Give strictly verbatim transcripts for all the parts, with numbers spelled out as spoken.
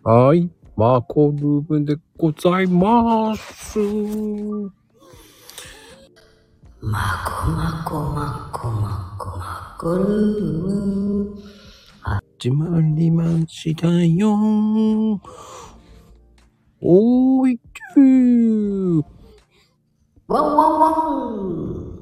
はい、マコルームでございます。 マコマコマコマコマコルーム始まりましたよ。おーいちゅー。 ワンワンワン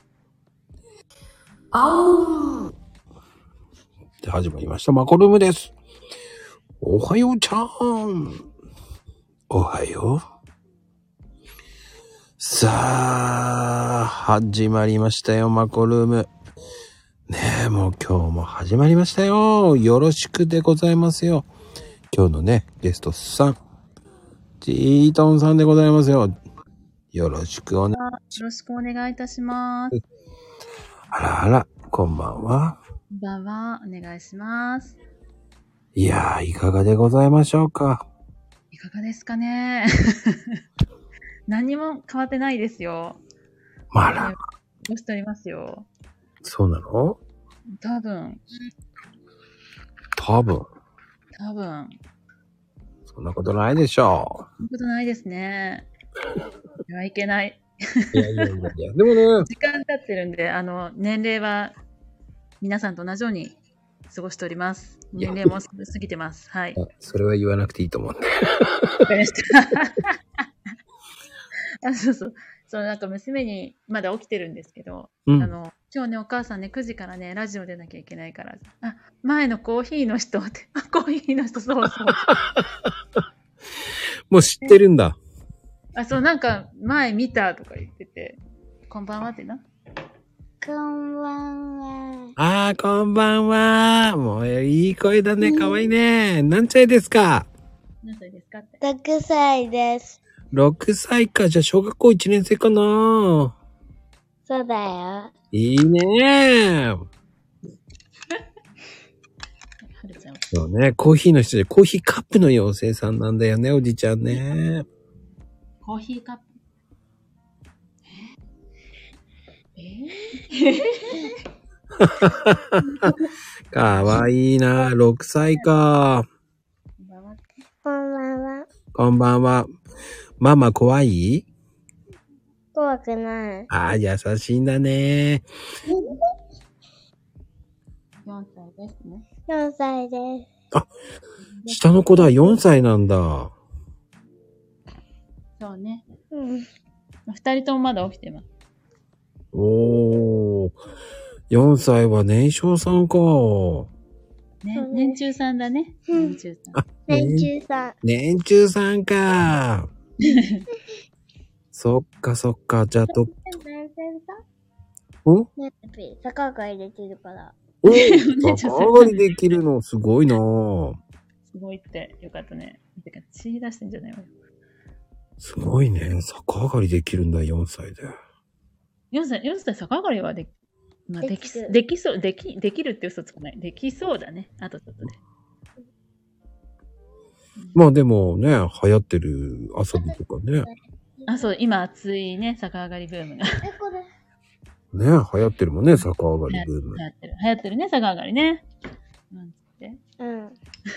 あおーで始まりましたマコルームです。おはようちゃん。おはよう。さあ、始まりましたよ、マコルーム。ねえ、もう今日も始まりましたよ。よろしくでございますよ。今日のね、ゲストさん、ジートンさんでございますよ。よろしくお願いします。 よろしくお願いいたします。 あらあら、こんばんは。 こんばんは、お願いします。 いやー、いかがでございましょうか。 いかがですかね。何も変わってないですよ。 まら。 どうしておりますよ。 そうなの？ 多分。 多分。 多分。 そんなことないでしょう。 そんなことないですね。いや、いけない。 いやいやいやいや、でもね。 時間経ってるんで、あの、年齢は皆さんと同じように過ごしております。年齢も過ぎてます。はい。 それは言わなくていいと思うんで。 わかりました。あ、そうそう。そう、なんか娘にまだ起きてるんですけど、うん、あの、今日ね、お母さんね、くじからね、ラジオ出なきゃいけないから、あ、前のコーヒーの人って、あ、コーヒーの人、そうそう。 もう知ってるんだ。 あ、そう、なんか、前見たとか言ってて、こんばんはってな。 こんばんは。 あー、こんばんは。もう、いい声だね。かわいいね。何歳ですか？ 何歳ですかって。 ろくさいです。 ろくさいか。じゃあ、小学校いちねん生かな。 そうだよ。 いいね。そうね、コーヒーの人で、コーヒーカップの妖精さんなんだよね、おじちゃんね。 コーヒーカップ。ええかわいいな、ろくさいか。 こんばんは。 こんばんは。ママ怖い？ 怖くない。 ああ、優しいんだね。 よんさいですね。 よんさいです。 あ、下の子だ、よんさいなんだ。 そうね。 うん。 二人ともまだ起きてます。 おー。よんさいは年少さんか。 ね、年中さんだね。年中さん。 あ、年中さん。 年中さんか。そっかそっか。じゃあと。お？ ねえ、逆上がりできるから。 お逆上がりできるのすごいなぁ。 すごいって、よかったね。てか、血出してんじゃないわよ。 すごいね。逆上がりできるんだ、よんさいで。 よんさい、よんさい逆上がりはでき、まあ、でき、できそう、でき、できるって嘘つかない。できそうだね。あとちょっとで。 まあでもね、流行ってる遊びとかね。 あ、そう、今熱いね、逆上がりブームが。 ね、流行ってるもんね、逆上がりブーム。 流行ってる。流行ってるね、逆上がりね。なんつって。 うん。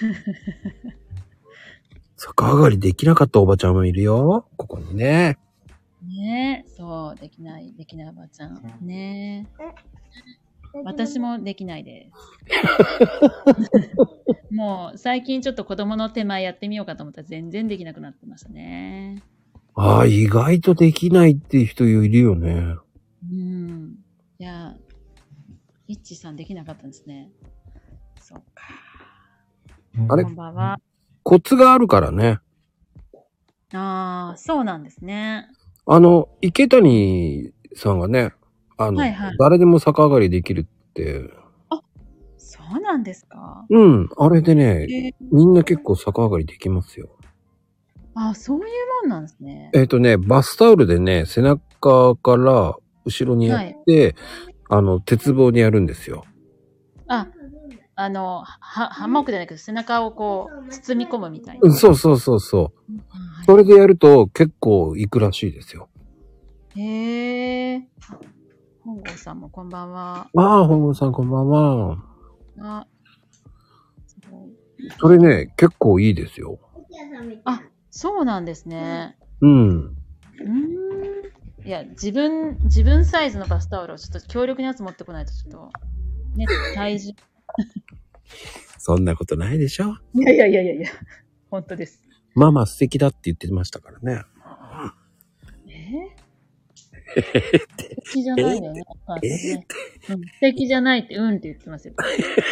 逆上がりできなかったおばちゃんもいるよ。ここにね。 ねえ、そう、できない、できないおばちゃん。ねえ。私もできないです。もう、最近ちょっと子供の手前やってみようかと思ったら全然できなくなってましたね。 ああ、意外とできないっていう人いるよね。 うん。いや、イッチさんできなかったんですね。そうか。 あれ？ こんばんは。 コツがあるからね。 ああ、そうなんですね。 あの、池谷さんがね、あの、はいはい、誰でも逆上がりできるって。 あ、そうなんですか？ うん、あれでね、みんな結構逆上がりできますよ。 あ、そういうもんなんですね。 えっとね、バスタオルでね、背中から後ろにやって、はい、あの、鉄棒にやるんですよ。 あ、あの、は、ハンモックじゃないけど、背中をこう、包み込むみたいな。 そうそうそうそう。うん、それでやると結構いくらしいですよ。 へえ。本郷さんもこんばんは。 ああ、本郷さんこんばんは。 あ、 それね、結構いいですよ。 あ、そうなんですね。 うん。 うーん。いや、自分、自分サイズのバスタオルをちょっと強力なやつ持ってこないとちょっと、ね、体重。 そんなことないでしょ。 いやいやいやいやいや、本当です。 ママ素敵だって言ってましたからね。 え素敵じゃないよね。お母さんね。うん、素敵じゃないって、うんって言ってますよ。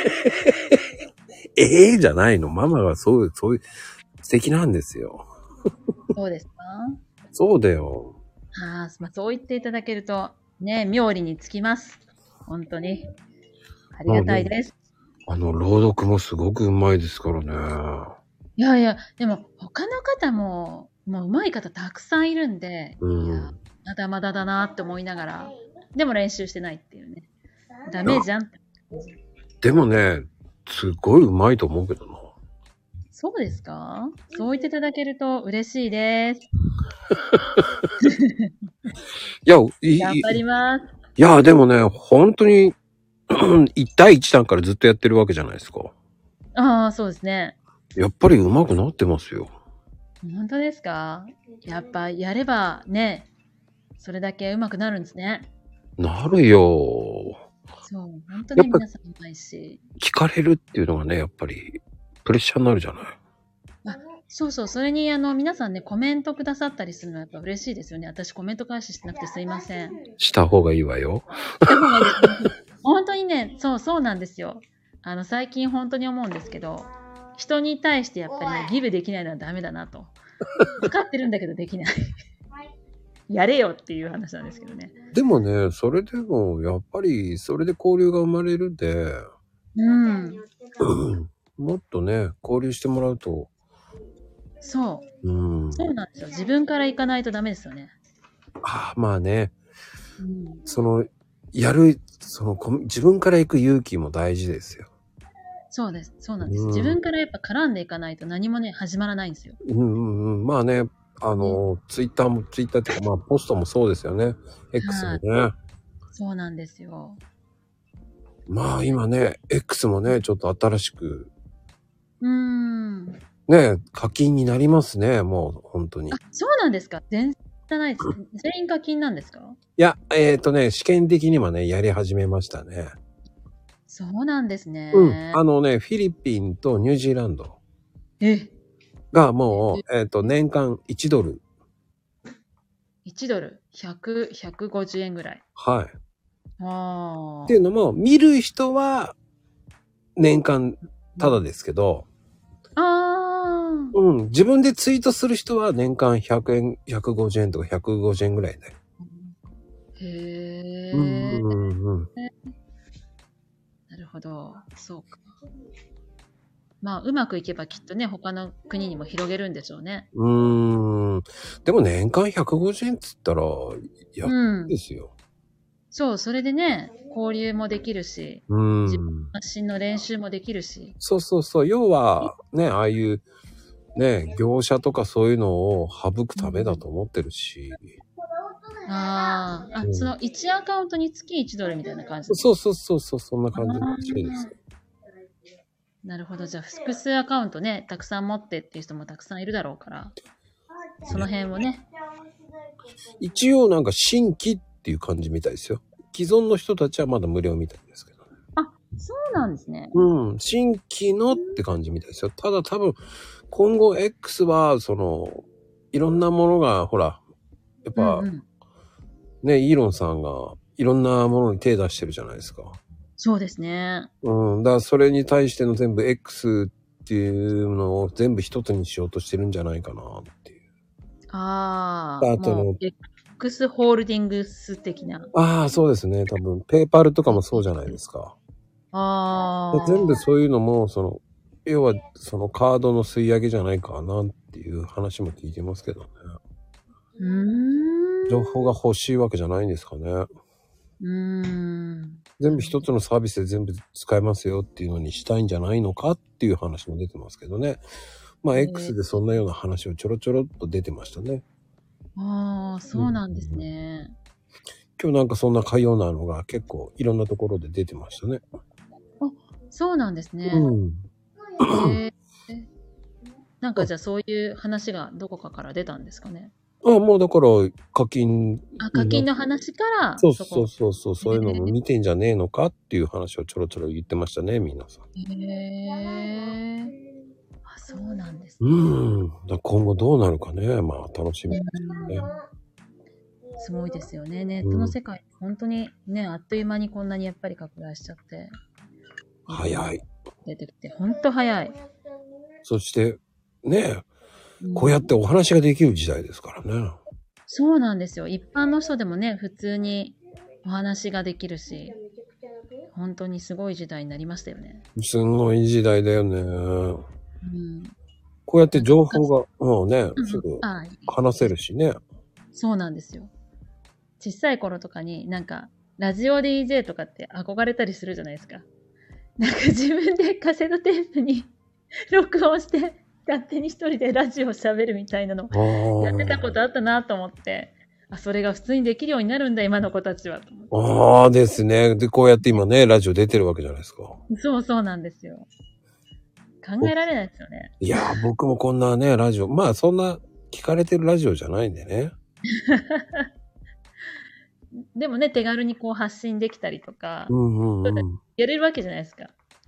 ええじゃないの。ママがそう、そういう、素敵なんですよ。 そうですか？ そうだよ。 ああ、まあ、そう言っていただけると、ね、妙利につきます。本当に。ありがたいです。 あの、朗読もすごくうまいですからね。 いやいや、でも、他の方も、もう上手い方たくさんいるんで、 うん、 いや、まだまだだなって思いながら、でも練習してないっていうね。ダメじゃんって。 でもね、すごい上手いと思うけどな。 そうですか？そう言っていただけると嬉しいです。 いや、い頑張ります。 いや、でもね、本当に、いち対いち段からずっとやってるわけじゃないですか。 ああ、そうですね。 やっぱり上手くなってますよ。 本当ですか？やっぱやればね、それだけ上手くなるんですね。 なるよ。 そう、本当に皆さん上手いし。 聞かれるっていうのがね、やっぱりプレッシャーになるじゃない。 あ、そうそう、それにあの皆さんね、コメントくださったりするのはやっぱ嬉しいですよね。私コメント返ししてなくてすいません。 した方がいいわよ。 した方がいいです。本当にね、そうそうなんですよ。あの最近本当に思うんですけど、人に対してやっぱりね、ギブできないのはダメだなと。分かってるんだけどできない。やれよっていう話なんですけどね。 でもね、それでもやっぱりそれで交流が生まれるんで、 うん。 もっとね、交流してもらうと。 そう。 うん。 そうなんですよ。自分から行かないとダメですよね。 ああ、まあね。 うん、 その、やる、その、自分から行く勇気も大事ですよ。 そうです。そうなんです。うん、自分からやっぱ絡んでいかないと何もね、始まらないんですよ。 うんうんうん。まあね、あの、ね、ツイッターも、ツイッターっていうか、まあ、ポストもそうですよね。X もね、はい。 そうなんですよ。 まあ今ね、X もね、ちょっと新しく。 うーん。 ね、課金になりますね、もう、本当に。 あ、そうなんですか？全然じゃないです。全員課金なんですか？ いや、えっとね、試験的にはね、やり始めましたね。 そうなんですね。 うん。あのね、フィリピンとニュージーランド。 えがもう、えっと、年間いちドル。 いちドル、ひゃく、ひゃくごじゅうえんぐらい。 はい。 ああ。 っていうのも、見る人は年間ただですけど、 ああ。 うん。自分でツイートする人は年間ひゃくえん、ひゃくごじゅうえんとかひゃくごじゅうえんぐらいで。 へえ。 うんうんうん。 なるほど。そうか。まあ、うまくいけばきっとね、他の国にも広げるんでしょうね。 うーん。でも年間ひゃくごじゅうえんっつったら、やっですよ、 うん。そう、それでね、交流もできるし、 うん。 自分の発信の練習もできるし。 そうそうそう。要は、ね、ああいう、ね、業者とかそういうのを省くためだと思ってるし。 うん、ああ、あ、うん、そのいちアカウントにつきいちドルみたいな感じ。 そうそうそうそう、そんな感じらしいです。 なるほど。じゃあ、複数アカウントね、たくさん持ってっていう人もたくさんいるだろうから、その辺をね。 一応なんか新規っていう感じみたいですよ。既存の人たちはまだ無料みたいですけどね。 あ、そうなんですね。 うん。新規のって感じみたいですよ。ただ多分、今後 X は、その、いろんなものが、ほら、やっぱ、うんうん、ね、イーロンさんがいろんなものに手出してるじゃないですか。 そうですね。 うん。だからそれに対しての全部 X っていうのを全部一つにしようとしてるんじゃないかなっていう。 ああ。あとの X ホールディングス的な。 ああ、そうですね。多分、ペーパルとかもそうじゃないですか。 ああ。 全部そういうのも、その、要は、そのカードの吸い上げじゃないかなっていう話も聞いてますけどね。 うーん。 情報が欲しいわけじゃないんですかね。 うーん。 全部一つのサービスで全部使えますよっていうのにしたいんじゃないのかっていう話も出てますけどね。まあ X でそんなような話をちょろちょろっと出てましたね。 ああ、そうなんですね、うん。 今日なんかそんなかようなのが結構いろんなところで出てましたね。 あ、そうなんですね。 うん。 へえ。 えなんかじゃあそういう話がどこかから出たんですかね。 あ、もうだから課金。 あ、課金の話から、 そうそうそうそう、そういうのも見てんじゃねえのかっていう話をちょろちょろ言ってましたね、皆さん。 へー。あ、そうなんですね。 うん。だ今後どうなるかね、まあ楽しみですね。 すごいですよね。ネットの世界、うん、本当にね、あっという間にこんなにやっぱり拡大しちゃって。 早い。 出てきて、本当早い。 そして、ね、うん、こうやってお話ができる時代ですからね。 そうなんですよ。一般の人でもね、普通にお話ができるし、本当にすごい時代になりましたよね。 すごい時代だよね。うん、こうやって情報が、もうね、すぐ話せるしね。 そうなんですよ。小さい頃とかになんか、ラジオ ディージェー とかって憧れたりするじゃないですか。なんか自分でカセットテープに録音して、勝手に一人でラジオ喋るみたいなのやってたことあったなと思って、あ、それが普通にできるようになるんだ、今の子たちは。 ああですね。で、こうやって今ね、ラジオ出てるわけじゃないですか。 そうそうなんですよ。考えられないですよね。 いや、僕もこんなね、ラジオ、まあそんな聞かれてるラジオじゃないんでね。 でもね、手軽にこう発信できたりとか、 うんうんうん、 やれるわけじゃないですか。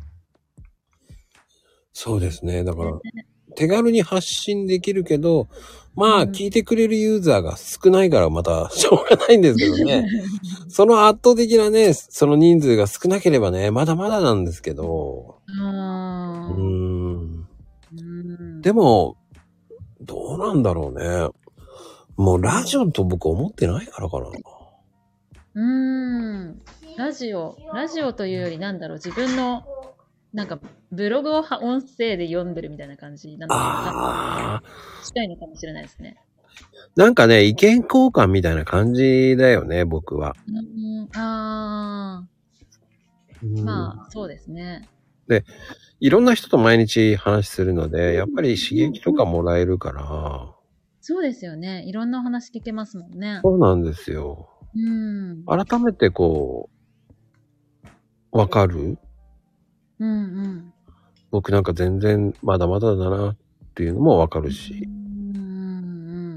そうですね。だから、手軽に発信できるけど、まあ、聞いてくれるユーザーが少ないからまたしょうがないんですけどね。その圧倒的なね、その人数が少なければね、まだまだなんですけど。 あうーん。うんでも、どうなんだろうね。もうラジオと僕思ってないからかな。 うーん。ラジオ、ラジオというよりなんだろう、自分のなんかブログを音声で読んでるみたいな感じなのか近いのかもしれないですね。 なんかね、意見交換みたいな感じだよね、僕は。 うん、ああ、まあそうですね。 で、いろんな人と毎日話するので、やっぱり刺激とかもらえるから。 そうですよね。いろんなお話聞けますもんね。 そうなんですよ。うん。改めてこう、わかる？ うんうん。 僕なんか全然まだまだだなっていうのもわかるし。 うんうん。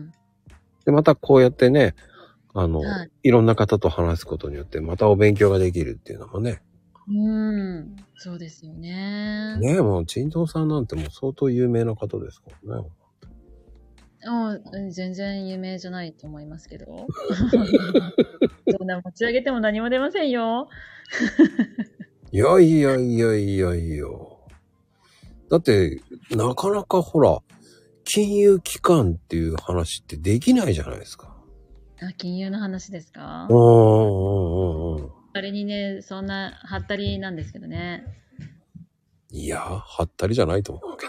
で、またこうやってね、あの、はい、いろんな方と話すことによってまたお勉強ができるっていうのもね。 うん、そうですよね。 ねえ、もう、陳藤さんなんてもう相当有名な方ですからね。 ああ、全然有名じゃないと思いますけど。そんな持ち上げても何も出ませんよ。 いやいやいやいやいや。だって、なかなかほら、金融機関っていう話ってできないじゃないですか。 あ、金融の話ですか？ うんうんうんうん。 あれにね、そんな、はったりなんですけどね。 いや、はったりじゃないと思うけど。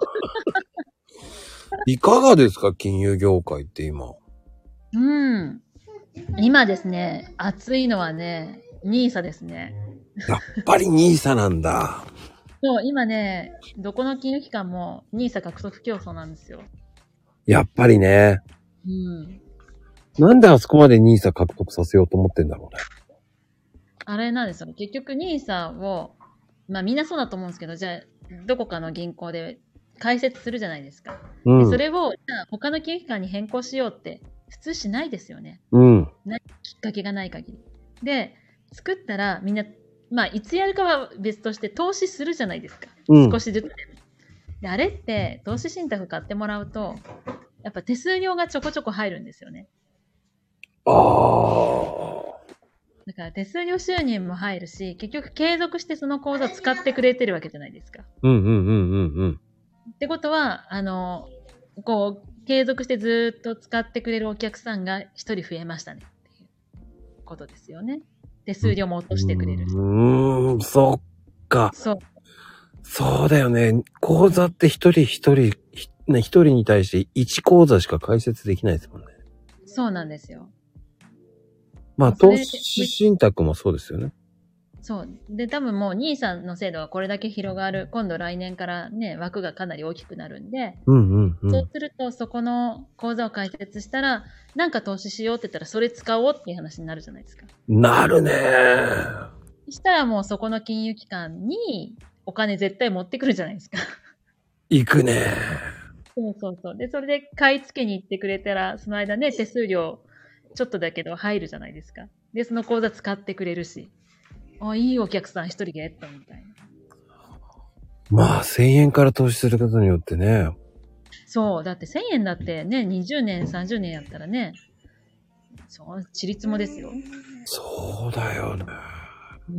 いかがですか、金融業界って今。 うん。今ですね、熱いのはね、ニーサですね。 やっぱりニーサなんだ。 そう、今ね、どこの金融機関もニーサ獲得競争なんですよ。 やっぱりね。 うん。 なんであそこまでニーサ獲得させようと思ってんだろうね。 あれなんですよ。結局ニーサを、まあみんなそうだと思うんですけど、じゃあ、どこかの銀行で開設するじゃないですか。うん、でそれを、じゃあ他の金融機関に変更しようって普通しないですよね。 うん。 きっかけがない限り。で、作ったらみんな、まあいつやるかは別として投資するじゃないですか。うん、少しずつでも。で、あれって投資信託買ってもらうと、やっぱ手数料がちょこちょこ入るんですよね。 ああ。 だから手数料収入も入るし、結局継続してその口座を使ってくれてるわけじゃないですか。 うんうんうんうんうん。 ってことは、あの、こう、継続してずっと使ってくれるお客さんが一人増えましたねっていうことですよね。手数料も落としてくれるし。 うーん、そっか。 そう。 そうだよね。口座って一人一人、一人に対して一口座しか開設できないですもんね。 そうなんですよ。 まあ、投資信託もそうですよね。 そう。で、多分もうニーサの制度がこれだけ広がる。今度来年からね、枠がかなり大きくなるんで。 うんうんうん。 そうすると、そこの口座を開設したら、なんか投資しようって言ったら、それ使おうっていう話になるじゃないですか。 なるねー。 そしたらもうそこの金融機関にお金絶対持ってくるじゃないですか。 行くね。 そうそうそう。で、それで買い付けに行ってくれたら、その間ね、手数料ちょっとだけど入るじゃないですか。で、その口座使ってくれるし。あ、いいお客さん一人ゲットみたいな。 まあ、せんえんから投資することによってね。 そう。だってせんえんだってね、にじゅうねん、さんじゅうねんやったらね、そう、ちりつもですよ。 そうだよね。 うん。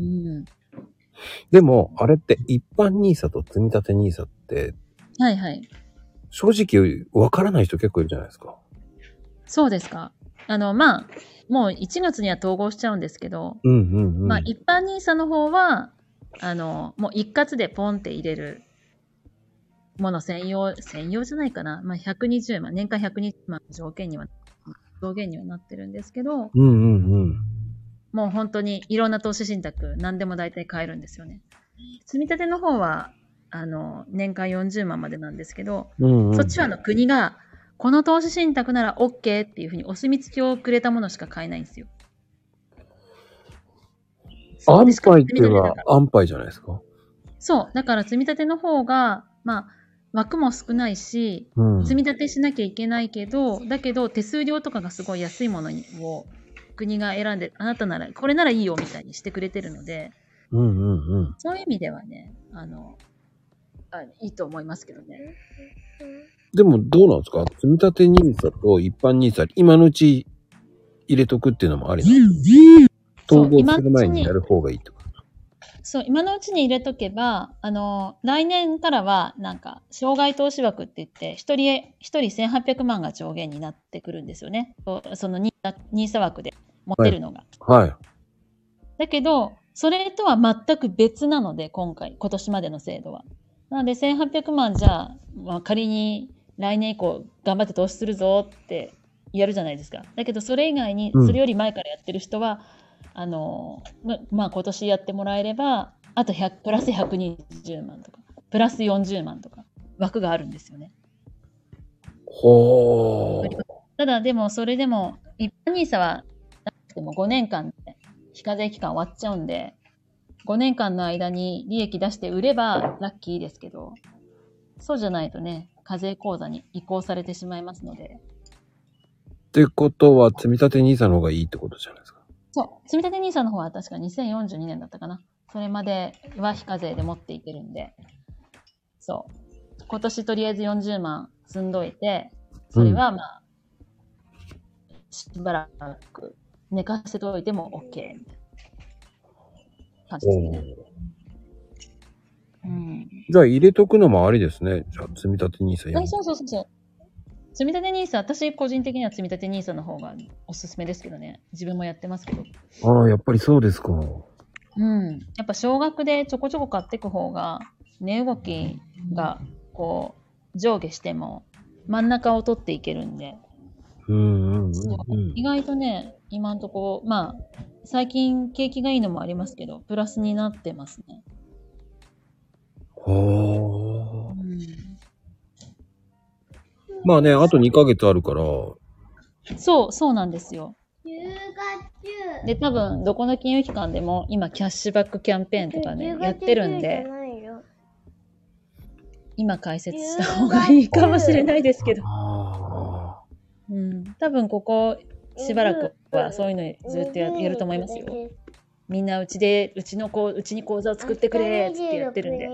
でも、あれって一般ニーサと積み立てニーサって、 はいはい。 正直わからない人結構いるじゃないですか。 そうですか。あの、まあ、もういちがつには統合しちゃうんですけど、 うんうんうん。 まあ、一般ニーサの方は、あの、もう一括でポンって入れるもの専用、専用じゃないかな。まあ、ひゃくにじゅうまん、年間ひゃくにじゅうまんの条件には、上限にはなってるんですけど、 うんうんうん。 もう本当にいろんな投資信託、何でも大体買えるんですよね。積み立ての方は、あの、年間よんじゅうまんまでなんですけど、 うんうん、 そっちはあの国が、この投資信託なら OK っていうふうにお墨付きをくれたものしか買えないんですよ。 安牌っていうのは安牌じゃないですか。 そう。だから積み立ての方が、まあ、枠も少ないし、 うん、 積み立てしなきゃいけないけど、だけど手数料とかがすごい安いものを国が選んで、あなたなら、これならいいよみたいにしてくれてるので、 うんうんうん、 そういう意味ではね、あの、あいいと思いますけどね。 でもどうなんですか？積み立てニーサと一般ニーサ、今のうち入れとくっていうのもありなんですか？統合する前にやる方がいいとか。 そう、今のうちに入れとけば、あの、来年からは、なんか、障害投資枠って言って、一人、一人せんはっぴゃくまんが上限になってくるんですよね。そのニーサ枠で持ってるのが。 はい。はい。 だけど、それとは全く別なので、今回、今年までの制度は。なので、せんはっぴゃくまんじゃあ、まあ、仮に来年以降頑張って投資するぞってやるじゃないですか。だけど、それ以外に、それより前からやってる人は、うん、あの、ま、まあ、今年やってもらえれば、あとひゃく、プラスひゃくにじゅうまんとか、プラスよんじゅうまんとか、枠があるんですよね。 ほー。 ただ、でも、それでも、一般ニーサは、なくてもごねんかんで、非課税期間終わっちゃうんで、ごねんかんの間に利益出して売ればラッキーですけど、そうじゃないとね、課税口座に移行されてしまいますので。 ってことは、積み立てニーサの方がいいってことじゃないですか。 そう。積み立てニーサの方は確かにせんよんじゅうにねんだったかな。それまでは非課税で持っていけるんで。そう。今年とりあえずよんじゅうまん積んどいて、それはまあ、うん、しばらく寝かせておいても OK みたいな感じですね。うん、 じゃあ入れとくのもありですね。じゃあ積み立てニーサやる。 そうそうそうそう。積み立てニーサ、私個人的には積み立てニーサの方がおすすめですけどね。自分もやってますけど。 ああ、やっぱりそうですか。 うん。やっぱ少額でちょこちょこ買っていく方が、値動きがこう上下しても真ん中を取っていけるんで。 うんうんうんうん、 意外とね、今んとこ、まあ、最近景気がいいのもありますけど、プラスになってますね。 はあ、うん。まあね、あとにかげつあるから。 そう、そうなんですよ。で、多分、どこの金融機関でも今、キャッシュバックキャンペーンとかね、やってるんで、今解説した方がいいかもしれないですけど。うん、多分、ここ、しばらくはそういうのずっと や, やると思いますよ。みんなうちで、うちの子、うちに口座を作ってくれーってやってるんで。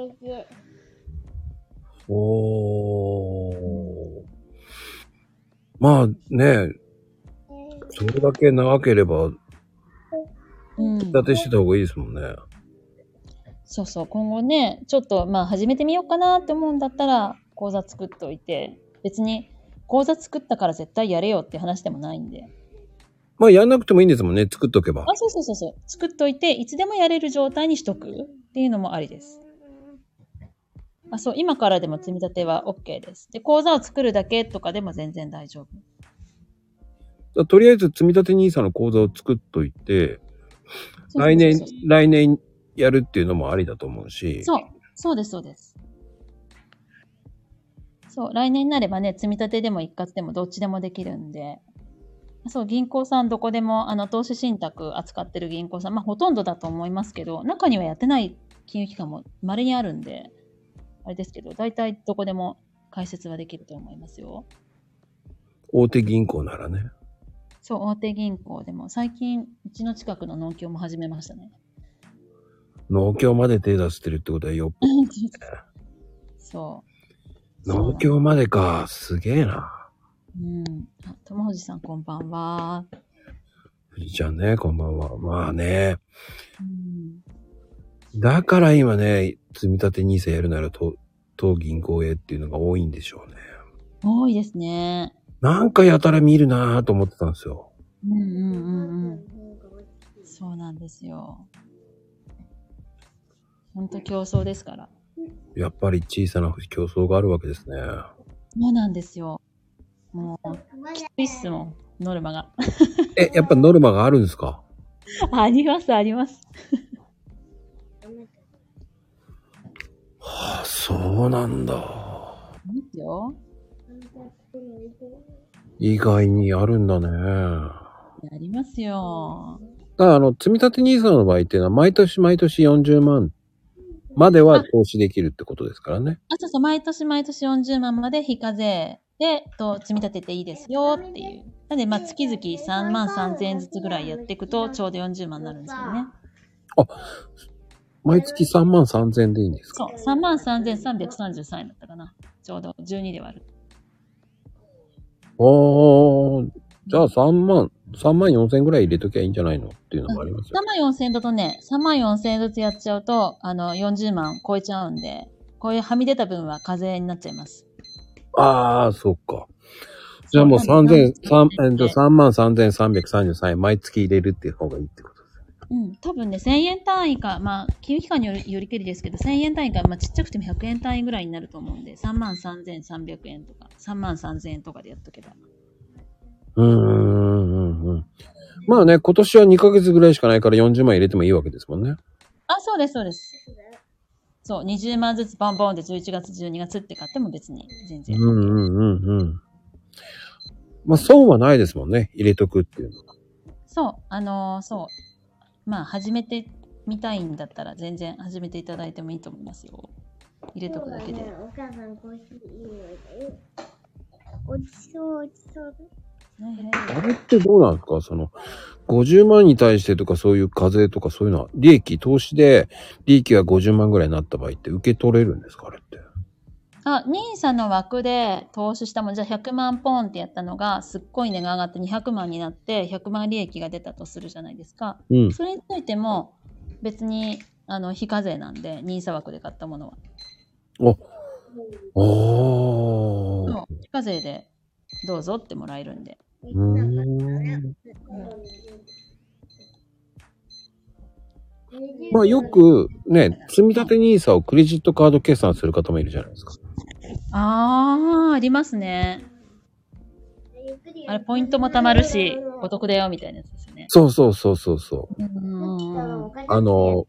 おー。まあね、それだけ長ければ、積み立てしてた方がいいですもんね。 そうそう、今後ね、ちょっとまあ始めてみようかなって思うんだったら、口座作っておいて、別に口座作ったから絶対やれよって話でもないんで。 まあやんなくてもいいんですもんね、作っとけば。 あ、そうそうそうそう。作っといて、いつでもやれる状態にしとくっていうのもありです。あ、そう、今からでも積み立ては OK です。で、口座を作るだけとかでも全然大丈夫。とりあえず積み立てニーサの口座を作っといて、来年、来年やるっていうのもありだと思うし。 そう、そうです、そうです。そう、来年になればね、積み立てでも一括でもどっちでもできるんで。そう、銀行さんどこでも、あの、投資信託扱ってる銀行さん、まあほとんどだと思いますけど、中にはやってない金融機関も稀にあるんで、 あれですけど、大体どこでも開設はできると思いますよ。 大手銀行ならね。 そう、大手銀行でも、最近、うちの近くの農協も始めましたね。 農協まで手出してるってことはよっぽど。 そう。 農協までか、すげえな。 うん。あ、友藤さんこんばんは。 ふじちゃんね、こんばんは。まあね。 うん、 だから今ね、積み立てニーサやるならと、当銀行へっていうのが多いんでしょうね。 多いですね。 なんかやたら見るなぁと思ってたんですよ。 うんうんうんうん。そうなんですよ。ほんと競争ですから。 やっぱり小さな競争があるわけですね。 そうなんですよ。もう、きついっすもん、ノルマが。 え、やっぱノルマがあるんですか？ あります、あります。 はあ、そうなんだ。 いいですよ。 意外にあるんだね。 ありますよ。 だからあの、積み立てニーサの場合っていうのは、毎年毎年よんじゅうまんまでは投資できるってことですからね。 あ、そうそう、毎年毎年よんじゅうまんまで非課税で、と、積み立てていいですよっていう。なんで、まあ、月々さんまんさんぜんえんずつぐらいやっていくと、ちょうどよんじゅうまんになるんですよね。 あ、毎月さんまんさんぜんでいいんですか？ そう、さんまんさんぜんさんびゃくさんじゅうさんえんだったかな。ちょうどじゅうにで割る。 あー、じゃあさんまん、さんまんよんせんぐらい入れときゃいいんじゃないのっていうのもありますよ。 さんまんよんせんだとね、さんまんよんせんえんずつやっちゃうと、あの、よんじゅうまん超えちゃうんで、こういうはみ出た分は課税になっちゃいます。 ああ、そっか。じゃあもうさんぜん、さんまんさんぜんさんびゃくさんじゅうさんえん毎月入れるっていう方がいいってことですね。 うん、多分ね、せんえん単位か、まあ、金融機関によりよりけりですけど、せんえん単位か、まあ、ちっちゃくてもひゃくえん単位ぐらいになると思うんで、さんまんさんぜんさんびゃくえんとか、さんまんさんぜんえんとかでやっとけば。 うーん、うんうん。まあね、今年はにかげつぐらいしかないからよんじゅうまん入れてもいいわけですもんね。 あ、そうです、そうです。そう、にじゅうまんずつボンボンでじゅういちがつ、じゅうにがつって買っても別に全然。 うんうんうんうん。まあ損はないですもんね、入れとくっていうのは。 そう、あのー、そう。まあ、始めてみたいんだったら、全然始めていただいてもいいと思いますよ。入れとくだけで。 お母さんコーヒーいい匂いだよ。落ちそう、落ちそうだ。 ね、 あれってどうなんですか？その、ごじゅうまんに対してとかそういう課税とかそういうのは、利益、投資で利益がごじゅうまんぐらいになった場合って受け取れるんですか？あれって。 あ、ニーサの枠で投資したもん、じゃあひゃくまんポンってやったのが、すっごい値が上がってにひゃくまんになって、ひゃくまん利益が出たとするじゃないですか。 うん。 それについても、別に、あの、非課税なんで、ニーサ枠で買ったものは。 あ、あー。 そう非課税でどうぞってもらえるんで。 うーん。まあよくね、積み立てニーサをクレジットカード決済する方もいるじゃないですか。 あー、ありますね。あれ、ポイントも貯まるし、お得だよ、みたいなやつですよね。 そうそうそうそうそう。 うんうんうん。 あの、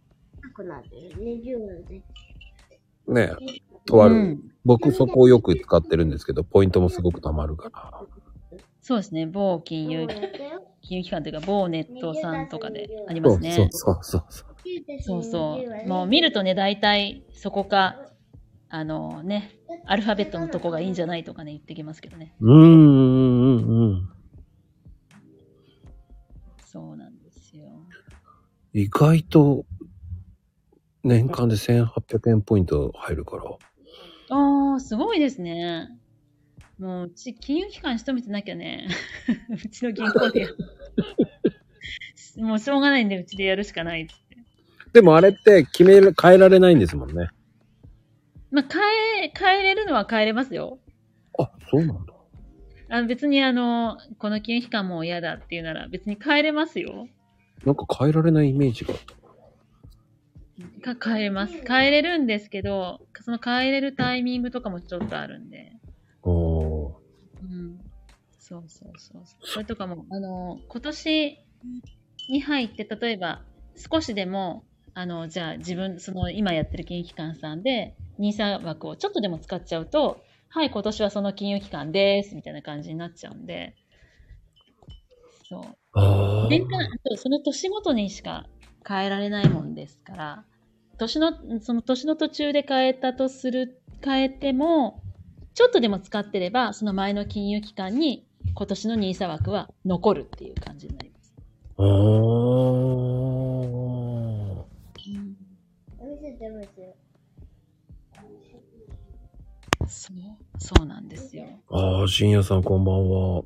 ね、とある、うん、僕そこをよく使ってるんですけど、ポイントもすごく貯まるから。 そうですね、某金融、金融機関というか、某ネットさんとかでありますね。 そうそうそうそう。 そうそう。もう見るとね、大体そこか、あのね、アルファベットのとこがいいんじゃないとかね、言ってきますけどね。 うーん、うん、うん。 そうなんですよ。 意外と、年間でせんはっぴゃくえんポイント入るから。 ああ、すごいですね。もう、うち、金融機関に勤めてなきゃね、うちの銀行でやる。もうしょうがないんで、うちでやるしかないって。でもあれって決める、変えられないんですもんね。 まあ、変え、変えれるのは変えれますよ。 あ、そうなんだ。 あの別にあの、この金融機関もう嫌だっていうなら別に変えれますよ。 なんか変えられないイメージがあった。 か変えます。変えれるんですけど、その変えれるタイミングとかもちょっとあるんで。 おー。 うん。そうそうそう。それとかも、あの、今年に入って例えば少しでも、あの、じゃあ自分、その今やってる金融機関さんで、ニーサ枠をちょっとでも使っちゃうと、はい、今年はその金融機関です、みたいな感じになっちゃうんで、そう。年間、その年ごとにしか変えられないもんですから、年の、その年の途中で変えたとする、 使えても、ちょっとでも使ってれば、その前の金融期間に今年のニーサ枠は残るっていう感じになります。 あー。 そう、そうなんですよ。 ああ、深夜さんこんばんは。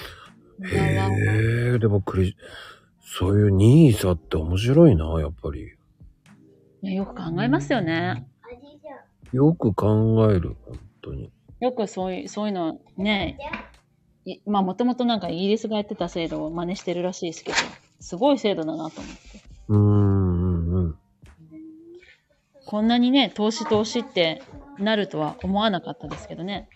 へえ、でもクリ、そういうニーサって面白いな、やっぱり。 いやよく考えますよね。 よく考える、本当に。 よくそういう、そういうのね、いまあもともとなんかイギリスがやってた制度を真似してるらしいですけど、すごい制度だなと思って。 うーん、うんうん。 こんなにね、投資投資ってなるとは思わなかったですけどね。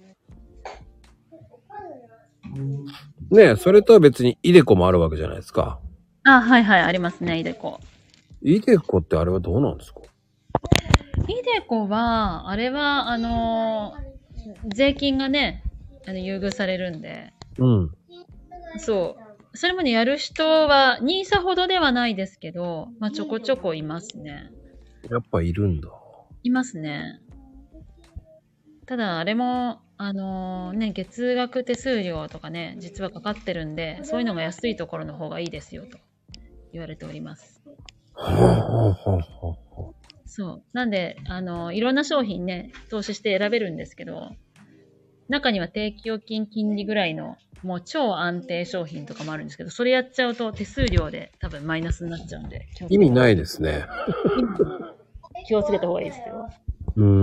ねえ、それとは別にイデコもあるわけじゃないですか。 あ、はいはい、ありますね、イデコ。 イデコってあれはどうなんですか？ イデコは、あれは、あのー、税金がね、あの優遇されるんで、 うん。 そう。それもね、やる人は、ニーサほどではないですけど、まあ、ちょこちょこいますね。 やっぱいるんだ。 いますね。ただ、あれも、あのーね、月額手数料とかね、実はかかってるんで、そういうのが安いところの方がいいですよ、と言われております。 はあ、はあ、はあ。 そう。なんで、あのーいろんな商品ね、投資して選べるんですけど、中には定期預金金利ぐらいの、もう超安定商品とかもあるんですけど、それやっちゃうと手数料で多分マイナスになっちゃうんで。 意味ないですね。 気をつけた方がいいですけど。 うーん、うん、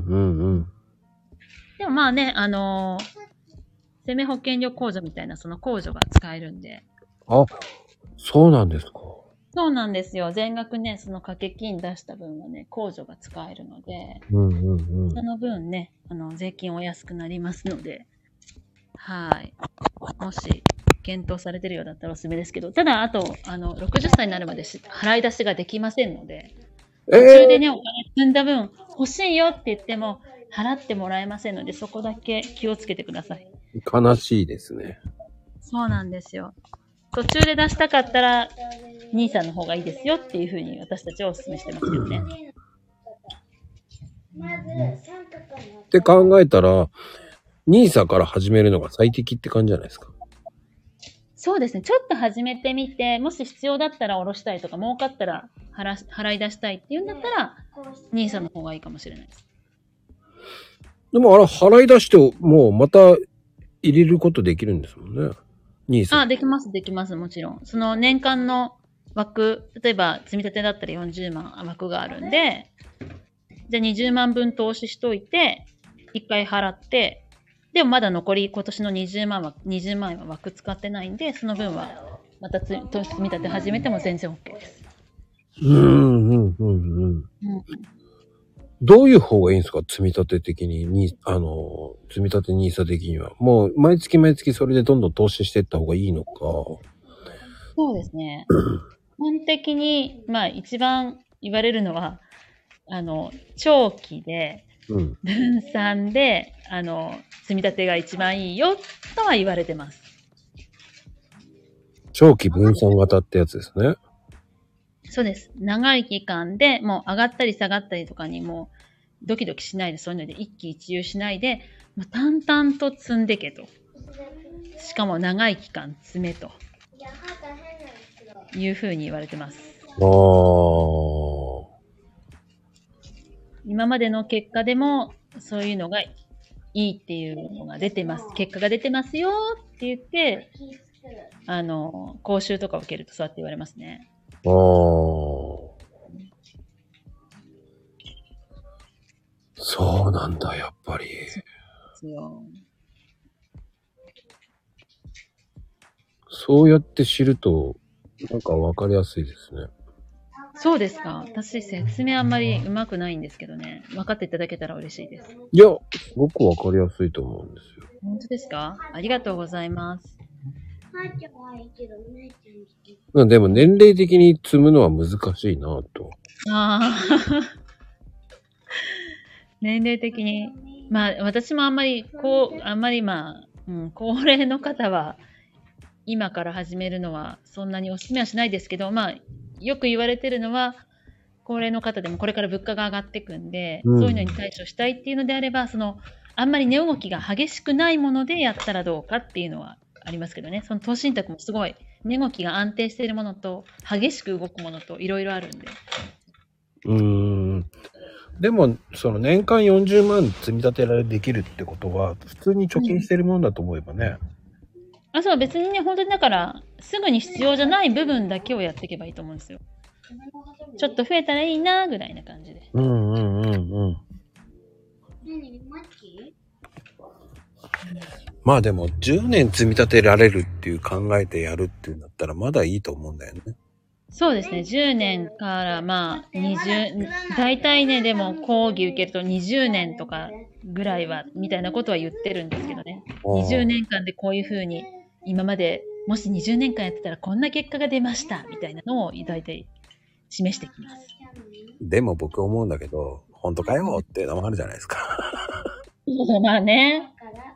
うん、うん。 でもまあね、あのー、生命保険料控除みたいなその控除が使えるんで。 あ、そうなんですか。 そうなんですよ。全額ね、その掛け金出した分はね、控除が使えるので、 うん、うん、うん。 その分ね、あの、税金お安くなりますので、はい。もし、検討されてるようだったらおすすめですけど、ただ、あと、あの、ろくじゅっさいになるまでし払い出しができませんので、途中でね、お金積んだ分、欲しいよって言っても、払ってもらえませんので、そこだけ気をつけてください。 悲しいですね。 そうなんですよ。途中で出したかったら、兄さんの方がいいですよっていうふうに私たちはお勧めしてますけどね。 って考えたら、ニーサから始めるのが最適って感じじゃないですか。 そうですね。ちょっと始めてみて、もし必要だったら下ろしたいとか、儲かったら払払い出したいっていうんだったら、兄さんの方がいいかもしれないです。 でもあれ払い出してもうまた入れることできるんですもんね。ニーサ。 あ、できます、できます、もちろん。その年間の枠、例えば積み立てだったらよんじゅうまん枠があるんで、じゃあにじゅうまんぶん投資しといて、いっかい払って、でもまだ残り今年のにじゅうまんは、にじゅうまん円は枠使ってないんで、その分はまたつ投資積み立て始めても全然 OK です。 うん、うん、うん、うん。 うん、 どういう方がいいんですか？積み立て的に、に、あの、積み立てニーサ的には。もう、毎月毎月それでどんどん投資していった方がいいのか。 そうですね。基本的に、まあ一番言われるのは、あの、長期で、 うん。 分散で、あの、積み立てが一番いいよ、とは言われてます。 長期分散型ってやつですね。 そうです。長い期間でもう上がったり下がったりとかにもうドキドキしないで、そういうので一喜一憂しないで、もう淡々と積んでけと。しかも長い期間積めと。いうふうに言われてます。 あー。 今までの結果でもそういうのがいいっていうのが出てます。結果が出てますよって言って、あの、講習とかを受けるとそうやって言われますね。 あー。そうなんだ、やっぱり。 ですよ。 そうやって知ると、なんかわかりやすいですね。 そうですか。私、説明あんまり上手くないんですけどね。分かっていただけたら嬉しいです。 いや、すごくわかりやすいと思うんですよ。 本当ですか？ありがとうございます。 でも年齢的に積むのは難しいなと。 ああ。年齢的に。まあ、私もあんまり、こう、あんまりまあ、うん、高齢の方は、今から始めるのはそんなにお勧めはしないですけど、まあ、よく言われてるのは、 高齢の方でもこれから物価が上がっていくんで、 うんそういうのに対処したいっていうのであれば、そのあんまり値動きが激しくないものでやったらどうかっていうのはありますけどね。その投資信託もすごい値動きが安定しているものと激しく動くものといろいろあるんで。 うーん。でも、その年間よんじゅうまん積み立てられできるってことは、普通に貯金してるもんだと思えばね。 あ、そう、別にね、本当にだから、すぐに必要じゃない部分だけをやっていけばいいと思うんですよ。ちょっと増えたらいいなぐらいな感じで。 うんうんうんうん。まあでも、じゅうねん積み立てられるっていう考えてやるっていうんだったら、まだいいと思うんだよね。 そうですね、じゅうねんからまあにじゅう、大体ね、でも講義受けるとにじゅうねんとかぐらいは、みたいなことは言ってるんですけどね。にじゅうねんかんでこういうふうに、今までもしにじゅうねんかんやってたらこんな結果が出ました、みたいなのを大体示してきます。でも僕思うんだけど、本当かよってのもあるじゃないですか。 まあね。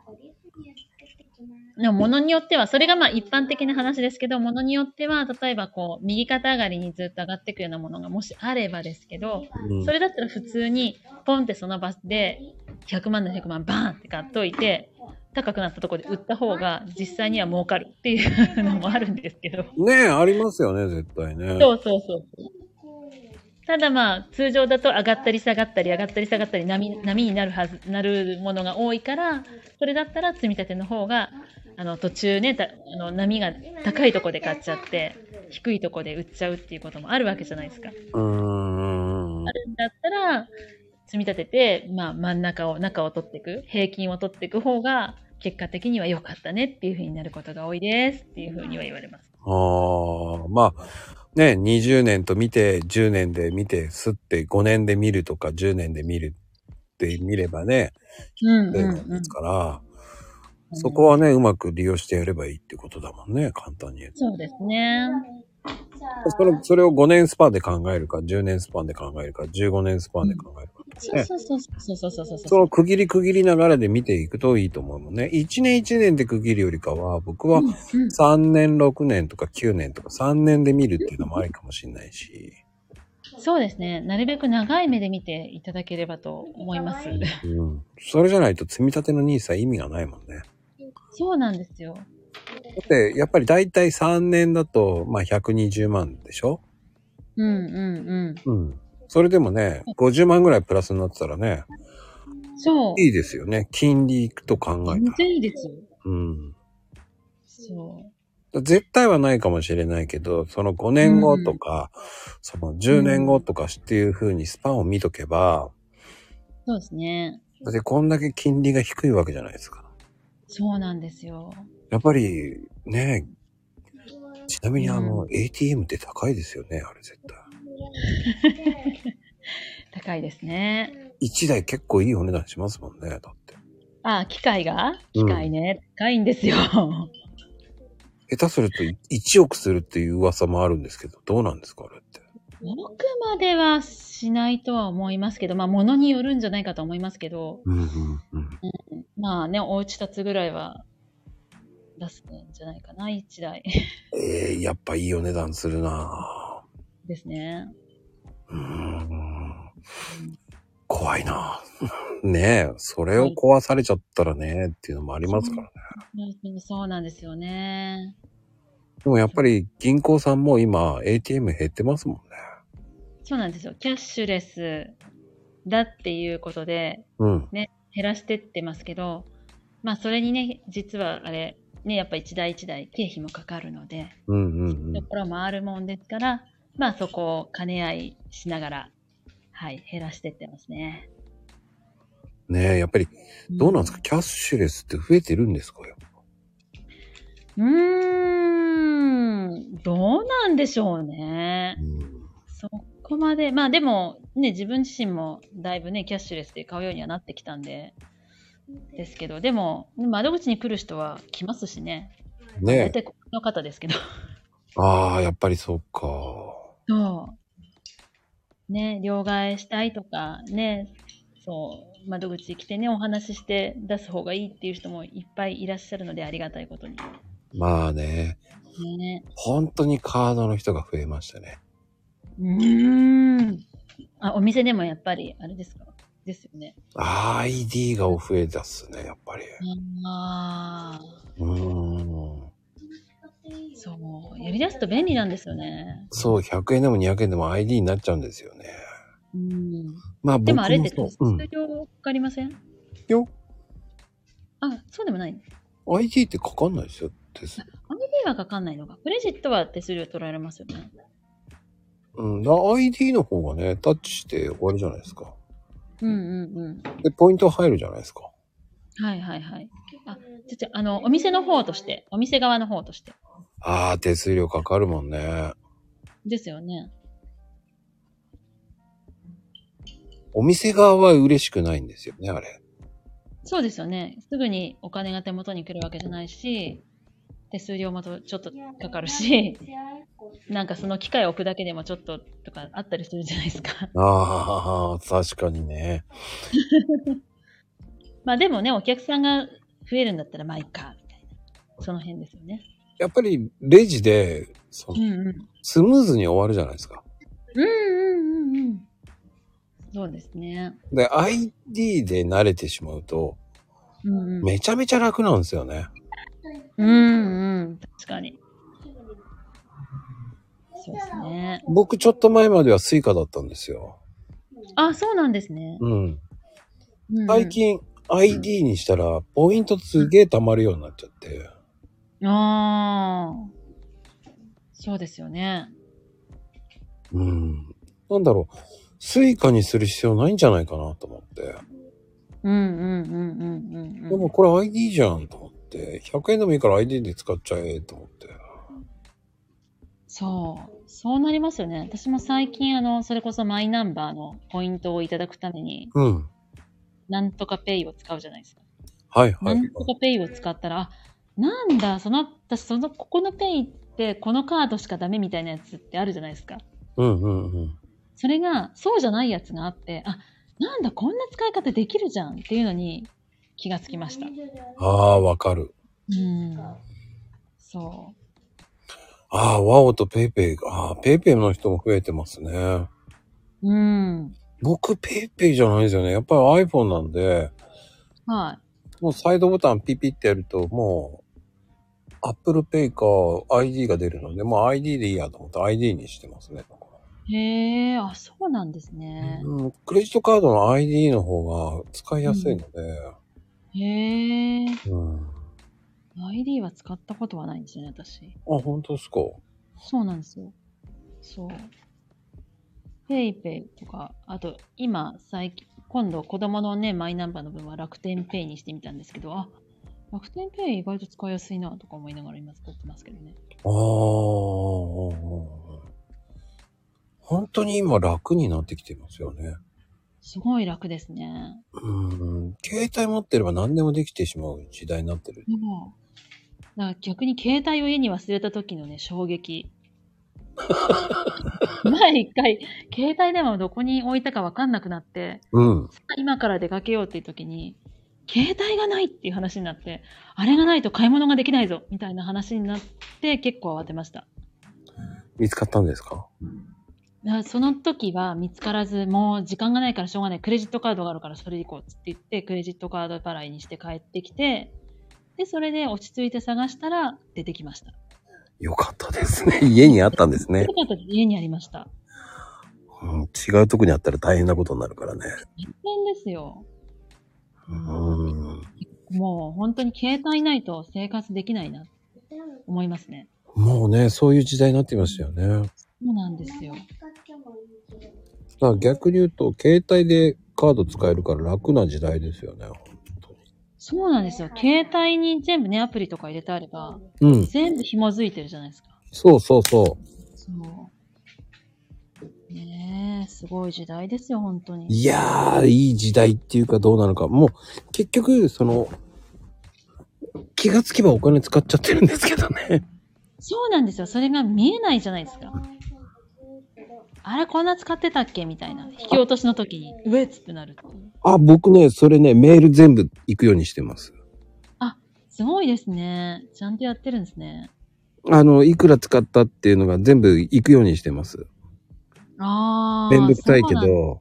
でも物によっては、それがまあ一般的な話ですけど、物によっては、例えばこう、右肩上がりにずっと上がっていくようなものがもしあればですけど、うん、それだったら普通に、ポンってその場で、ひゃくまんのひゃくまんバーンって買っといて、高くなったところで売った方が実際には儲かるっていうのもあるんですけど。 ねえ、ありますよね、絶対ね。 そうそうそう。ただまあ、通常だと上がったり下がったり、上がったり下がったり、波、波になるはず、なるものが多いから、それだったら積み立ての方が、あの、途中ね、たあの波が高いとこで買っちゃって、低いとこで売っちゃうっていうこともあるわけじゃないですか。 うーん。 あるんだったら、積み立てて、まあ、真ん中を、中を取っていく、平均を取っていく方が、結果的には良かったねっていう風になることが多いですっていう風には言われます。 ああ、まあ、ね、にじゅうねんと見て、じゅうねんで見て、すってごねんで見るとか、じゅうねんで見るって見ればね、 うんうんうん、 ですから、うん、そこはね、うまく利用してやればいいってことだもんね、簡単に言うと。 そうですね。 それ、それをごねんスパンで考えるか、じゅうねんスパンで考えるか、じゅうごねんスパンで考えるか、 ね。そうそうそうそうそうそう。 その区切り区切りながらで見ていくといいと思うもんね。いちねんいちねんで区切るよりかは、僕はさんねん、ろくねんとかきゅうねんとかさんねんで見るっていうのもありかもしれないし。 そうですね。なるべく長い目で見ていただければと思います。 うん。それじゃないと積み立てのニーサ意味がないもんね。 そうなんですよ。 だって、やっぱりだいたいさんねんだと、まあひゃくにじゅうまんでしょ？ うんうんうん。 うん。それでもね、ごじゅうまんぐらいプラスになってたらね、 そう。 いいですよね。金利と考えたら。 全然いいですよ。 うん。 そう。 絶対はないかもしれないけど、そのごねんごとか、うん、そのじゅうねんごとかっていう風にスパンを見とけば、 うん、そうですね。 だってこんだけ金利が低いわけじゃないですか。 そうなんですよ。 やっぱりね、ちなみにあの、うん、エーティーエム って高いですよね、あれ絶対。 高いですね。 いちだい結構いいお値段しますもんね、だって。 ああ、機械が機械ね、うん、高いんですよ。 下手するといちおくするっていう噂もあるんですけど、どうなんですか、あれって。 奥まではしないとは思いますけど、まあ、物によるんじゃないかと思いますけど、 うんうんうんうん、 まあね、お家建つぐらいは出すんじゃないかな、いちだい。 ええー、やっぱいいお値段するなぁ。 ですね。 うーん。怖いなぁ。ねえ、それを壊されちゃったらね、っていうのもありますからね。 そうなんですよね。 でもやっぱり銀行さんも今 エーティーエム 減ってますもんね。 そうなんですよ。キャッシュレスだっていうことで、 うん、 ね、減らしてってますけど、まあそれにね、実はあれ、ね、やっぱ一台一台経費もかかるので、 うんうんうん、 ところもあるもんですから、まあそこを兼ね合いしながら、はい、減らしてってますね。 ねえ、やっぱり、どうなんですか、うん、キャッシュレスって増えてるんですかよ。 うーん、どうなんでしょうね。うん、そこまで、まあでも、ね、自分自身もだいぶね、キャッシュレスで買うようにはなってきたんで、ですけど、でも、窓口に来る人は来ますしね。ねえ。大体この方ですけど。 ああ、やっぱりそうか。 そう。ね、両替したいとか、ね、そう、窓口に来てね、お話しして出す方がいいっていう人もいっぱいいらっしゃるので、ありがたいことに。 まあね。ね、本当にカードの人が増えましたね。 うーん。 あ、お店でもやっぱり、あれですかですよね。 アイディー が増えたっすね、やっぱり。 ああ。 うーん。 そう。やり出すと便利なんですよね。 そう、ひゃくえんでもにひゃくえんでも アイディー になっちゃうんですよね。 うん。 まあ僕もそう。 でもあれって手数うん。 料かかりません？ よ。 あ、そうでもない。 アイディー ってかかんないですよ。です。 アイディー はかかんないのか。クレジットは手数料取られますよね。 うん。アイディー の方がね、タッチして終わりじゃないですか。 うんうんうん。 で、ポイント入るじゃないですか。 はいはいはい。あ、ちょちょ、あの、お店の方として、お店側の方として。 ああ、手数料かかるもんね。 ですよね。 お店側は嬉しくないんですよね、あれ。 そうですよね。すぐにお金が手元に来るわけじゃないし、手数料もとちょっとかかるし、なんかその機械を置くだけでもちょっととかあったりするじゃないですか。 ああ、確かにね。 まあでもね、お客さんが増えるんだったらまあいいか、みたいな。その辺ですよね。ややっぱりレジで、そのうんうん。 スムーズに終わるじゃないですか。 うんうんうんうん。そうですね。 で、アイディー で慣れてしまうと、 うんうん。 めちゃめちゃ楽なんですよね。 うんうん。確かに。そうですね。 僕ちょっと前まではスイカだったんですよ。 あ、そうなんですね。 うん。 うんうん最近 アイディー にしたら、ポイントすげえ溜まるようになっちゃって。 ああ。そうですよね。 うん。なんだろう。スイカにする必要ないんじゃないかなと思って。 うんうんうんうんうんうん。 でもこれ アイディー じゃんと思って。ひゃくえんでもいいから アイディー で使っちゃえと思って。 そう。そうなりますよね。私も最近、あの、それこそマイナンバーのポイントをいただくために、 うん。 なんとかペイを使うじゃないですか。 はいは。 ないんとかペイを使ったら、あ、なんだ、その、私、その、ここのペイって、このカードしかダメみたいなやつってあるじゃないですか。 うんうんうん。 それが、そうじゃないやつがあって、あ、なんだ、こんな使い方できるじゃんっていうのに気がつきました。 ああ、わかる。 うん。そう。 ああ、ワオとペイペイが、ああ、ペイペイの人も増えてますね。 うん。 僕、ペイペイじゃないんですよね。やっぱり iPhone なんで、 はい。 もうサイドボタンピピってやると、もう、Apple Pay か アイディー が出るので、もう アイディー でいいやと思って アイディー にしてますね。 へえ、あ、そうなんですね。 うん、クレジットカードの アイディー の方が使いやすいので、 へえ。 うん。 アイディー は使ったことはないんですよね、私。 あ、本当ですか。 そうなんですよ。そう。ペイペイとか、あと、今、最近、今度子供のね、マイナンバーの分は楽天ペイにしてみたんですけど、あ、楽天ペイ意外と使いやすいなとか思いながら今使ってますけどね。 ああ、本当に今楽になってきてますよね。 すごい楽ですね。 うん。携帯持ってれば何でもできてしまう時代になってる。 でも、だから逆に携帯を家に忘れた時のね、衝撃。前一回、携帯電話をどこに置いたか分かんなくなって、 うん。 今から出かけようっていう時に、携帯がないっていう話になって、あれがないと買い物ができないぞみたいな話になって結構慌てました。 見つかったんですか？ だからその時は見つからず、もう時間がないからしょうがない。クレジットカードがあるからそれで行こうって言って、クレジットカード払いにして帰ってきて、で、それで落ち着いて探したら出てきました。 よかったですね。家にあったんですね。 よかったです。家にありました。 うん、違うとこにあったら大変なことになるからね。 大変ですよ。 うん。 もう本当に携帯ないと生活できないなって思いますね。 もうね、そういう時代になっていましたよね。 そうなんですよ。 だから逆に言うと、携帯でカード使えるから楽な時代ですよね。本当に。 そうなんですよ。携帯に全部ね、アプリとか入れてあれば、 うん。 全部紐づいてるじゃないですか。 そうそうそう。 そう。ねえ、すごい時代ですよ、本当に。 いやー、いい時代っていうかどうなのか。もう、結局、その、気がつけばお金使っちゃってるんですけどね。 そうなんですよ。それが見えないじゃないですか。あれ、こんな使ってたっけみたいな。引き落としの時に、うえっつってなるっていう。 あ、僕ね、それね、メール全部行くようにしてます。 あ、すごいですね。ちゃんとやってるんですね。 あの、いくら使ったっていうのが全部行くようにしてます。 ああ。 めんどくさいけそうなんど、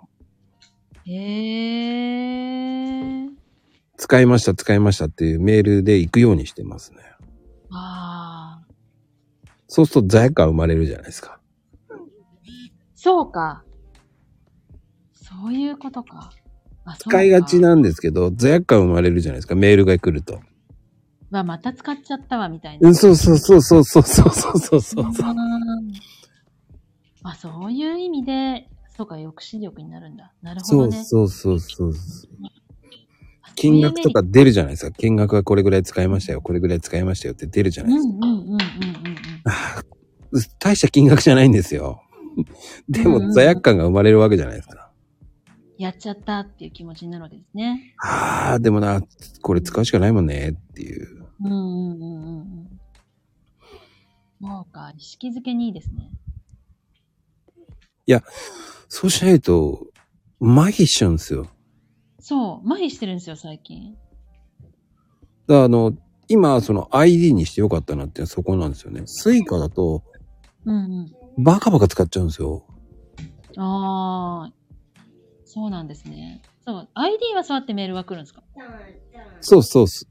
へえ。 使いました使いましたっていうメールで行くようにしてますね。 ああ。 そうすると罪悪感生まれるじゃないですか。 そうか。そういうことか。あ、そうか。 使いがちなんですけど、罪悪感生まれるじゃないですか、メールが来ると。 わ、また使っちゃったわ、みたいな。 うん、そうそうそうそうそうそうそうそう。 うん。あ、そういう意味で、そうか、抑止力になるんだ。なるほそうどね。 そうそうそう。 あ金額とかそういう出るじゃないですか。金額はこれぐらい使いましたよ、これぐらい使いましたよって出るじゃないですか。 目にうんうんうんうんうんうん。 大した金額じゃないんですよ。でうんうんうんも罪悪感が生まれるわけじゃないですか。 やっちゃったっていう気持ちになるわけですね。 ああ、でもな、これ使うしかないもんねっていう。 うんうんうんうんうん。そうか、意識づけにいいですね。 いや、そうしないと、麻痺しちゃうんですよ。 そう、麻痺してるんですよ、最近。 だからあの、今、その アイディー にしてよかったなってそこなんですよね。スイカだと、 うんバカバカ使っちゃうんですよ。 うん。ああ、そうなんですね。そう、アイディー はそうやってメールが来るんですか？ そうそうす。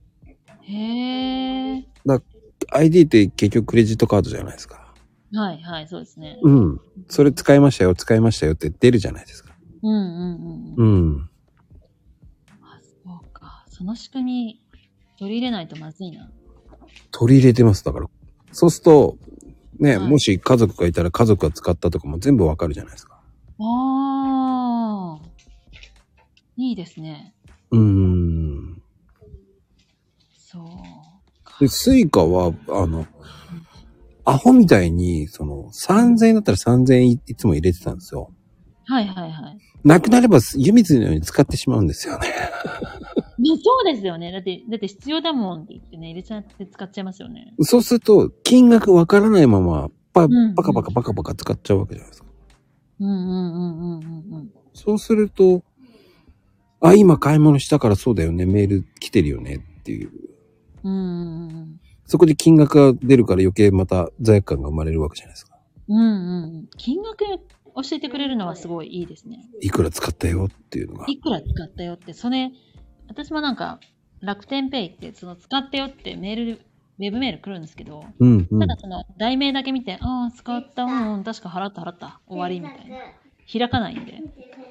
へえ。 だ アイディー って結局クレジットカードじゃないですか。 はいはい、そうですね。 うん。それ使いましたよ、使いましたよって出るじゃないですか。 うんうんうんううん。 ん。 あ、そうか。その仕組み、取り入れないとまずいな。 取り入れてます。だから。そうすると、ね、 はいもし家族がいたら家族が使ったとかも全部わかるじゃないですか。 ああ、いいですね。 うーん。 そうか。 で、スイカは、あの、アホみたいに、その、さんぜんえんだったらさんぜんえんいいつも入れてたんですよ。 はいはいはい。 なくなれば湯水のように使ってしまうんですよね。 ね、そうですよね。だって、だって必要だもんって言ってね、入れちゃって使っちゃいますよね。 そうすると、金額わからないまま、パ、 うんパカパカパカパカ使っちゃうわけじゃないですか。 うんうんうんうんうんうん。 そうすると、あ、今買い物したからそうだよね、メール来てるよねっていう。 うんうんうんそこで金額が出るから余計また罪悪感が生まれるわけじゃないですか。 うんうんうん。金額教えてくれるのはすごいいいですね。 いくら使ったよっていうのが。 いくら使ったよって、それ、私もなんか、楽天ペイって、その使ったよってメール、ウェブメール来るんですけど、 うんうんただその題名だけ見て、ああ、使った、うんうん、確か払った払った、終わりみたいな。開かないんで。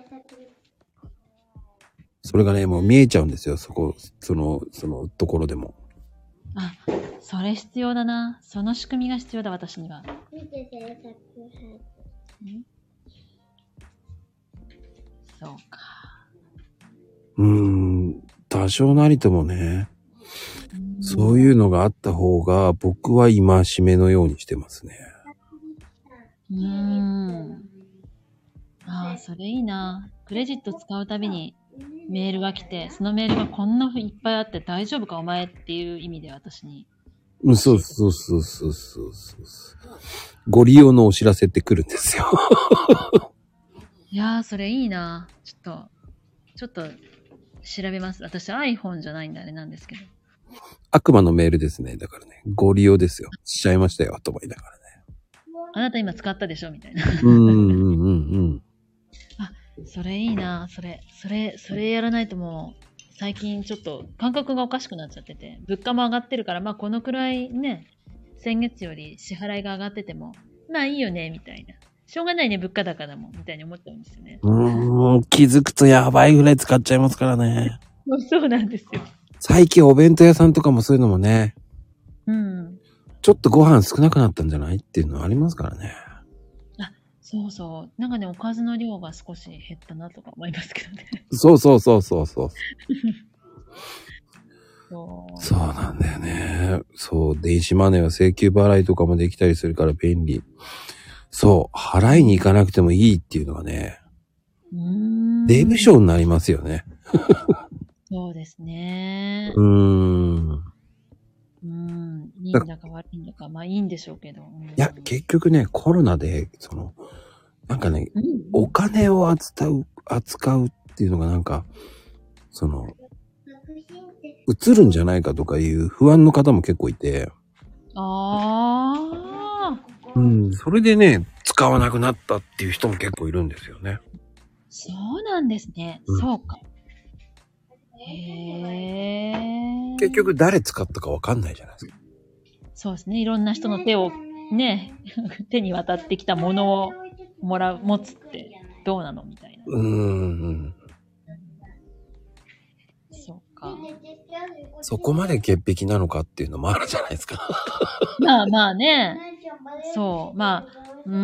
それがね、もう見えちゃうんですよ、そこ、その、そのところでも。 あ、それ必要だな。その仕組みが必要だ、私には。んそうか。 うーん、多少なりともね、そういうのがあった方が僕は戒めのようにしてますね。 うーん。ああ、それいいな。クレジット使うたびにメールが来て、そのメールがこんなふういっぱいあって大丈夫かお前っていう意味で私に。 うんそうそうそうそうそうそう。ご利用のお知らせって来るんですよ。 いやー、それいいな。ちょっと、ちょっと調べます。私 iPhone じゃないんであれなんですけど。 悪魔のメールですね。だからね、ご利用ですよ。しちゃいましたよ、と思いながらね。 あなた今使ったでしょみたいな。 うんうんうんうん。 それいいな。それ、それ、それやらないともう、最近ちょっと感覚がおかしくなっちゃってて、物価も上がってるから、まあこのくらいね、先月より支払いが上がってても、まあいいよね、みたいな。しょうがないね、物価高だもん、みたいに思っちゃうんですよね。 うーん、気づくとやばいぐらい使っちゃいますからね。 そうなんですよ。 最近お弁当屋さんとかもそういうのもね、 うん。 ちょっとご飯少なくなったんじゃないっていうのはありますからね。 そうそう。なんかね、おかずの量が少し減ったなとか思いますけどね。 そうそうそうそうそう。 そう。 そうなんだよね。そう、電子マネーは請求払いとかもできたりするから便利。そう、払いに行かなくてもいいっていうのはね、 うーん。 デブ賞になりますよね。 そうですね。 うーん。 うーん。いいんだか悪いんだか、まあいいんでしょうけど。うん、 いや、結局ね、コロナで、その、なんかね、 うん、 お金を扱う、扱うっていうのがなんか、その、映るんじゃないかとかいう不安の方も結構いて、 ああ。 うん、それでね、 使わなくなったっていう人も結構いるんですよね。 そうなんですね。 うんそうか。へー。 結局誰使ったかわかんないじゃないですか。 そうですね。いろんな人の手をね、手に渡ってきたものをもらう、持つってどうなのみたいな。 うーん。 そうか。 そこまで潔癖なのかっていうのもあるじゃないですか。 まあまあね。そう。まあ、うん。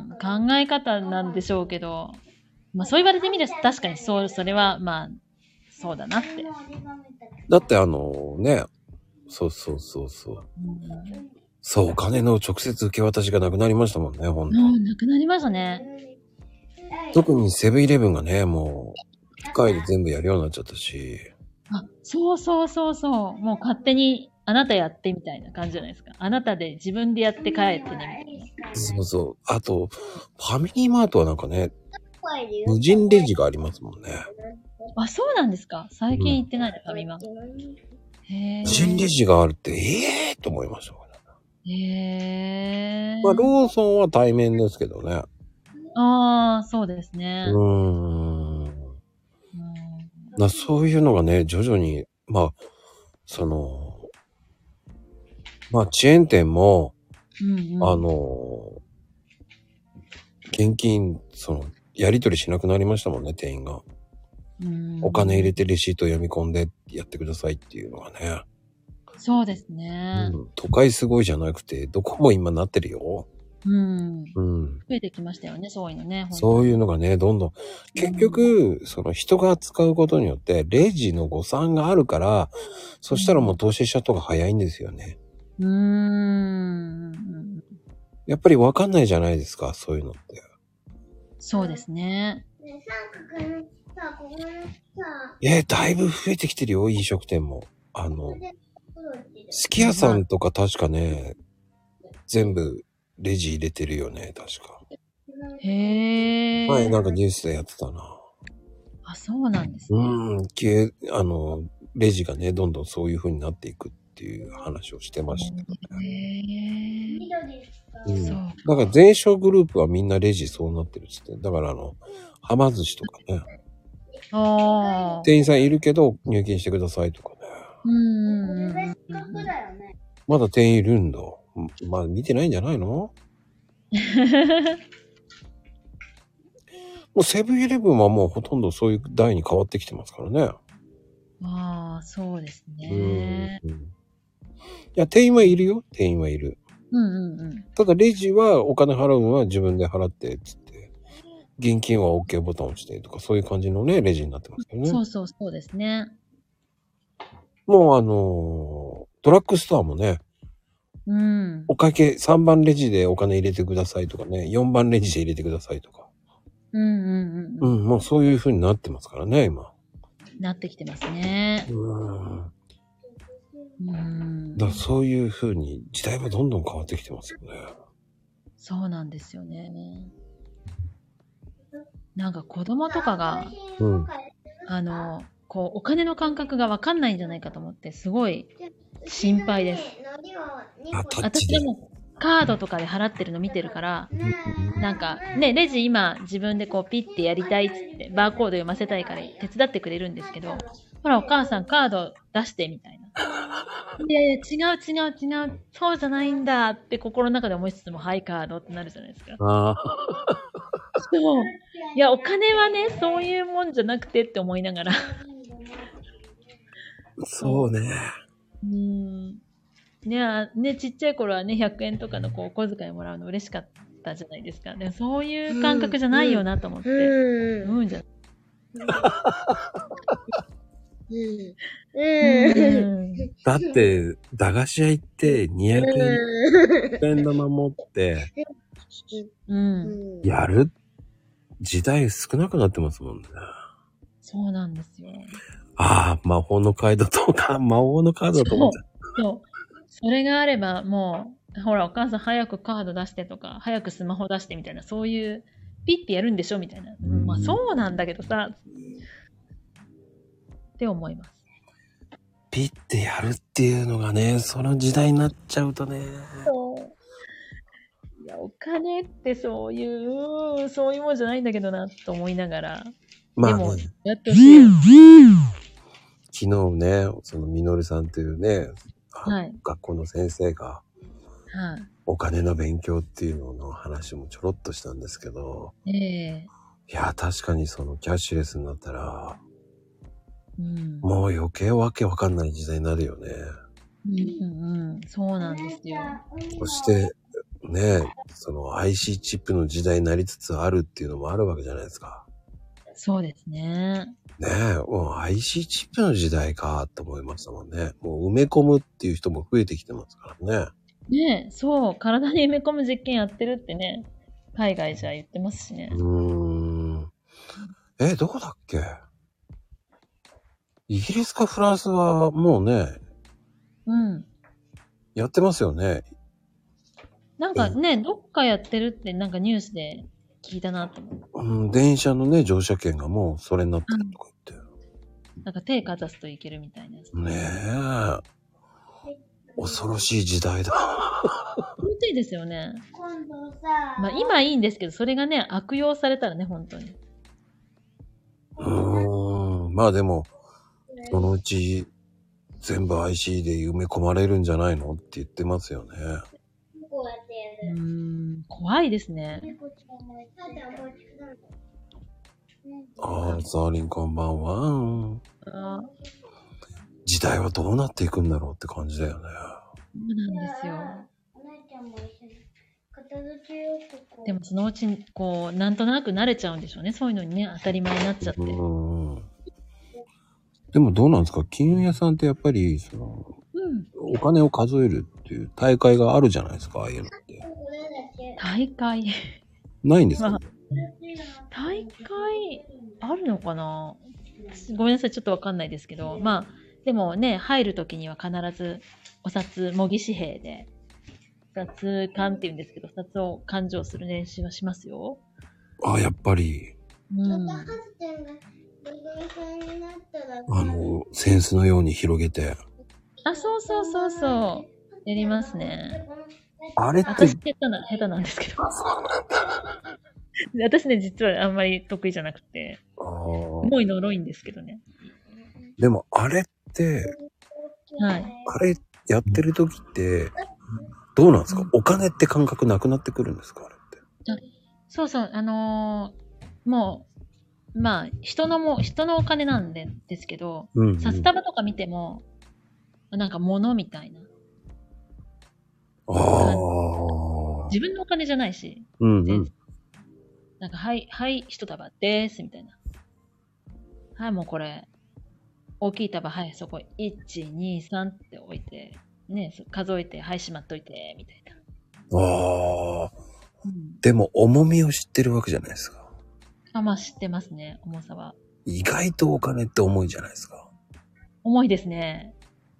考え方なんでしょうけど、まあそう言われてみれば確かにそう、それはまあ、そうだなって。 だってあのね、そうそうそうそう。 うんそう、お金の直接受け渡しがなくなりましたもんね、ほんと。 うん、なくなりましたね。 特にセブンイレブンがね、もう、機械で全部やるようになっちゃったし。 あ、そうそうそうそう。もう勝手にあなたやってみたいな感じじゃないですか。あなたで自分でやって帰ってね、みたいな。 そうそう。あと、ファミリーマートはなんかね、無人レジがありますもんね。 あ、そうなんですか。最近行ってないね、ファミマ。へ無人レジがあるって、ええーと思いました。 ー。へー。 まあ、ローソンは対面ですけどね。 ああ、そうですね。 うーん。なそういうのがね、徐々に、まあ、その、まあ、チェーン店も、 うんうん、 あの、現金、その、やり取りしなくなりましたもんね、店員が。 うんお金入れてレシート読み込んでやってくださいっていうのがね。 そうですね、 うん。都会すごいじゃなくて、どこも今なってるよ。 うん。 うん。 増えてきましたよね、そういうのね。 そういうのがね、どんどん、結局、その人が使うことによって、レジの誤算があるから、そしたらもう投資しちゃった方が早いんですよね。 うーん。 やっぱりわかんないじゃないですか、そういうのって。 そうですね。 えー、だいぶ増えてきてるよ、飲食店も。あの、すき家さんとか確かね、全部レジ入れてるよね、確か。 へー。 はい、なんかニュースでやってたな。 あ、そうなんですね。 うん、けあの、レジがね、どんどんそういう風になっていくっていう話をしてましたね。 へー。 うん、 そう。 だから全商グループはみんなレジそうなってるっつって。だからあの、はま寿司とかね。 ああ。 店員さんいるけど入金してくださいとかね。 うんうんうん。 まだ店員いるんだ。まあ見てないんじゃないの？もうセブンイレブンはもうほとんどそういう台に変わってきてますからね。 ああ、そうですね。 うんうん、いや、店員はいるよ。店員はいる。 うんうんうん。 ただレジはお金払うのは自分で払ってっつって、現金は OK ボタンを押してとかそういう感じのね、レジになってますよね。 そうそうそうですね。 もうあのー、ドラッグストアもね、 うん。 お会計さんばんレジでお金入れてくださいとかね、よんばんレジで入れてくださいとか。 うんうんうん。 うん、もうそういう風になってますからね、今。 なってきてますね。 うん。 うん。 だからそういう風に時代はどんどん変わってきてますよね。 そうなんですよね。なんか子供とかが、 うん。 あの、こう、お金の感覚がわかんないんじゃないかと思って、すごい心配です。 あ、タッチで。 私はもうカードとかで払ってるの見てるから、なんかね、レジ今自分でこうピッてやりたいっつってバーコード読ませたいから手伝ってくれるんですけど、ほらお母さんカード出してみたいな。いやいや違う違う違う、そうじゃないんだって心の中で思いつつも、はいカードってなるじゃないですか。 ああ。 そう。いやお金はね、そういうもんじゃなくてって思いながら。 そうね。 うーん。ねあ、ね、ちっちゃい頃はね、ひゃくえんとかのこうお小遣いもらうの嬉しかったじゃないですか。でもそういう感覚じゃないよなと思って。うん、うん、じゃうんうん。 だって、駄菓子屋行ってにひゃくえん、ひゃくえん玉持って、 うん。 やる時代少なくなってますもんね。 そうなんですよ。 ああ、魔法のカードとか、魔法のカードと思っちゃう。 そう。それがあれば、もう、ほら、お母さん早くカード出してとか、早くスマホ出してみたいな、そういう、ピッてやるんでしょみたいな。うん、まあ、そうなんだけどさ、って思います。 ピッてやるっていうのがね、その時代になっちゃうとね。 そう。いや、お金ってそういう、そういうもんじゃないんだけどな、と思いながら。 まあね、 でも、やってほしい。 昨日ね、そのみのるさんというね、あはい。 学校の先生が、 はい。 お金の勉強っていうのの話もちょろっとしたんですけど、 ええいや、確かにそのキャッシュレスになったら、 うん。 もう余計わけわかんない時代になるよね。 うんうんうん。そうなんですよ。 そしてね、その アイシー チップの時代になりつつあるっていうのもあるわけじゃないですか。 そうですね。 ねえ、もう アイシー チップの時代かと思いましたもんね。もう埋め込むっていう人も増えてきてますからね。 ねえ、そう、体に埋め込む実験やってるってね、海外じゃ言ってますしね。 うーん。え、どこだっけ？イギリスかフランスはもうね、 うん。 やってますよね。 なんかね、どっかやってるってなんかニュースで聞いたなと思う。 うん、電車のね、乗車券がもうそれになってるとか言って。 なんか手かざすといけるみたいなやつ。 ねえ。恐ろしい時代だ。 本当にいいですよね。 今度さ、 まあ今いいんですけど、それがね、悪用されたらね、本当に。 うーん。まあでも、そのうち全部 アイシー で埋め込まれるんじゃないのって言ってますよね。 こうやってやうーる。 ん、怖いですね。 猫ちゃんも、ただもうちょっと。 ああ、サーリンこんばんは。 あー時代はどうなっていくんだろうって感じだよね。 そうなんですよ。 お姉ちゃんも一緒に片付けようとこう。 でもそのうち、こう、なんとなく慣れちゃうんでしょうね。そういうのにね、当たり前になっちゃって。 うーん。でもどうなんですか？金融屋さんってやっぱり、その、 うん。 お金を数えるっていう大会があるじゃないですか、ああいうのって。 これだけ。 大会。 ないんですか？ まあ大会、あるのかな？ごめんなさい、ちょっとわかんないですけど。まあ、でもね、入るときには必ず、お札、模擬紙幣で、札勘って言うんですけど、札を勘定する練習はしますよ。 ああ、やっぱり、 うん。 ハズちゃんがめぐみさんになったら、 あの、センスのように広げて。 あ、そうそうそうそう。やりますね。 あれって、 私、下手な、下手なんですけど。私ね、実はあんまり得意じゃなくて、 ああ、 もい呪いんですけどね。 でもあれって、 はい。 あれやってる時って、どうなんですか？お金って感覚なくなってくるんですか？あれって。 そうそう、あのーもう、まあ、人のも、人のお金なんで、ですけど、 うん、うん。 札束とか見ても、なんか物みたいな。 ああ。 自分のお金じゃないし、 うんうん全。なんか、はい、はい、一束です、みたいな。はい、もうこれ、大きい束、はい、そこ、いち、に、さんって置いて、ね、そ数えて、はい、しまっといて、みたいな。 ああ。 うん。 でも重みを知ってるわけじゃないですか。 あ、まあ知ってますね、重さは。 意外とお金って重いじゃないですか。 重いですね。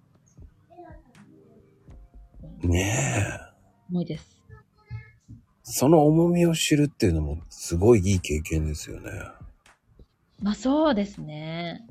ねえ。 重いです。 その重みを知るっていうのもすごいいい経験ですよね。 まあそうですね。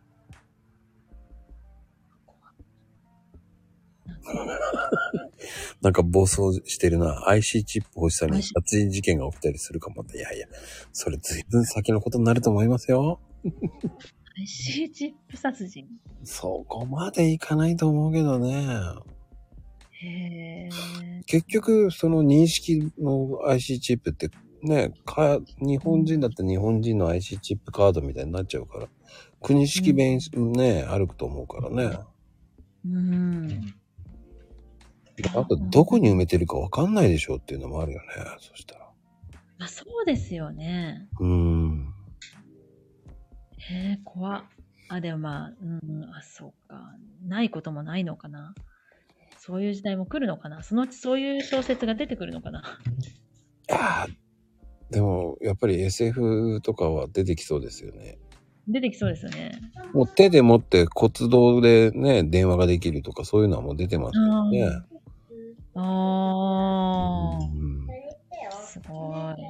なんか暴走してるな。アイシー チップ欲しさに殺人事件が起きたりするかもって。いやいや、それ随分先のことになると思いますよ。 アイシー チップ殺人。 そこまでいかないと思うけどね。 へー。 結局、その認識の アイシー チップってね、か、日本人だって日本人の アイシー チップカードみたいになっちゃうから、国識弁、ね、あると思うからね。 うーん。 あと、どこに埋めてるかわかんないでしょっていうのもあるよね。そしたら。 あ、そうですよね。 うーん。 へえ、怖っ。あ、でもまあ、うん、あ、そうか。ないこともないのかな。そういう時代も来るのかな。そのうちそういう小説が出てくるのかな。 いやーでも、やっぱり エスエフ とかは出てきそうですよね。 出てきそうですよね。 もう手で持って骨動でね、電話ができるとかそういうのはもう出てますよね。 あー。 うん、 すごい。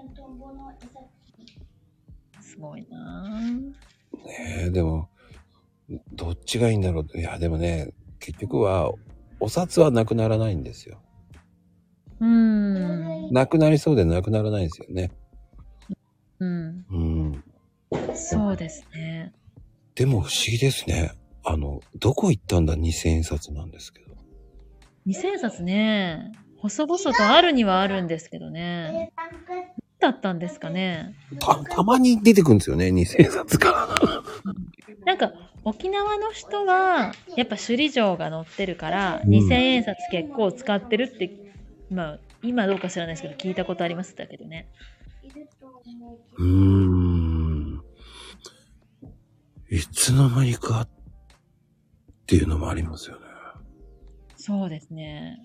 すごいなぁ。 ねえ、でも、どっちがいいんだろう。いや、でもね、結局は、お札はなくならないんですよ。 うーん。 なくなりそうでなくならないですよね。 うん。 うん。 そうですね。 でも不思議ですね。あの、どこ行ったんだにせんえん札なんですけど。 にせんえん札ね、細々とあるにはあるんですけどね。だったんですかね。 た、たまに出てくるんですよね、にせんえん札から。 なんか、沖縄の人は、やっぱ首里城が載ってるから、 うんにせんえん札結構使ってるって、まあ、今どうか知らないですけど、聞いたことありますだけどね。 うーん。いつの間にかっていうのもありますよね。 そうですね。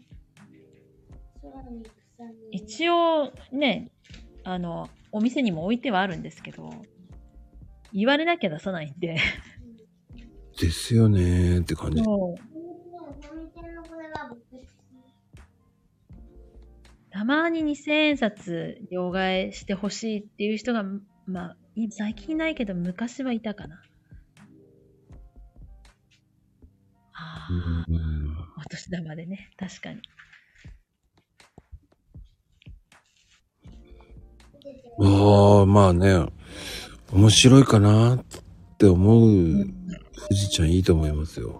一応ね、あの、お店にも置いてはあるんですけど、言われなきゃ出さないんで。 ですよねーって感じ。 そうたまににせんえん札両替してほしいっていう人が、まあ、い最近いないけど昔はいたかな。ああ、 うんお年玉でね、確かに。 ああ、まあね、面白いかなって思う富士ちゃんいいと思いますよ。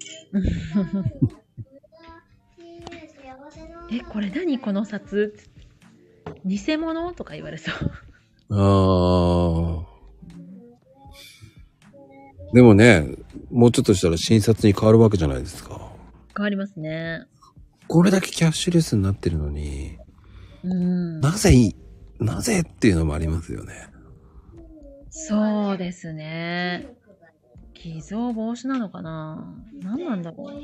え、これ何この札偽物とか言われそう。 ああ。でもね、もうちょっとしたら新札に変わるわけじゃないですか。 変わりますね。 これだけキャッシュレスになってるのに、 うん。 なぜいい、なぜっていうのもありますよね。 そうですね。偽造防止なのかな何なんだろう。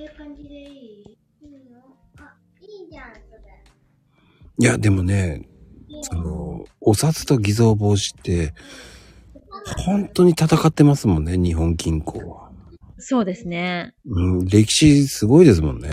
いや、でもね、その、お札と偽造防止って、本当に戦ってますもんね、日本銀行は。 そうですね。 うん、歴史すごいですもんね。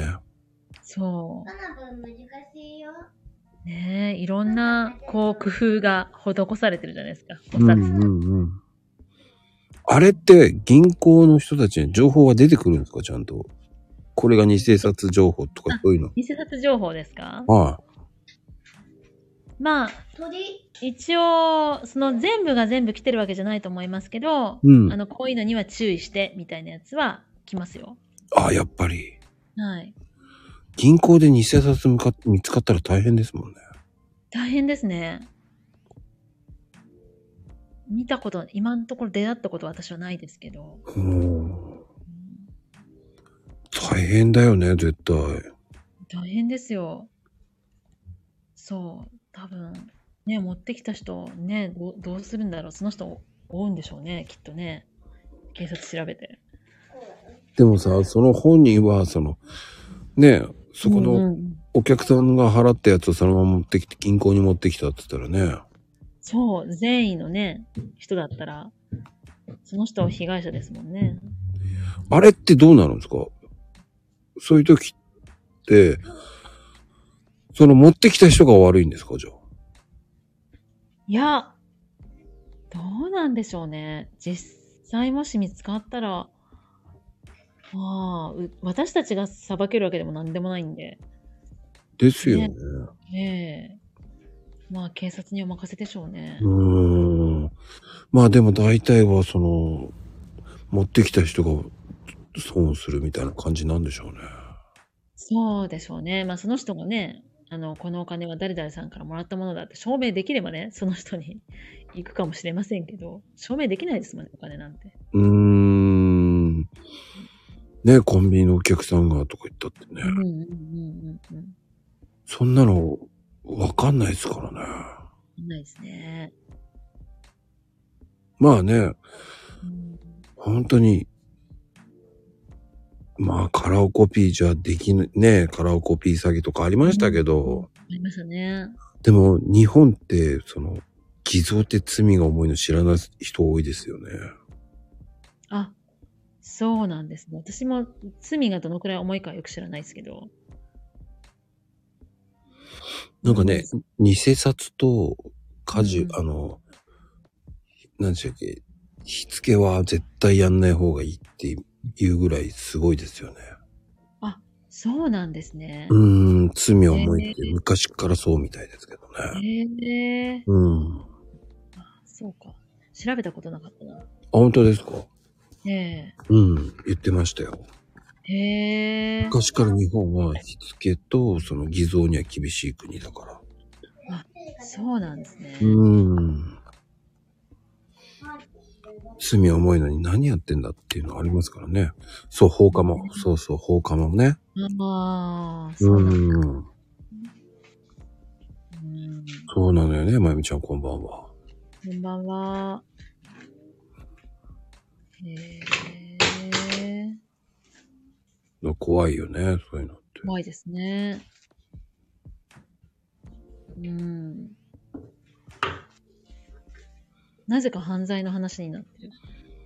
そう。ねえ、いろんな、こう、工夫が施されてるじゃないですか。お札。 うんうんうん。あれって銀行の人たちに情報が出てくるんですか、ちゃんと。これが偽札情報とかそういうの。 偽札情報ですか？ はまあ、一応、その全部が全部来てるわけじゃないと思いますけど、 うんあの、こういうのには注意して、みたいなやつは来ますよ。 い。ああ、やっぱり。 はい。 銀行で偽札向か見つかったら大変ですもんね。 大変ですね。見たこと、今のところ出会ったことは私はないですけど。 うん。大変だよね、絶対。 大変ですよ。そう。多分、ね、持ってきた人、ね、どうどうするんだろう。その人、追うんでしょうね、きっとね。警察調べて。 でもさ、その本人は、その、ね、そこうんのうんお客さんが払ったやつをそのまま持ってきて、銀行に持ってきたって言ったらね。 そう、善意のね、人だったら、その人は被害者ですもんね。 あれってどうなるんですか？そういう時って、その持ってきた人が悪いんですか、じゃあ。 いや、どうなんでしょうね。実際もし見つかったら、まあ、う私たちが裁けるわけでも何でもないんで、 ですよね。 ねえ。まあ、警察にお任せでしょうね。 うーん。まあでも大体はその、持ってきた人が損するみたいな感じなんでしょうね。 そうでしょうね。まあ、その人がね、あの、このお金は誰々さんからもらったものだって証明できればね、その人に行くかもしれませんけど、証明できないですもんね、お金なんて。 うーん。ね、コンビニのお客さんがとか言ったってね。 うんうんうんうんうん。 そんなのわかんないですからね。 ないですね。 まあね、 うん、 本当に、まあカラオコピーじゃできぬ、ね、カラオコピー詐欺とかありましたけど、 ありましたね。 でも日本ってその偽造って罪が重いの知らない人多いですよね。 あ、そうなんですね。私も罪がどのくらい重いかはよく知らないですけど。 なんかね、偽札と果樹、 うんあの、何でしたっけ、火付けは絶対やんない方がいいっていうぐらいすごいですよね。 あ、そうなんですね。 うーん、 ん、罪重いって昔からそうみたいですけどね。 へえ。 うん。あ、 そうか。調べたことなかったな。 本当ですか？ ねうん、言ってましたよ。 え。へえ。 昔から日本はしつけとその偽造には厳しい国だから。 あ、そうなんですね。 うーん。罪重いのに何やってんだっていうのありますからね。そう、放火も。そうそう、放火もね。 ああ、そうなんだ。 うーん。 うん。 そうなのよね、まゆみちゃんこんばんは。 こんばんは。へえ。 怖いよね、そういうのって。 怖いですね。うん。なぜか犯罪の話になってる。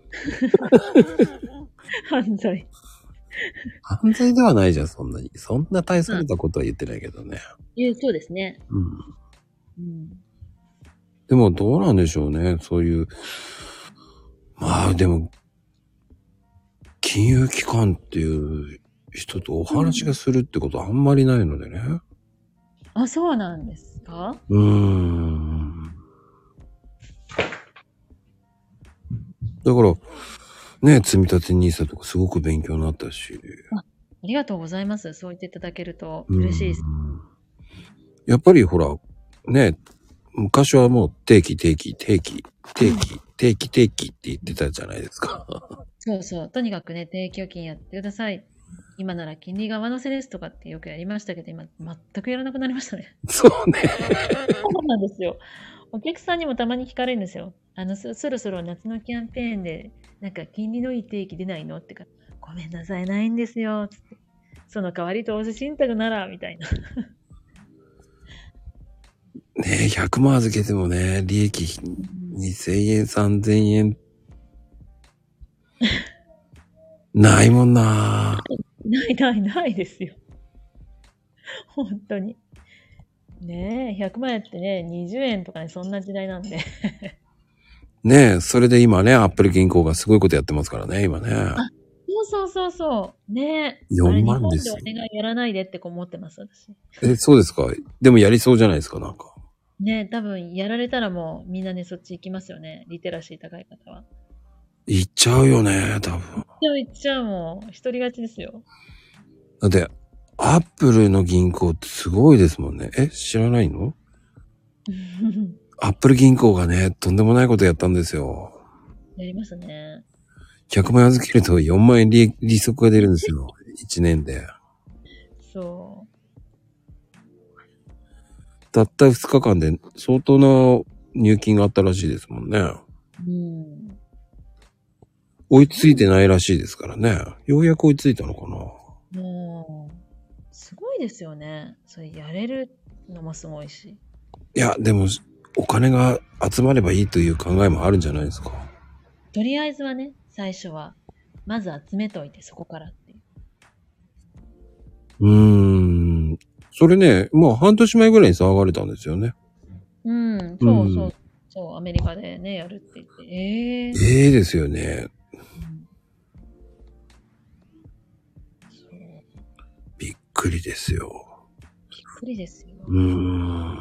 犯罪。 犯罪ではないじゃん、そんなに。そんな大されたことは言ってないけどね。 いや、そうですね。 うん。 うん。 でもどうなんでしょうね、そういう。まあでも、金融機関っていう人とお話がするってことはあんまりないのでね。 あ、そうなんですか？ うーん。だから、ね、積み立てニーサとかすごく勉強になったし。 あ、ありがとうございます。そう言っていただけると嬉しいです。 やっぱりほら、ね、昔はもう定期定期定期定期定期定期って言ってたじゃないですか。 そうそう。とにかくね、定期預金やってください。今なら金利が上乗せですとかってよくやりましたけど、今全くやらなくなりましたね。 そうね。 そうなんですよ。お客さんにもたまに聞かれるんですよ。あの、そ、そろそろ夏のキャンペーンで、なんか金利のいい定期出ないのってか、ごめんなさい、ないんですよ。つって。その代わり投資信託なら、みたいな。 ねえ、ひゃくまん預けてもね、利益にせんえん、さんぜんえん。ないもんな。 ないないないですよ。本当に。ねえ、ひゃくまんやってね、にじゅうえんとかね、そんな時代なんで。 ねえ、それで今ね、アップル銀行がすごいことやってますからね、今ね。 あ、そうそうそうそう。ねえ。 よんあれ、日まんですよ。 本でお願いやらないでって思ってます、私。 え、そうですか。でもやりそうじゃないですか、なんか。 ねえ、多分やられたらもうみんなね、そっち行きますよね。リテラシー高い方は。 行っちゃうよね、多分。 行っちゃう行っちゃうもう、一人勝ちですよ。 だって、アップルの銀行ってすごいですもんね。え、知らないの？アップル銀行がね、とんでもないことやったんですよ。 やりましたね。 ひゃくまん預けるとよんまん円利、利息が出るんですよ。いちねんで。 そたったふつかかんで相当な入金があったらしいですもんね。 う。うん。 追いついてないらしいですからね。ようやく追いついたのかな。 もう、すごいですよね。それやれるのもすごいし。 いや、でも、お金が集まればいいという考えもあるんじゃないですか。 とりあえずはね、最初は、まず集めといて、そこからっていう。 うーん。それね、まあ半年前ぐらいに騒がれたんですよね。 うん、そうそう、そう、アメリカでね、やるって言って。ええー。 ええですよね。びっくりですよ。 びっくりですよ。 うーん。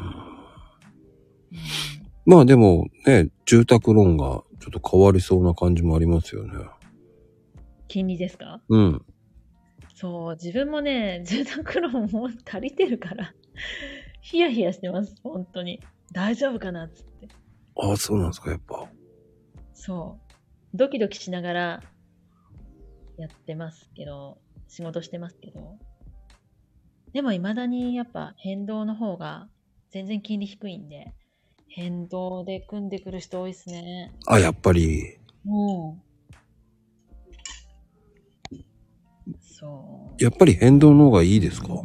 まあでもね、住宅ローンがちょっと変わりそうな感じもありますよね。 金利ですか？ うん。 そう、自分もね、住宅ローンもう足りてるから、ヒヤヒヤしてます、本当に。大丈夫かなっつって。 ああ、そうなんですか、やっぱ。 そう。ドキドキしながらやってますけど、仕事してますけど。でも未だにやっぱ変動の方が全然金利低いんで、変動で組んでくる人多いですね。 あ、やっぱり。 うん。そう。 やっぱり変動の方がいいですか？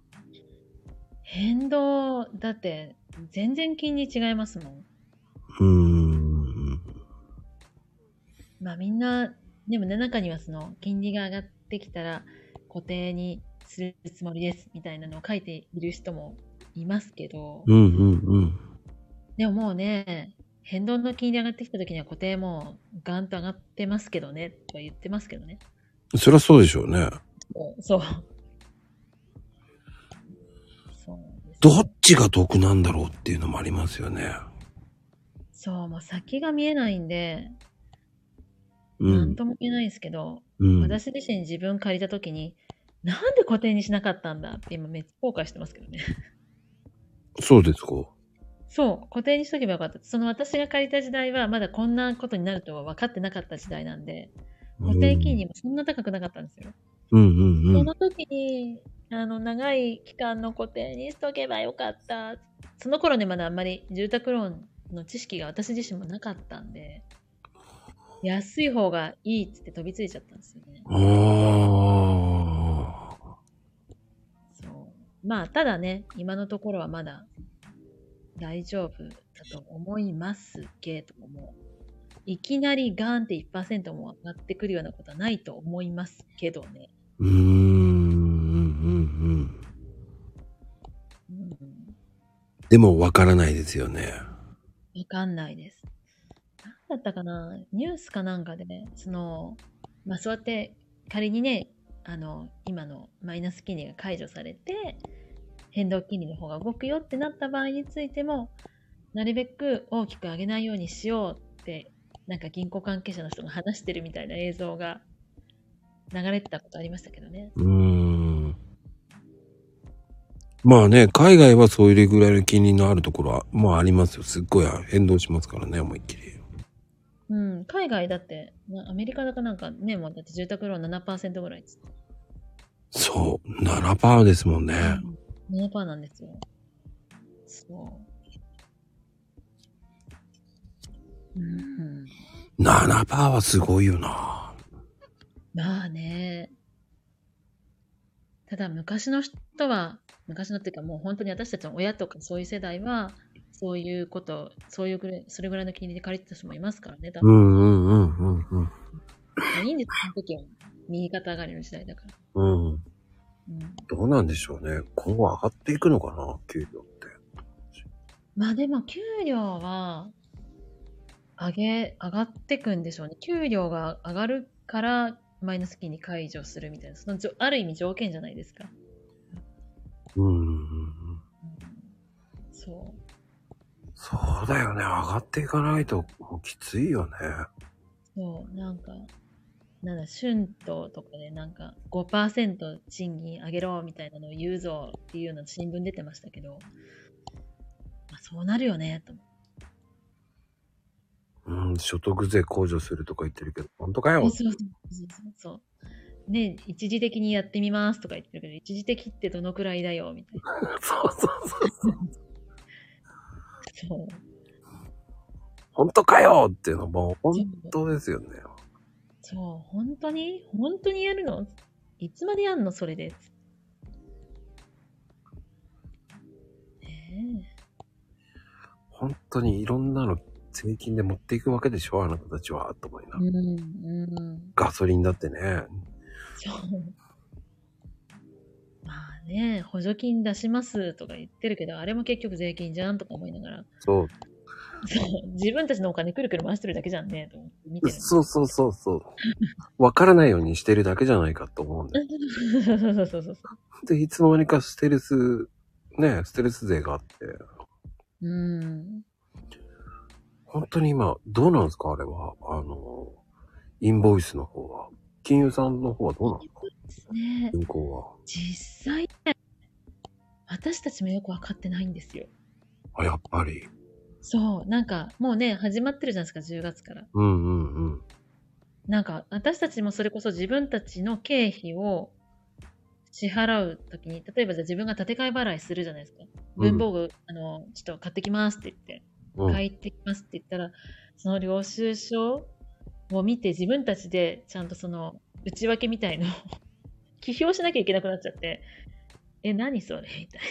変動、だって全然金利違いますもん。 うーん。 まあみんな、でもね、中にはその金利が上がってきたら固定にするつもりですみたいなのを書いている人もいますけど、 うんうんうん。 でももうね、変動の金利上がってきた時には固定もガンと上がってますけどね、とは言ってますけどね。 そりゃそうでしょうね。 そう。 どっちが得なんだろうっていうのもありますよね。 そう、もう先が見えないんで、 うなんん。 とも言えないですけど、 うん。 私自身自分借りたときに、なんで固定にしなかったんだって今めっちゃ後悔してますけどね。 そうですか。 そう、固定にしとけばよかった。その私が借りた時代はまだこんなことになるとは分かってなかった時代なんで、固定金利もそんな高くなかったんですよ。 うんうんうん。 その時に、あの、長い期間の固定にしとけばよかった。その頃ね、まだあんまり住宅ローンの知識が私自身もなかったんで、安い方がいいっつって飛びついちゃったんですよね。 ああ。 そう。まあ、ただね、今のところはまだ大丈夫だと思いますけども、いきなりガーンって いちパーセント も上がってくるようなことはないと思いますけどね。 うーん。うんうんうん。 でもわからないですよね。 わかんないです。なんだったかな、ニュースかなんかでね、その、まあそうやって仮にね、あの、今のマイナス金利が解除されて、変動金利の方が動くよってなった場合についても、なるべく大きく上げないようにしようって、なんか銀行関係者の人が話してるみたいな映像が流れてたことありましたけどね。 うーん。まあね、海外はそういうぐらいの金利のあるところは、まあありますよ。すっごい変動しますからね、思いっきり。 うん、海外だって、なアメリカだかなんかね、もうだって住宅ローン ななパーセント ぐらいです。 そう、ななパーセント ですもんね。 うん、ななパーセント なんですよ。そう。うん、 ななパーセント はすごいよな。 まあね。ただ昔の人は、昔のっていうかもう本当に私たちの親とかそういう世代は、そういうこと、そういうぐらい、それぐらいの金利で借りてた人もいますからね、多う分。 んうんうんうんうん。 まあいいんです、その時は。右肩上がりの時代だから。 うん。 うん、 どうなんでしょうね。今後上がっていくのかな、給料って。 まあでも給料は、上げ、上がってくんでしょうね。給料が上がるから、マイナス金利解除するみたいな、そのじょある意味条件じゃないですか。 うんうんうん。 うん、そう。 そうだよね。上がっていかないともうきついよね。 そう、なんか、なんだ、春闘とかでなんかごパーセント賃金上げろみたいなのを言うぞっていうの新聞出てましたけど、まあ、そうなるよね、と思って。 うん、所得税控除するとか言ってるけど、本当かよ。 そうそうそうそう。ね、一時的にやってみますとか言ってるけど、一時的ってどのくらいだよ、みたいな。 そうそうそうそう。 そう。 本当かよっていうのはもう本当ですよね。 そう、本当に本当にやるのいつまでやんのそれで。ね本当にいろんなの税金で持っていくわけでしょ、あなたたちは、と思いな。 え。うん、うん。 ガソリンだってね。 そう。まあね、補助金出しますとか言ってるけど、あれも結局税金じゃんとか思いながら、 そう。 そう自分たちのお金くるくる回してるだけじゃんね、と思って見てる。 そうそうそうそう。わからないようにしてるだけじゃないかと思うんだよ。 そうそうそうそうそう。 で、いつの間にかステルス、ね、ステルス税があって。 うん。 本当に今、どうなんですかあれは。あの、インボイスの方は。金融さんの方はどうなんですかね、 銀行は。 実際ね、私たちもよくわかってないんですよ。 あ、やっぱり。 そう、なんかもうね、始まってるじゃないですか、じゅうがつから。 うんうんうん。 なんか私たちもそれこそ自分たちの経費を支払うときに、例えばじゃあ自分が建て替え払いするじゃないですか。文房具、あの、ちょっと買ってきますって言って、 うん、 買ってきますって言ったら、その領収書を見て自分たちでちゃんとその内訳みたいのを記表しなきゃいけなくなっちゃって、え、何それみたい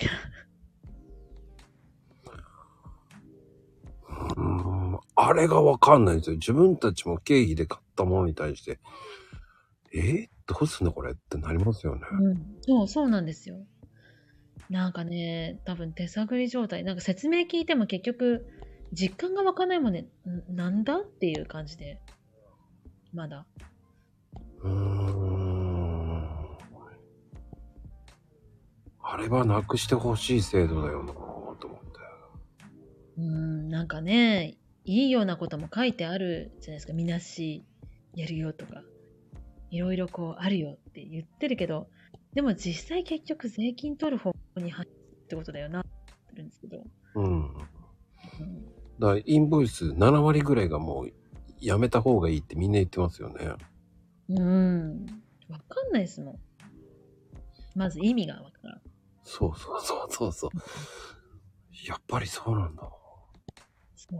うーん。あれがわかんないんですよ。自分たちも経費で買ったものに対して、えー、どうすんのこれってなりますよね。 な。うん。そう、そうなんですよ。なんかね、多分手探り状態。なんか説明聞いても結局、実感が湧かないもんね、んなんだっていう感じで、まだ。 うーん。 あれはなくしてほしい制度だよなぁと思って。 うーん、なんかね、いいようなことも書いてあるじゃないですか。みなしやるよとか、いろいろこうあるよって言ってるけど、でも実際結局税金取る方に入るってことだよなって言ってるんですけど。 うん。 うん、 だからインボイスなな割ぐらいがもうやめた方がいいってみんな言ってますよね。 うーん。わかんないですもん。まず意味がわからん。 そうそうそうそうそう。やっぱりそうなんだ。 そう。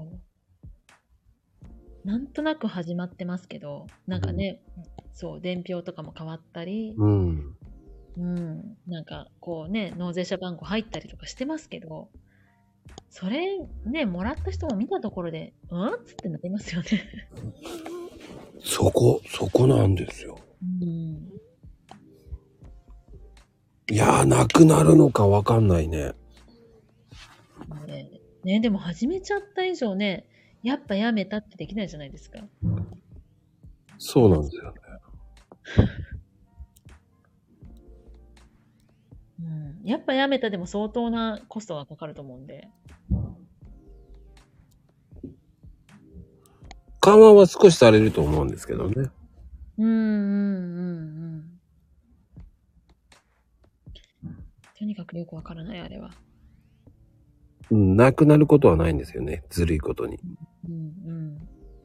なんとなく始まってますけど、なんかね、そう、伝票とかも変わったり、 うん。 うん、なんかこうね、納税者番号入ったりとかしてますけど、それね、もらった人も見たところで、うんっつってなりますよね。 そこ、そこなんですよ。 うん、 いやー、なくなるのかわかんないね。 ねね、でも始めちゃった以上ね、やっぱやめたってできないじゃないですか。 そうなんですよね。 うん、やっぱやめたでも相当なコストがかかると思うんで。 緩和は少しされると思うんですけどね。 うんうんうんうん。とにかくよくわからない、あれは。 うん、なくなることはないんですよね。ずるいことに。 うんうん。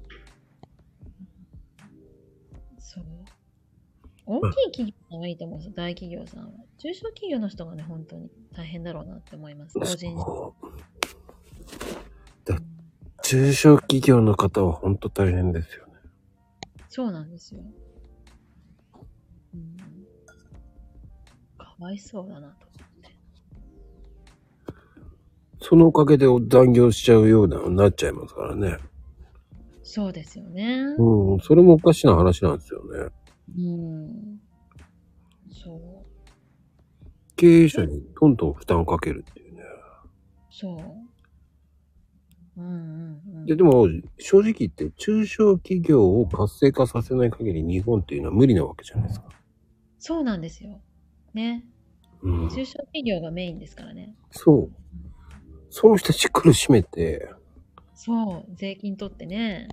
そう。大きい企業さんはいいと思うんですよ、大企業さんは。中小企業の人がね、本当に大変だろうなって思います。個人そうだ中小企業の方は本当大変ですよね。 そうなんですよ。うん、かわいそうだなと思って。 そのおかげで残業しちゃうようななっちゃいますからね。 そうですよね。 うん、それもおかしな話なんですよね。 うん。そう。 経営者にどんどん負担をかけるっていうね。 そう。うんうんうん。 で、でも、正直言って中小企業を活性化させない限り日本っていうのは無理なわけじゃないですか。 そうなんですよ。ね。 うん。 中小企業がメインですからね。 そう。その人たち苦しめて、 そう。税金取ってね。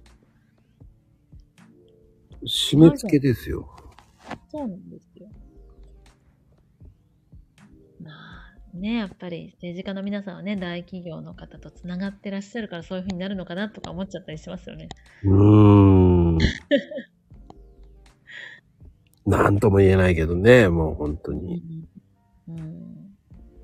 締め付けですよ。 そうなんですよ。まあね、やっぱり政治家の皆さんはね、大企業の方とつながってらっしゃるからそういう風になるのかなとか思っちゃったりしますよね。 うーん。なんとも言えないけどね、もう本当に。 うん。うん、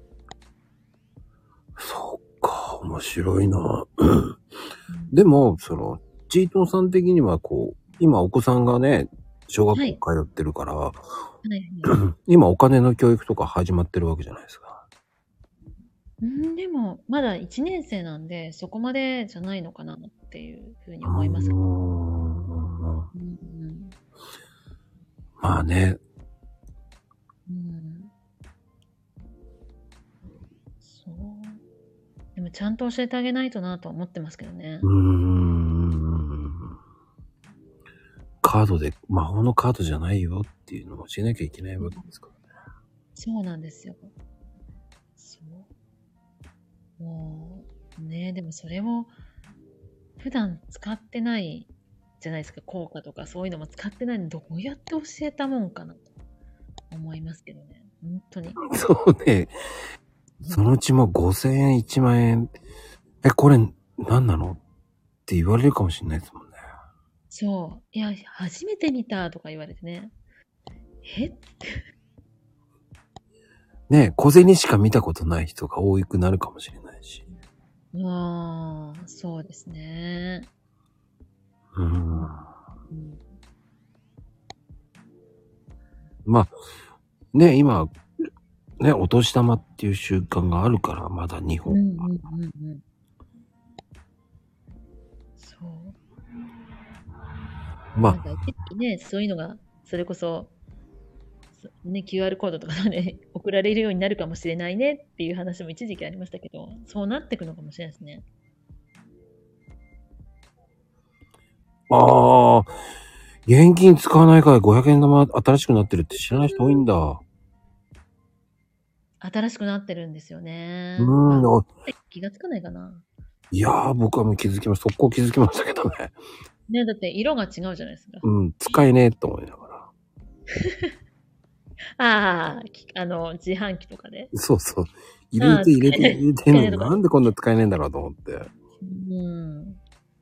そっか、面白いな。でも、その、チートンさん的にはこう、今お子さんがね、小学校通ってるから、 はいはい、 今お金の教育とか始まってるわけじゃないですか。 うん、でも、まだいちねん生なんで、そこまでじゃないのかなっていうふうに思います。 うーんうんうん、 まあね。 うん。そう。でもちゃんと教えてあげないとなとは思ってますけどね。 うーん。カードで、魔法のカードじゃないよっていうのを教えなきゃいけないわけですからね。 そうなんですよ。そう。もう、ね、でもそれを普段使ってないじゃないですか、効果とかそういうのも使ってないのどうやって教えたもんかなと思いますけどね。本当に。 そうね。そのうちもごせんえん、いちまんえん、え、これ何なのって言われるかもしれないですもんね。 そう。いや、初めて見たとか言われてね。えって。 ね、小銭しか見たことない人が多くなるかもしれないし。 ああ、そうですね。 うーん。 うん、 まあ、ね、今、ね、お年玉っていう習慣があるから、まだ日本は。 うんうんうんうん。そう。 まあ、 なんか一時期ね、そういうのが、それこそ、そね、キューアール コードとかで送られるようになるかもしれないねっていう話も一時期ありましたけど、そうなっていくのかもしれないですね。 ああ、現金使わないからごひゃくえん玉新しくなってるって知らない人多いんだ。 新しくなってるんですよね。 うーん、 ああ気がつかないかな。 いやー、僕はもう気づきました。速攻気づきましたけどね。 ね、だって色が違うじゃないですか。 うん、使えねえと思いながら。 ああ、きあの、自販機とかで。 そうそう。入れて入れて入れてんのに使えないなんでこんな使えねえんだろうと思って。 うん。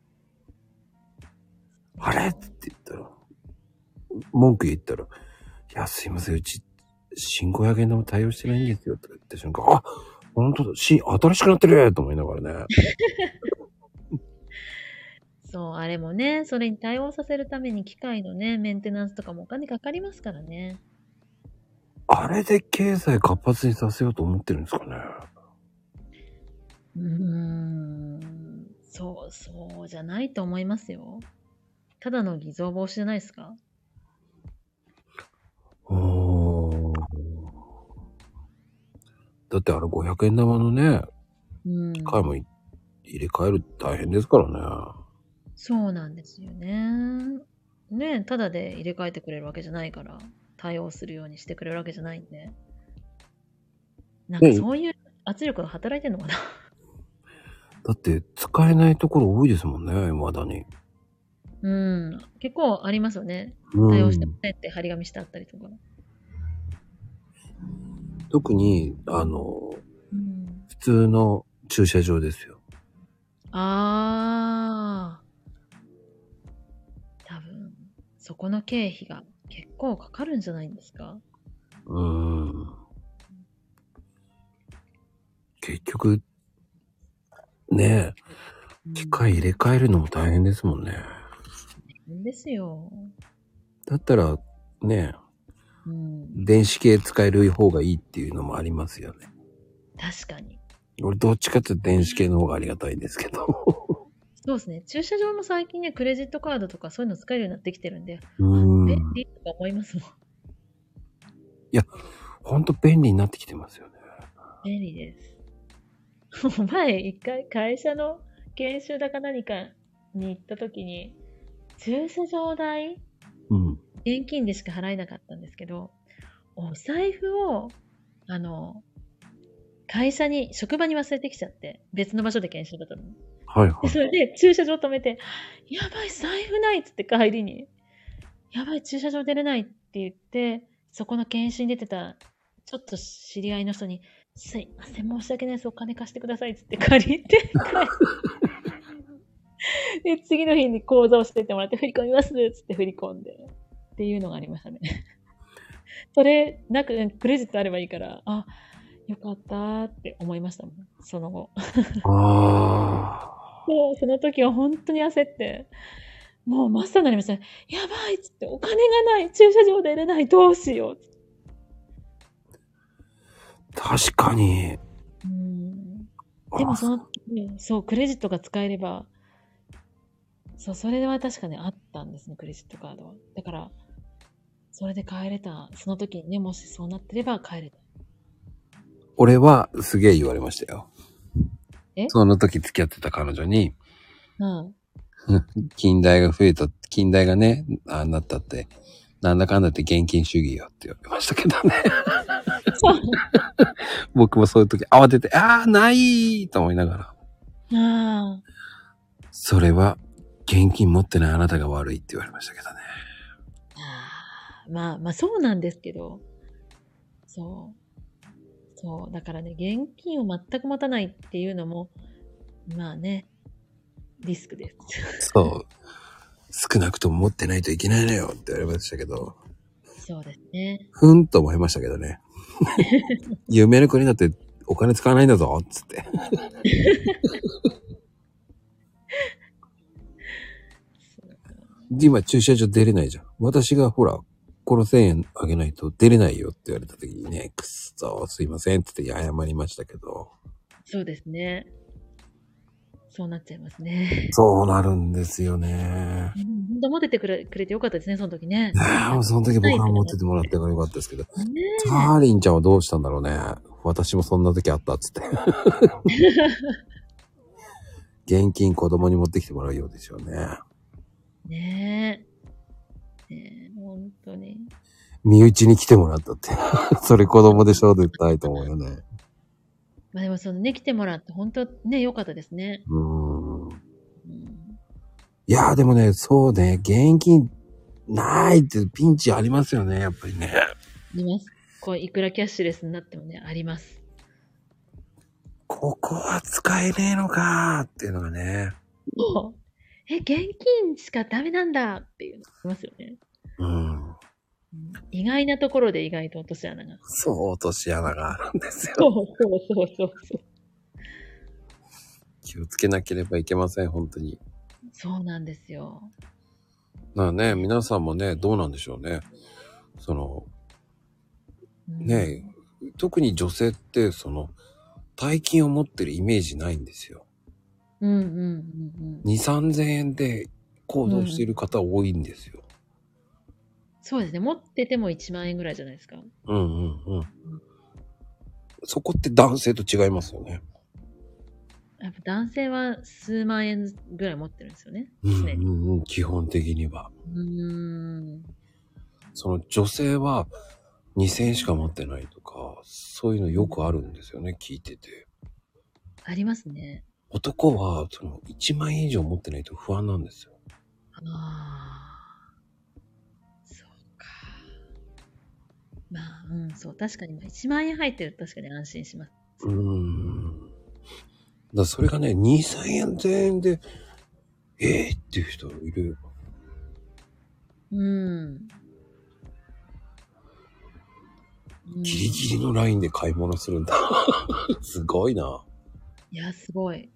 あれって言ったら、文句言ったら、いや、すいません、うち、新ごひゃくえん玉対応してないんですよ、とか言った瞬間、あ、本当だ、し、新しくなってると思いながらね。 そう、あれもね、それに対応させるために機械のね、メンテナンスとかもお金かかりますからね。 あれで経済活発にさせようと思ってるんですかね。 うーん、そう、そうじゃないと思いますよ。ただの偽造防止じゃないですか。 おー。だってあれごひゃくえん玉のね、 うん。 機械も入れ替えるって大変ですからね。 そうなんですよね。ね、ただで入れ替えてくれるわけじゃないから、対応するようにしてくれるわけじゃないんで。なんかそういう圧力が働いてんのかな。 だって使えないところ多いですもんね、未だに。 うん。結構ありますよね。 うん対応してませんって張り紙してあったりとか。 特に、あの、 うん、 普通の駐車場ですよ。 あー。多分、そこの経費が結構かかるんじゃないんですか？ うーん。結局、ねえ、機械入れ替えるのも大変ですもんね。 大変ですよ。 だったら、ねうん。 え、電子系使える方がいいっていうのもありますよね。 確かに。 俺どっちかっていうと電子系の方がありがたいんですけど。 そうですね。駐車場も最近ね、クレジットカードとかそういうの使えるようになってきてるんで、 うーん。 便利とか思いますもん。 いや、ほんと便利になってきてますよね。 便利です。前、一回会社の研修だか何かに行った時に、駐車場代、 うん。 現金でしか払えなかったんですけど、お財布を、あの、会社に、職場に忘れてきちゃって、別の場所で研修だったの。で、 はいはい。 それで駐車場止めて、やばい、財布ないっつって帰りに、やばい、駐車場出れないって言って、そこの研修に出てた、ちょっと知り合いの人に、すいません、申し訳ないです、お金貸してくださいっつって借りて、で、次の日に口座をしてってもらって、振り込みますっつって振り込んで、っていうのがありましたね。それ、なく、クレジットあればいいから、あ、よかったーって思いましたもん、その後。 あそう、その時は本当に焦って、もう真っ青になりましたね。やばいっつって、お金がない、駐車場で入れない、どうしよう。 確かに。 うん。でもその、そう、クレジットが使えれば、そう、それは確かにあったんですね、クレジットカードは。だから、それで帰れた。その時にね、もしそうなってれば帰れた。 俺はすげえ言われましたよ。 えその時付き合ってた彼女に、 うん。 金代が増えた、金代がね、ああなったって、なんだかんだって現金主義よって言われましたけどね。 そう。 僕もそういう時慌てて、あーないと思いながら。 ああ。 それは現金持ってないあなたが悪いって言われましたけどね。 あーまあ、まあそうなんですけど、そう。そう。だからね、現金を全く持たないっていうのも、まあね、リスクです。 そう。少なくとも持ってないといけないのよって言われましたけど。 そうですね。 ふんと思いましたけどね。夢の国だってお金使わないんだぞつって。今駐車場出れないじゃん。私がほら、このせんえんあげないと出れないよって言われた時にね、くっそーすいませんって言って謝りましたけど。 そうですね。そうなっちゃいますね。 そうなるんですよね。 うん、本当持っててくれくれてよかったですね、その時ね。 ねえ、その時僕は持っててもらってからよかったですけど。 ねチャーリンちゃんはどうしたんだろうね。私もそんな時あったっつって。現金子供に持ってきてもらうようですよね。 ねえ。ねえ、本当に。 身内に来てもらったって。それ子供でしょう絶対と思うよね。 まあでもそのね、来てもらって本当ね、良かったですね。 うーん。 うん、 いやーでもね、そうね、現金ないってピンチありますよね、やっぱりね。 あります。こう、いくらキャッシュレスになってもね、あります。 ここは使えねえのかーっていうのがね。 もうえ、現金しかダメなんだっていうのありますよね。 うん。 うん、意外なところで意外と落とし穴が。 そう、落とし穴があるんですよ。 そうそうそうそうそう。 気をつけなければいけません、本当に。 そうなんですよ。 だからね、皆さんもね、どうなんでしょうね。その、ねえ、特に女性って、その、大金を持ってるイメージないんですよ。 うんうんうんうん。 に、さんぜんえんで行動している方多いんですよ。 そうですね。持っててもいちまん円ぐらいじゃないですか。 うんうんうん。そこって男性と違いますよね。 やっぱ男性は数万円ぐらい持ってるんですよね。 うん常に。 うんうん、基本的には。 うーん。 その女性はにせんえんしか持ってないとか、そういうのよくあるんですよね、聞いてて。 ありますね。 男はそのいちまんえん以上持ってないと不安なんですよ。 ああ。そうか。まあ、うん、そう。確かに、いちまん円入ってると確かに安心します。 うーん。だからそれがね、にせんえんぜんえんで、えー、っていう人いる。 うん。 ギリギリのラインで買い物するんだ。すごいな。 いや、すごい。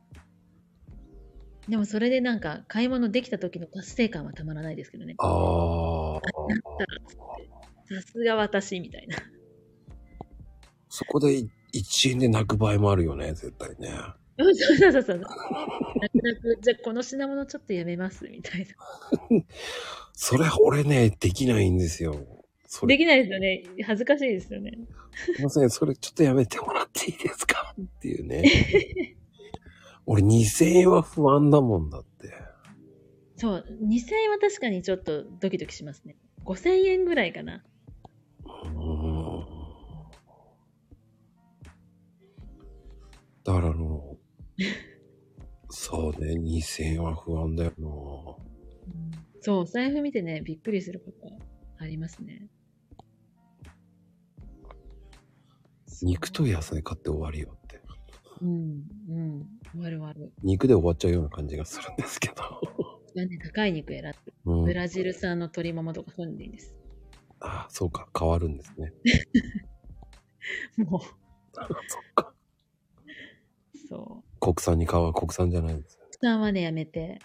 でもそれでなんか買い物できた時の達成感はたまらないですけどね。 ああ。 やったらっつって。さすが私みたいな。 そこでいちえんで泣く場合もあるよね、絶対ね。 うんそうそうそうそう。泣く泣く、じゃあこの品物ちょっとやめますみたいな。 それ俺ね、できないんですよ。それできないですよね。恥ずかしいですよね。 すいません、それちょっとやめてもらっていいですかっていうね。俺にせんえんは不安だもんだって。 そう、にせんえんは確かにちょっとドキドキしますね。ごせんえんぐらいかな。 うーん。だからあの、そうね、にせんえんは不安だよな。 そう、お財布見てね、びっくりすることありますね。 肉と野菜買って終わりよって。 うん、うん。終わる終わる。 肉で終わっちゃうような感じがするんですけど。 ね、高い肉選ぶ。 うん、 ブラジル産の鶏ももとかそういうのでいいんです。 ああ、そうか、変わるんですね。 もう。 あそっか。 そう。 国産に変わる、国産じゃないんですよ。 国産はね、やめて。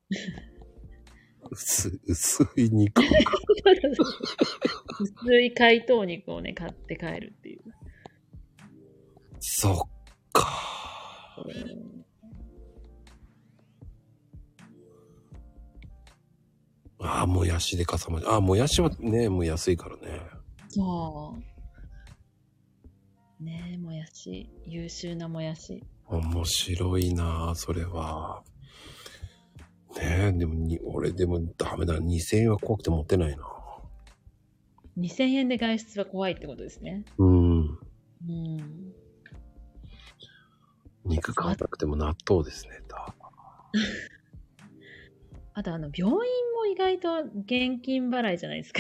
薄、薄い肉。 薄い解凍肉をね、買って帰るっていう。 そっか。ああ、もやしでかさまじ。ああ、もやしはね、もう安いからね。 そう。ねえ、もやし。優秀なもやし。 面白いなあ、それは。ねえ、でもに、俺でもダメだ。にせんえんは怖くて持ってないな。 にせんえんで外出は怖いってことですね。 うん。 うん。 肉買わなくても納豆ですね。 あと、あの、病院も意外と現金払いじゃないですか。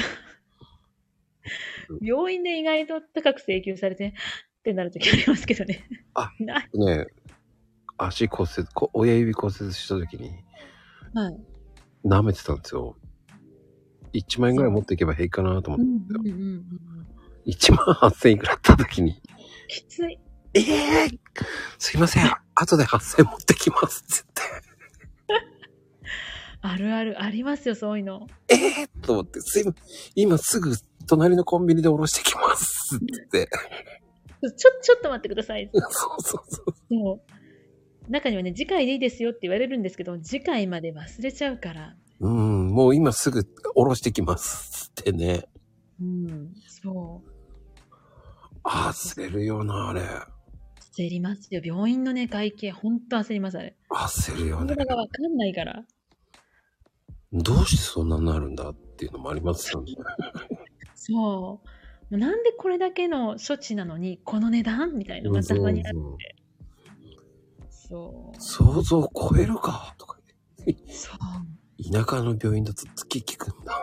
病院で意外と高く請求されて、ってなるときありますけどね。 あ、 ない。 ねえ、足骨折、こ親指骨折した時に、 はい。 舐めてたんですよ。いちまん円ぐらい持っていけば平気かなと思ってたんですよ。 うんうんうんうん。 いちまんはっせん円くらいあった時に、 きつい。 ええー、すいません、後ではっせんえん持ってきますって言って。 あるある、ありますよ、そういうの。 ええー、と思って、すいま、今すぐ隣のコンビニでおろしてきますって言って。 ちょ、ちょっと待ってください。 そうそうそう。 でも、中にはね、次回でいいですよって言われるんですけど、次回まで忘れちゃうから。 うん、もう今すぐおろしてきますってね。 うん、そう。 焦るよな、あれ。 焦りますよ。病院のね、会計、ほんと焦ります、あれ。 焦るよね。 体がわかんないから。 どうしてそんなになるんだっていうのもありますよね。 そう。もうなんでこれだけの処置なのに、この値段みたいなのがたまにある。そう。 想像を超えるかとか言って。 そう。 田舎の病院だと月聞くんだ。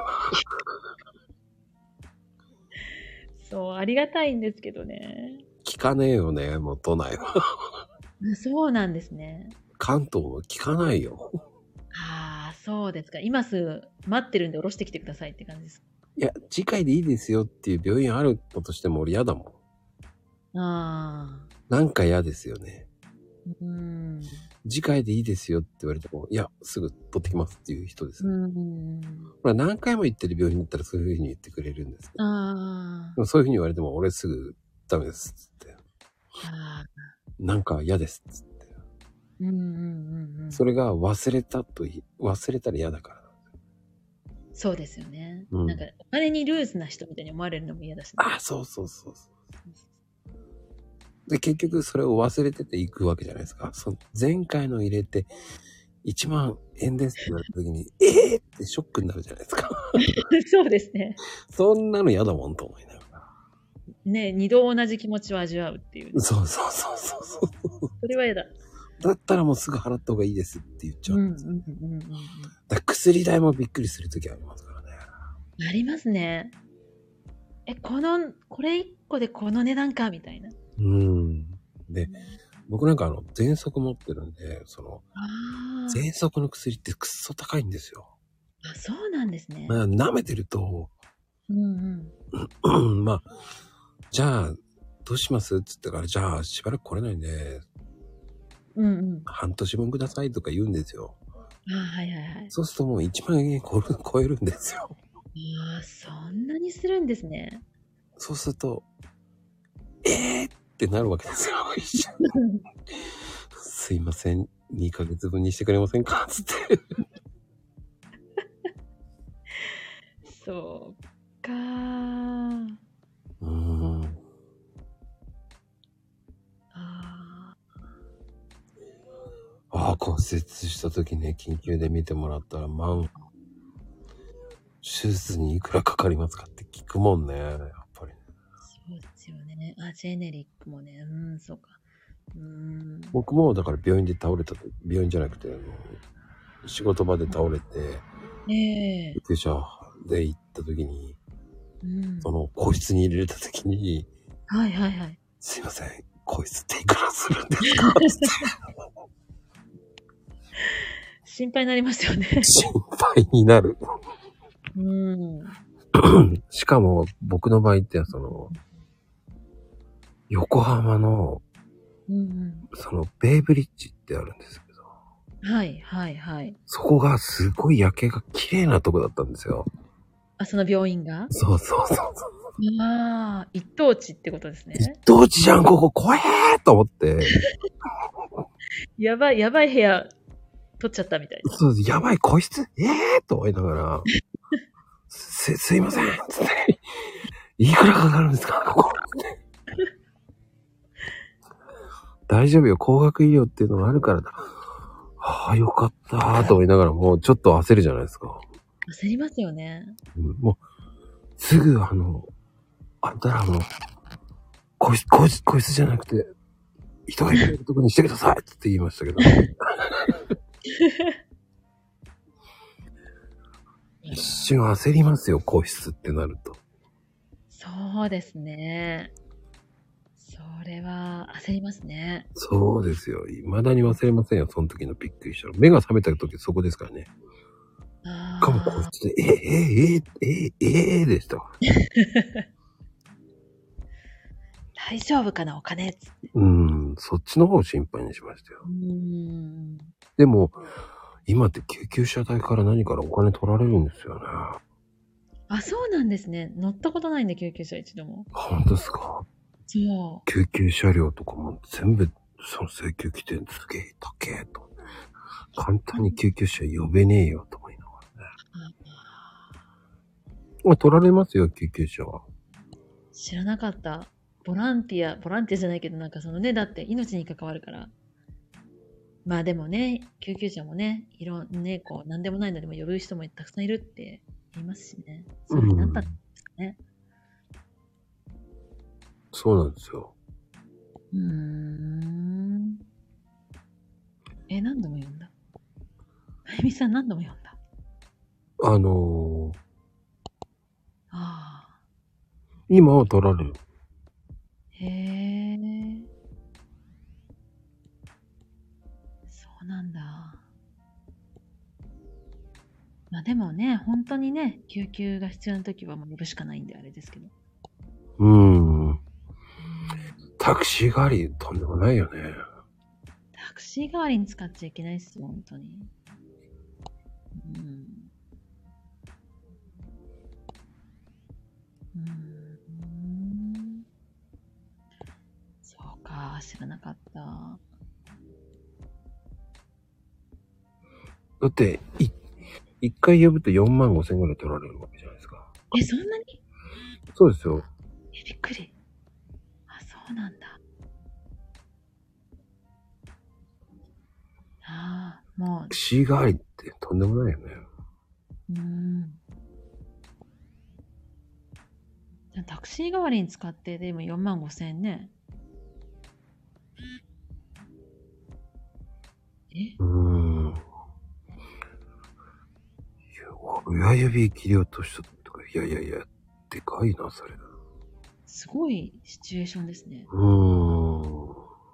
そう、ありがたいんですけどね。 聞かねえよね、もう都内は。 そうなんですね。 関東は聞かないよ。 ああ、そうですか。今すぐ待ってるんで下ろしてきてくださいって感じです。 いや、次回でいいですよっていう病院あるとしても俺嫌だもん。 ああ。 なんか嫌ですよね。 うん。 次回でいいですよって言われても、いや、すぐ取ってきますっていう人です。 うん。 ほら、何回も行ってる病院だったらそういう風に言ってくれるんですけど。 あでもそういう風に言われても、俺すぐダメですっつって。 あ。 なんか嫌ですっつって。 うんうんうんうん。 それが忘れたとい、忘れたら嫌だから。 そうですよね。 うん、 なんか、お金にルーズな人みたいに思われるのも嫌だし、ね。 あ、そうそうそうそう。で、結局それを忘れてていくわけじゃないですか。その前回の入れて、いちまんえんですって言われた時に、えーってショックになるじゃないですか。 そうですね。 そんなの嫌だもんと思いながら。 ね、二度同じ気持ちを味わうっていう、ね。 そうそうそうそうそう。 それは嫌だ。 だったらもうすぐ払った方がいいですって言っちゃうんですよ。 うんうんうんうん、 だから薬代もびっくりする時ありますからね。 ありますね。え、この、これ一個でこの値段かみたいな。 うん。で、僕なんかあの、喘息持ってるんで、その、喘息の薬ってくっそ高いんですよ。 あ、そうなんですね。 まあ、舐めてると、 うんうん。 まあ、じゃあ、どうしますって言ったから、じゃあ、しばらく来れないんで、 うんうん。 半年分くださいとか言うんですよ。 あ、はいはいはい。 そうするともういちまんえん超えるんですよ。 ああ、そんなにするんですね。 そうすると、えーってなるわけですよ。すいません、にかげつぶんにしてくれませんかつって。 そうかー。 うーん。 あああ、骨折した時ね、緊急で見てもらったら、万、手術にいくらかかりますかって聞くもんね、やっぱり。 そうですよね。あ、ジェネリックもね。うん、そうか。うーん。 僕もだから病院で倒れた、病院じゃなくて、あの仕事場で倒れて、 ええ救急車で行った時に、 うん、 その個室に入れた時に、 はいはいはい。 すいません、個室っていくらするんですかって心配になりますよね。 心配になる。 うん。 しかも僕の場合ってその横浜の、 うんうん、 そのベイブリッジってあるんですけど、 はいはいはい。 そこがすごい夜景が綺麗なとこだったんですよ。 あ、その病院が？ そうそうそうそう。 ああ、一等地ってことですね。 一等地じゃん、ここ怖えーと思って。 やばい、やばい部屋取っちゃったみたいな。 そうです。やばい、個室ええーと思いながら、す、すいませんつって、いくらかかるんですかここ大丈夫よ、高額医療っていうのがあるからだ。ああ、よかったーと思いながら、もうちょっと焦るじゃないですか。 焦りますよね。 うん、もう、すぐあの、あんたらあの、個室、個室、個室じゃなくて、人がいるとこにしてくださいって言いましたけど。一瞬焦りますよ、個室ってなると。 そうですね。それは焦りますね。 そうですよ。未だに忘れませんよ、その時のびっくりしたの。目が覚めた時そこですからね。 あしかも個室で、えー、えー、えー、えー、えー、でしたから。 大丈夫かなお金っつって。 うん、そっちの方を心配にしましたよ。 うーん。 でも、今って救急車代から何からお金取られるんですよね。 あ、そうなんですね。乗ったことないんで、救急車一度も。 本当ですか？ そう。 救急車両とかも全部、その請求来てすげえ高えと。簡単に救急車呼べねえよと思いながらね。まあ、取られますよ、救急車は。 知らなかった。ボランティア、ボランティアじゃないけど、なんかそのね、だって命に関わるから。まあでもね、救急車もね、いろんね、こう、なんでもないのでも呼ぶ人もたくさんいるって言いますしね。そういうふうになったんですかね。 そうなんですよ。 うーん。え、何度も読んだ。まゆみさん何度も読んだ。 あのー、 ああ。 今は取られる。 へえ。そうなんだ。まあでもね、本当にね、救急が必要な時はもう呼ぶしかないんであれですけど。 うーん。タクシー代わりとんでもないよね。 タクシー代わりに使っちゃいけないっすよ、本当に。うん。うーん。そうか、知らなかった。 だって、い、一回呼ぶとよんまんごせんぐらい取られるわけじゃないですか。 え、そんなに？ そうですよ。 え、びっくり。あ、そうなんだ。ああ、もタクシー代わりってとんでもないよね。 う、うーん。じゃあタクシー代わりに使ってでもよんまんごせんね。え、 うーん。親指切り落としたとか、いやいやいや、でかいな、それ。 すごいシチュエーションですね。 うーん。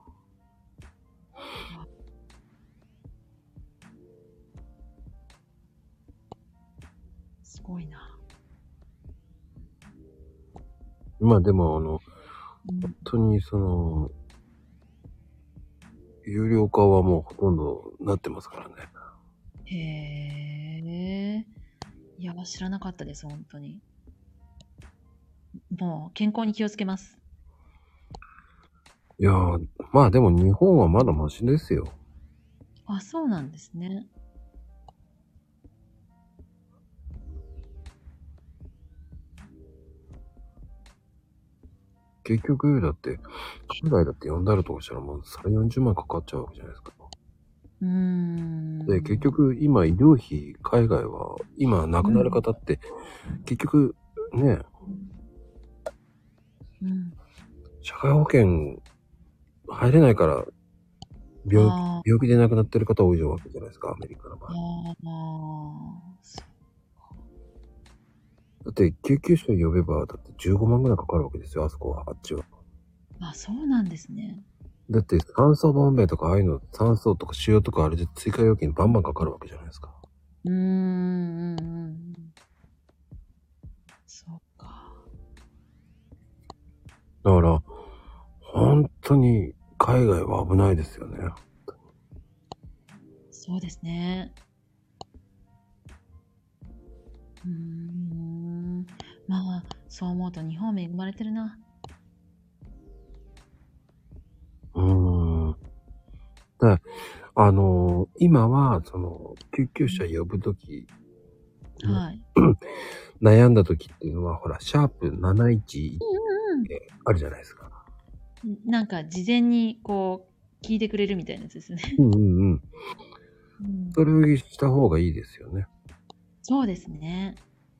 すごいな。 まあでも、あの、 うん、 本当にその、有料化はもうほとんどなってますからね。 へえ。いや、知らなかったです、本当に。もう健康に気をつけます。 いやー、まあでも日本はまだマシですよ。 あ、そうなんですね。 結局、だって、海外だって呼んだらとかしたらもうさんじゅう、よんじゅうまんかかっちゃうわけじゃないですか。 うーん。 で、結局、今医療費、海外は、今亡くなる方って、結局、ね、 うん。 社会保険入れないから病気、 あ病気で亡くなってる方多いわけじゃないですか、アメリカの場あ、 合。 ああ、そだって救急車呼べば、だってじゅうごまんぐらいかかるわけですよ、あそこは、あっちは。 あ、そうなんですね。 だって酸素ボンベとかああいうの、酸素とか塩とかあれで追加料金バンバンかかるわけじゃないですか。 うーん、うん、うん。そうか。 だから、本当に海外は危ないですよね。 そうですね。うーん。まあ、そう思うと日本恵まれてるな。 うーん。だあのー今は、その、救急車呼ぶとき、 はい。 悩んだときっていうのは、ほら、シャープなないちうんうん。 あるじゃないですか。 なんか事前にこう聞いてくれるみたいなやつですね。 うんうんうん。 うん、 それをした方がいいですよね。 そうですね。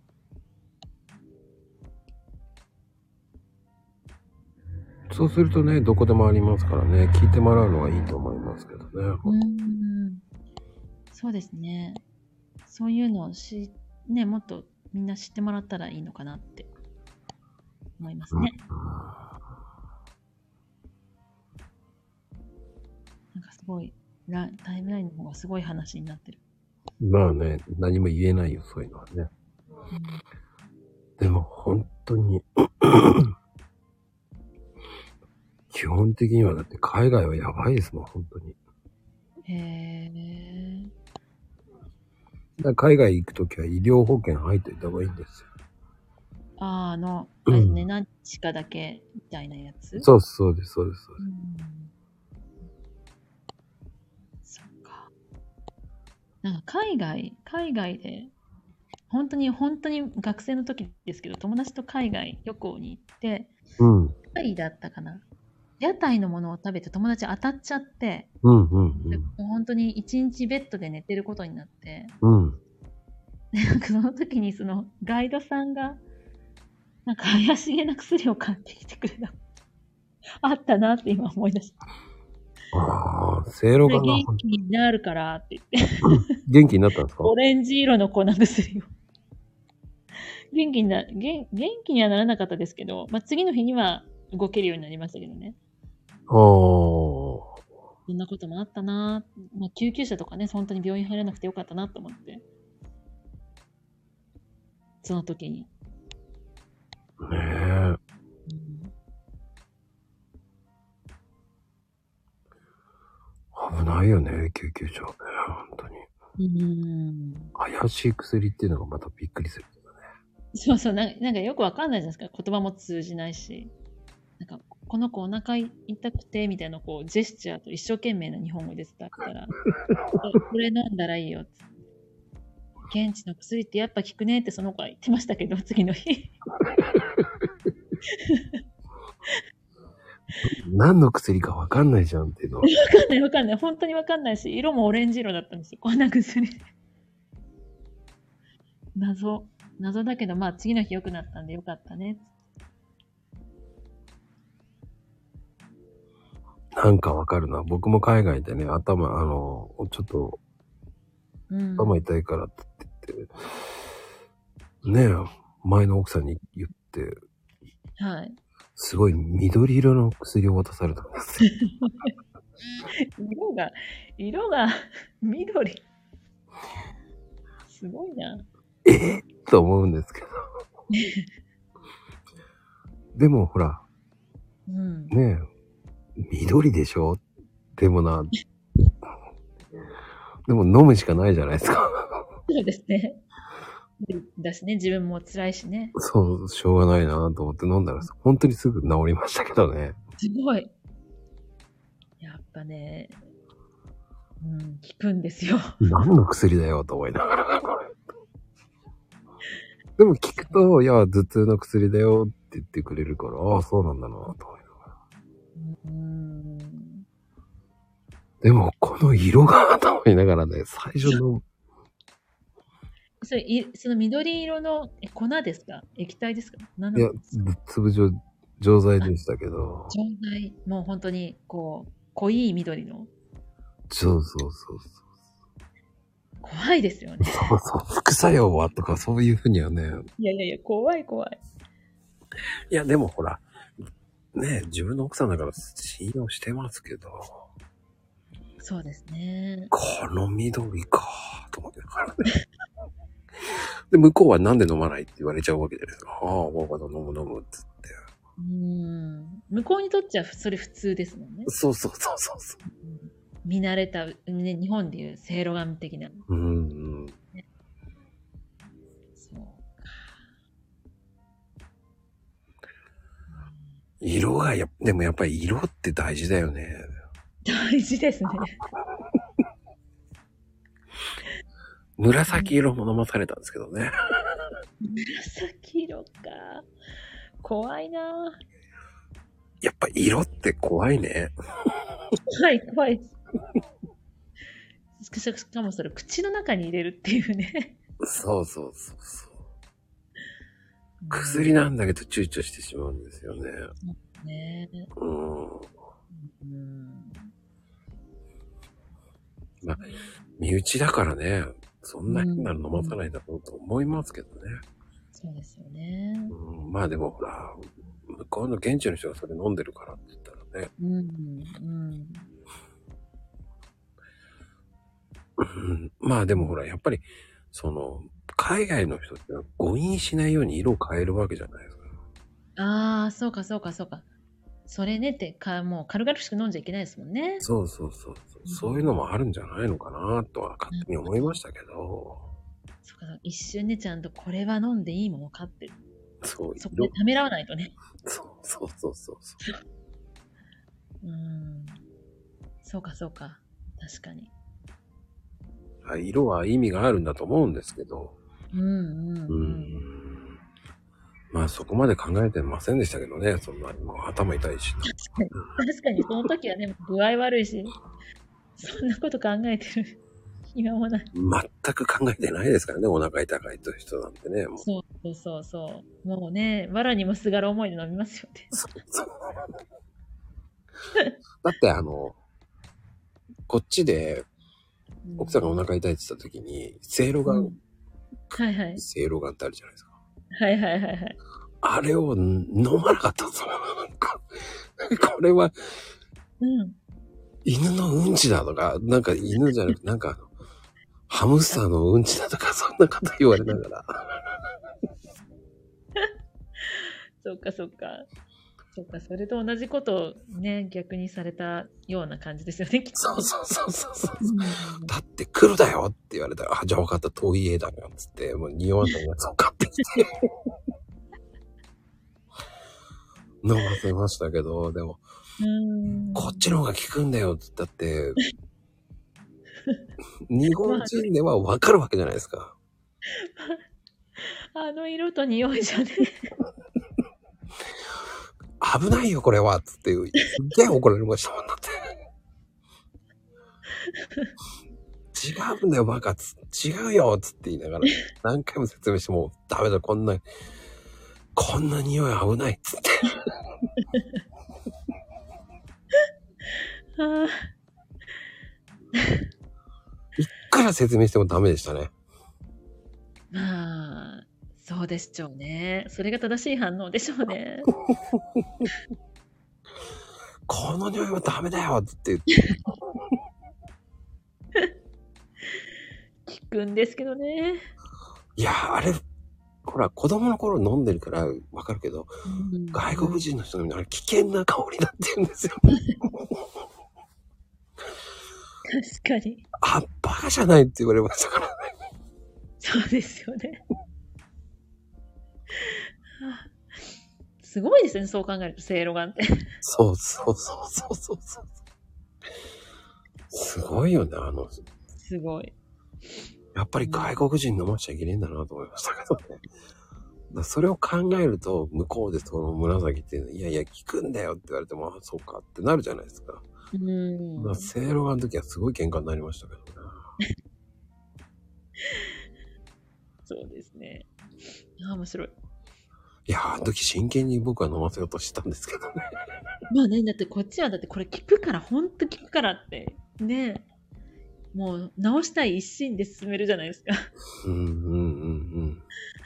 そうするとね、どこでもありますからね、聞いてもらうのがいいと思いますけどね。 うん。そうですね。そういうのをし、ね、もっとみんな知ってもらったらいいのかなって思いますね。なんかすごい、ラタイムラインの方がすごい話になってる。 まあね、何も言えないよ、そういうのはね。 うん、 でも本当に、基本的にはだって海外はやばいですもん、本当に。 へえ。 だから海外行くときは医療保険入っておいた方がいいんですよ。 あー、あの、あれね、何日かだけみたいなやつ。 そうそうです、そうです、そうです。 うん、そっか。なんか海外、海外で、本当に本当に学生の時ですけど、友達と海外旅行に行って、 うん。 タイだったかな。屋台のものを食べて友達当たっちゃって、 うんうんでもう本当に一日ベッドで寝てることになって、 うん。うん。 でなんかその時にそのガイドさんが、なんか怪しげな薬を買ってきてくれた。 あったなって今思い出した。 ああ、せいろがな。 元気になるからって言って。 元気になったんですか？ オレンジ色の粉薬を。元気にな、元元気にはならなかったですけど、まあ、次の日には動けるようになりましたけどね。 ああ。そんなこともあったな、まあ、救急車とかね、本当に病院入らなくてよかったなと思って。その時に。 ねえ。危ないよね、救急車はね、本当に。うん。怪しい薬っていうのがまたびっくりするけどね。 そうそう、ななんかよくわかんないじゃないですか。言葉も通じないし。なんか、この子お腹痛くて、みたいなこう、ジェスチャーと一生懸命な日本語で伝ったら、これ飲んだらいいよって。現地の薬ってやっぱ効くねってその子は言ってましたけど、次の日。 何の薬かわかんないじゃんっていうの。わかんないわかんない。本当にわかんないし、色もオレンジ色だったんですよ。こんな薬。謎。謎だけど、まあ次の日良くなったんでよかったね。 なんかわかるな。僕も海外でね、頭、あの、ちょっと、うん、頭痛いからって言って、ねえ、前の奥さんに言って、 はい。 すごい緑色の薬を渡されたんですよ。 色が、色が緑。すごいな。 えー、と思うんですけど。でもほら、うん、ねえ、緑でしょ？でもな、でも飲むしかないじゃないですか。 そうですね。だしね、自分も辛いしね。 そう、しょうがないなと思って飲んだら、本当にすぐ治りましたけどね。 すごい。やっぱね、うん、効くんですよ。 何の薬だよと思いながら、これ。でも聞くと、いや、頭痛の薬だよって言ってくれるから、ああ、そうなんだなと思いながら。うーん。でも、この色がと思いながらね、最初の。 それ、い、その緑色の、え、粉ですか？液体ですか？何いや、粒状、錠剤でしたけど。 錠剤、もう本当に、こう、濃い緑の。 そうそうそうそう。 怖いですよね。 そうそう。副作用はとかそういうふうにはね。 いやいやいや、怖い怖い。 いや、でもほら、ね、自分の奥さんだから信用してますけど。 そうですね。 この緑かと思ってからね。で、向こうはなんで飲まないって言われちゃうわけじゃないですか。ああ、僕は飲む飲むっつって。 うーん。向こうにとっちゃそれ普通ですもんね。 そうそうそうそうそう。 見慣れた、ね、日本でいうセイロガン的な。うんうん。ね、そうか。 色がや、でもやっぱり色って大事だよね。 大事ですね。 紫色も飲まされたんですけどね。 紫色か。怖いな。 やっぱ色って怖いね。 怖い怖い。しかもそれ口の中に入れるっていうね。 そうそうそうそう。薬なんだけど躊躇してしまうんですよね。ねえ。うん。うん。まあ、身内だからね、そんな変なの飲まさないだろうと思いますけどね。うん、 そうですよね。 うん、まあでもほら、向こうの現地の人がそれ飲んでるからって言ったらね。うん。うんうん、まあでもほら、やっぱり、その、海外の人って誤飲しないように色を変えるわけじゃないですか。 ああ、そうかそうかそうか。それねってか、もう軽々しく飲んじゃいけないですもんね。 そうそうそうそう。うん、そういうのもあるんじゃないのかなとは勝手に思いましたけど。うん、 そうか、一瞬ね、ちゃんとこれは飲んでいいものかって。 そう。 そこでためらわないとね。 そうそうそうそうそう。 うん。そうかそうか。確かに。 色は意味があるんだと思うんですけど。 うんうん、うん、うん。 まあそこまで考えてませんでしたけどね。そんなにもう頭痛いし。 確かに。確かにその時はね、具合悪いし、そんなこと考えてる暇もない。 全く考えてないですからね。お腹痛いという人なんてね。もうそうそうそう。もうね、藁にもすがる思いで飲みますよね。 そうそう。 だってあの、こっちでうん奥さんがお腹痛いって言った時に、せいろがん、 うんはいはい。 せいろがんってあるじゃないですか。 はいはいはいはい。 あれを飲まなかったんですよ。なんかこれはうん。 犬のうんちだとか、なんか犬じゃなくて、なんかハムスターのうんちだとか、そんなこと言われながら。 そっかそっか。そっか、それと同じことをね、逆にされたような感じですよね、きっと。 そうそうそうそうそう。 うんだって来るだよって言われたら、あ、じゃあ分かった、遠い家だよ、つって、もう匂わないやつを買ってきて。飲ませましたけど、でも、 うんこっちの方が効くんだよって言ったって、日本人では分かるわけじゃないですか。 あの色と匂いじゃね。 危ないよ、これはつって、すっげえ怒られましたもんだって。違うんだよ、バカつ。違うよつって言いながら、何回も説明しても、ダメだ、こんな、こんな匂い危ないっつって。 あいくら説明してもダメでしたね。 ーまあ、そうでしょうね。それが正しい反応でしょうね。 この匂いはダメだよつって言って。 聞くんですけどね。 いや、あれ、ほら、子供の頃飲んでるからわかるけど、 うん外国人の人があれ危険な香りだって言うんですよ。 確かに。 あ、バカじゃないって言われましたからね。 そうですよね。はあすごいですね、そう考えると、せいろがんって。 そうそうそうそうそうそう。すごいよね、あの、 すごい。 やっぱり外国人飲ましちゃいけないんだなと思いましたけどね。だそれを考えると、向こうでその紫っていうの、いやいや、効くんだよって言われても、あ、そうかってなるじゃないですか。 うんだせいろがんの時はすごい喧嘩になりましたけどね。 そうですね。ああ、面白い。 いや、あの時真剣に僕は飲ませようとしたんですけどね。 まあね、だってこっちはだってこれ聞くから、ほんと聞くからって、ね、もう直したい一心で進めるじゃないですか。 うんうんうん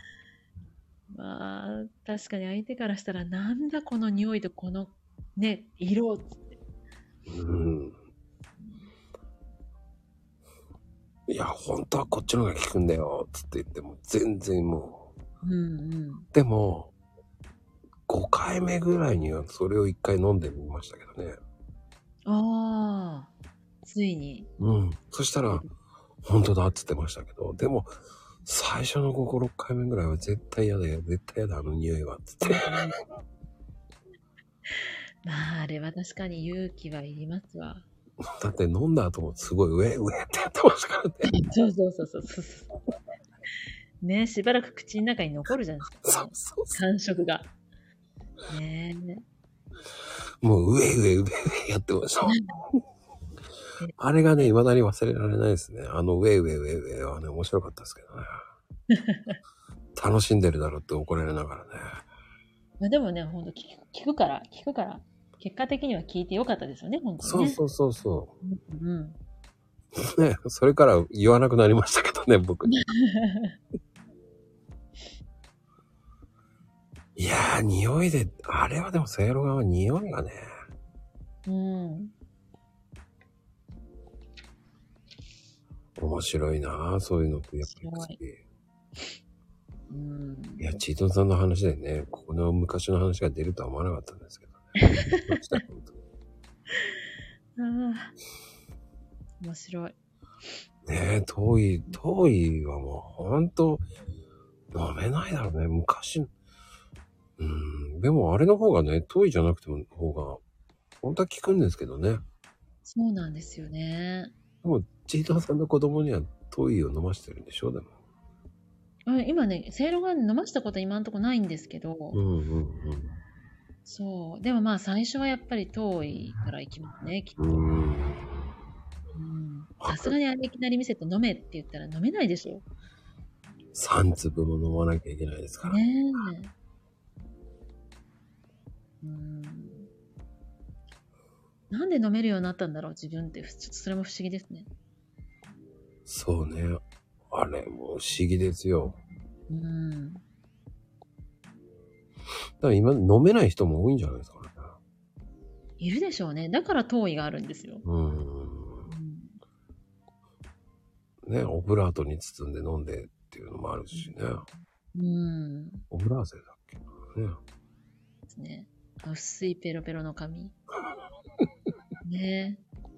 まあ、確かに相手からしたら、なんだこの匂いとこのね、色っつって。 うん。うん。いや、本当はこっちの方が効くんだよ、つって言っても、全然もうんうん。 う。でも、ごかいめぐらいにはそれをいっかい飲んでみましたけどね。 ああ、ついに。 うん。そしたら、本当だって言ってましたけど、でも、最初のご、ろっかいめぐらいは絶対嫌だよ、絶対嫌だ、あの匂いは、つって。 まあ、あれは確かに勇気はいりますわ。 だって飲んだ後もすごい上、上ってやってましたからね。 そうそうそうそうそう。ね、しばらく口の中に残るじゃないですか。 そうそうそ感触が。ねう。もう上、上、上、上やってました。あれがね、未だに忘れられないですね。あの上、上、上、上はね、面白かったですけどね。楽しんでるだろうって怒られながらね。 まあでもね、ほんと聞く聞くから、聞くから、結果的には聞いてよかったですよね、本当にね。 そうそうそうそうんうん。 う。ね、それから言わなくなりましたけどね、僕に。いやー、匂いで、あれはでもせいろがんは匂いがね、 うん。 面白いなぁ、そういうのってやっぱり。 うん。 いや、チートンさんの話でね、ここの昔の話が出るとは思わなかったんですけどね。 ああ。面白い。 ねえ、遠い、遠いはもうほんと飲めないだろうね。昔、うん、でもあれの方がね、遠いじゃなくても方が、本当は効くんですけどね。 そうなんですよね。 でも、チートンさんの子供には遠いを飲ましてるんでしょ、でも。 あ今ね、せいろがん飲ましたこと今んとこないんですけど、 うんうんうん。 そう。でもまあ最初はやっぱり遠いから行きますね、きっと。 うーん。 うんさすがにあれいきなり見せて飲めって言ったら飲めないでしょ。 さん粒も飲まなきゃいけないですから。 ねえ。うん。 なんで飲めるようになったんだろう、自分って。ちょっとそれも不思議ですね。 そうね。あれも不思議ですよ。 うん。 だから今飲めない人も多いんじゃないですかね。 いるでしょうね。だから糖位があるんですよ。 うーん。 うん、 ね、オブラートに包んで飲んでっていうのもあるしね。 うん。 オブラーゼだっけね。 ですね。薄いペロペロの紙。ね。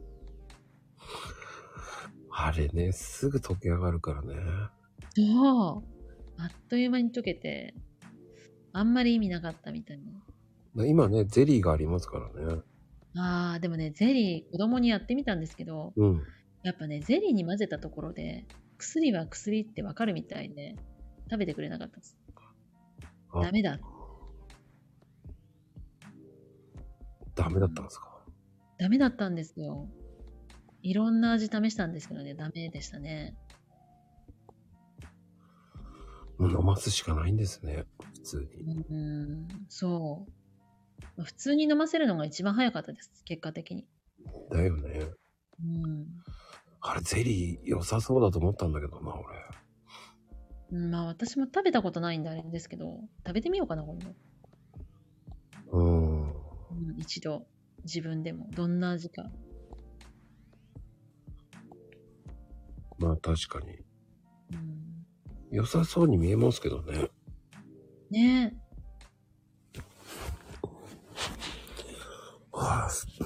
あれね、すぐ溶け上がるからね。 そう。あっという間に溶けて、あんまり意味なかったみたいな。 今ね、ゼリーがありますからね。 ああ、でもね、ゼリー、子供にやってみたんですけど、 うん。 やっぱね、ゼリーに混ぜたところで、薬は薬ってわかるみたいで、食べてくれなかったです。 あダメだ。 ダメだったんですか？ ダメだったんですよ。いろんな味試したんですけどね、ダメでしたね。 もう飲ますしかないんですね、普通に。 うーん、そう。普通に飲ませるのが一番早かったです、結果的に。 だよね。 うん。 あれ、ゼリー良さそうだと思ったんだけどな、俺。 うん、まあ私も食べたことないんであれですけど、食べてみようかな、今度。 うーん。 うん、一度、自分でも、どんな味か。 まあ確かに。 うん、 良さそうに見えますけどね。 ねえ。 はあ、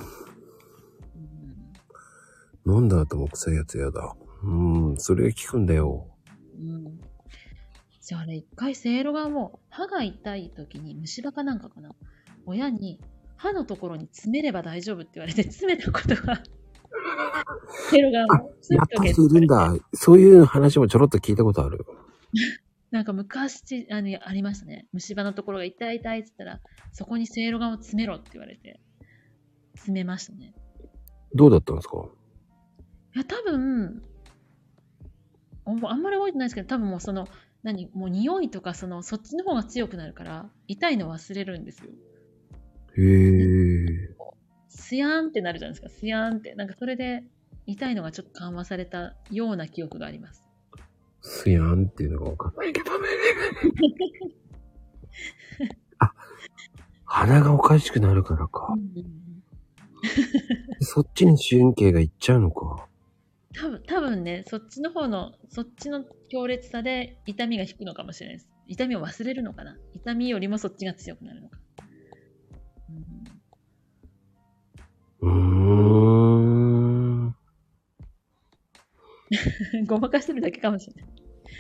うん、 飲んだ後も臭いやつやだ。うん、それが効くんだよ。 うん。じゃああれ、一回せいろがもう、歯が痛い時に虫歯かなんかかな。親に、歯のところに詰めれば大丈夫って言われて、詰めたことが、せいろがもう、 やった人いるんだ。そういう話もちょろっと聞いたことある。 なんか昔あのありましたね。虫歯のところが痛い痛いって言ったら、そこにせいろがを詰めろって言われて、詰めましたね。 どうだったんですか？ いや、多分、おあんまり覚えてないですけど、多分もうその、何、もう匂いとか、その、そっちの方が強くなるから、痛いの忘れるんですよ。 へー。 スヤーンってなるじゃないですか。スヤーンって。なんかそれで、痛いのがちょっと緩和されたような記憶があります。 スヤンっていうのがわかんないけどね。あ、鼻がおかしくなるからか。 うんうんうん、 そっちに神経がいっちゃうのか。 多分、多分ね、そっちの方の、そっちの強烈さで痛みが引くのかもしれないです。痛みを忘れるのかな。痛みよりもそっちが強くなるのか。 うーん。 ごまかしてるだけかもしれない。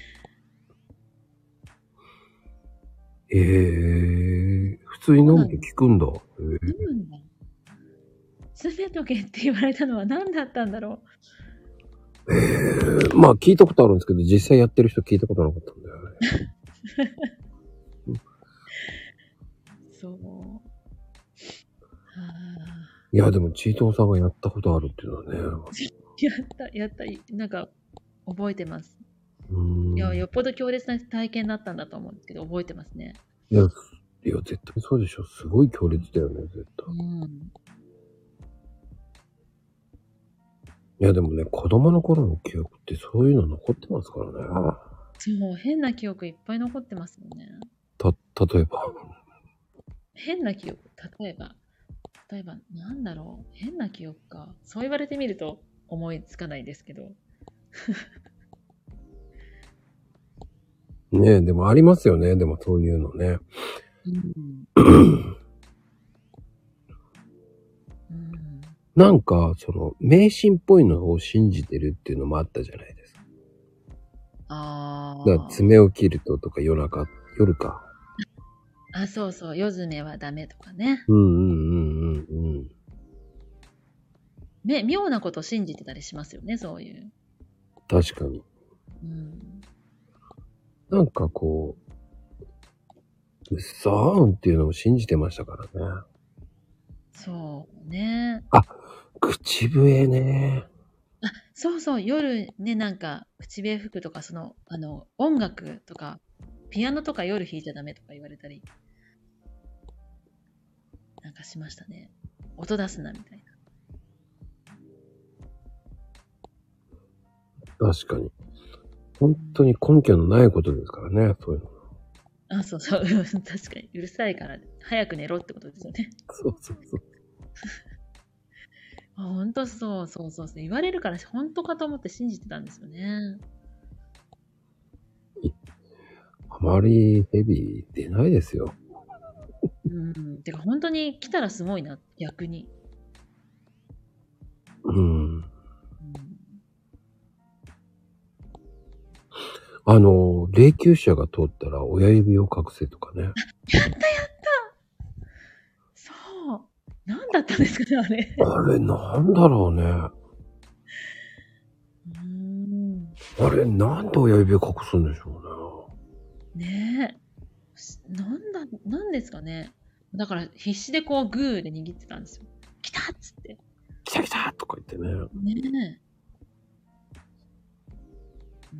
ええー、普通に飲むと効くんだ。えー、 飲むんだ。詰めとけって言われたのは何だったんだろええー、まあ聞いたことあるんですけど、実際やってる人聞いたことなかったんだよね。 そう。はあ、 いや、でもチートンさんがやったことあるっていうのはね。 やった、やった、なんか覚えてます。 うーん。 いや、よっぽど強烈な体験だったんだと思うんですけど、覚えてますね。 いや、いや、絶対そうでしょ。すごい強烈だよね、絶対。 うん。 いや、でもね、子供の頃の記憶ってそういうの残ってますからね。 そう、変な記憶いっぱい残ってますよね。 た、例えば。 変な記憶、例えば、例えば、なんだろう、変な記憶か。そう言われてみると思いつかないですけど。 ねえ、でもありますよね。でもそういうのね。 うん。うん、 なんか、その、迷信っぽいのを信じてるっていうのもあったじゃないですか。 あだから爪を切るととか夜中、夜か。 あ、そうそう、夜爪はダメとかね。 うんうんうんうんうん。 め、妙なこと信じてたりしますよね、そういう。 確かに。 うん、 なんかこう、うっさーんっていうのを信じてましたからね。 そうね。 あ、口笛ね。 あ、そうそう、夜ね、なんか、口笛吹くとか、その、あの、音楽とか、ピアノとか夜弾いちゃダメとか言われたり、なんかしましたね。音出すな、みたいな。 確かに。本当に根拠のないことですからね、そういうの。 あ、そうそう。確かに。うるさいから、早く寝ろってことですよね。 そうそうそう。 あ、本当そうそうそうそう。言われるから本当かと思って信じてたんですよね。 あまりヘビ出ないですよ。 うん。てか本当に来たらすごいな、逆に。 うん。 うん、 あの、霊柩車が通ったら親指を隠せとかね。 やったやったそう。何だったんですかね、あれ。 あれ、なんだろうね。 うーん。 あれ、なんで親指を隠すんでしょうね。 ねえ。なんだ、なんですかね。だから必死でこうグーで握ってたんですよ。来たっつって。 来た来たとか言ってね。 ねえ。うん。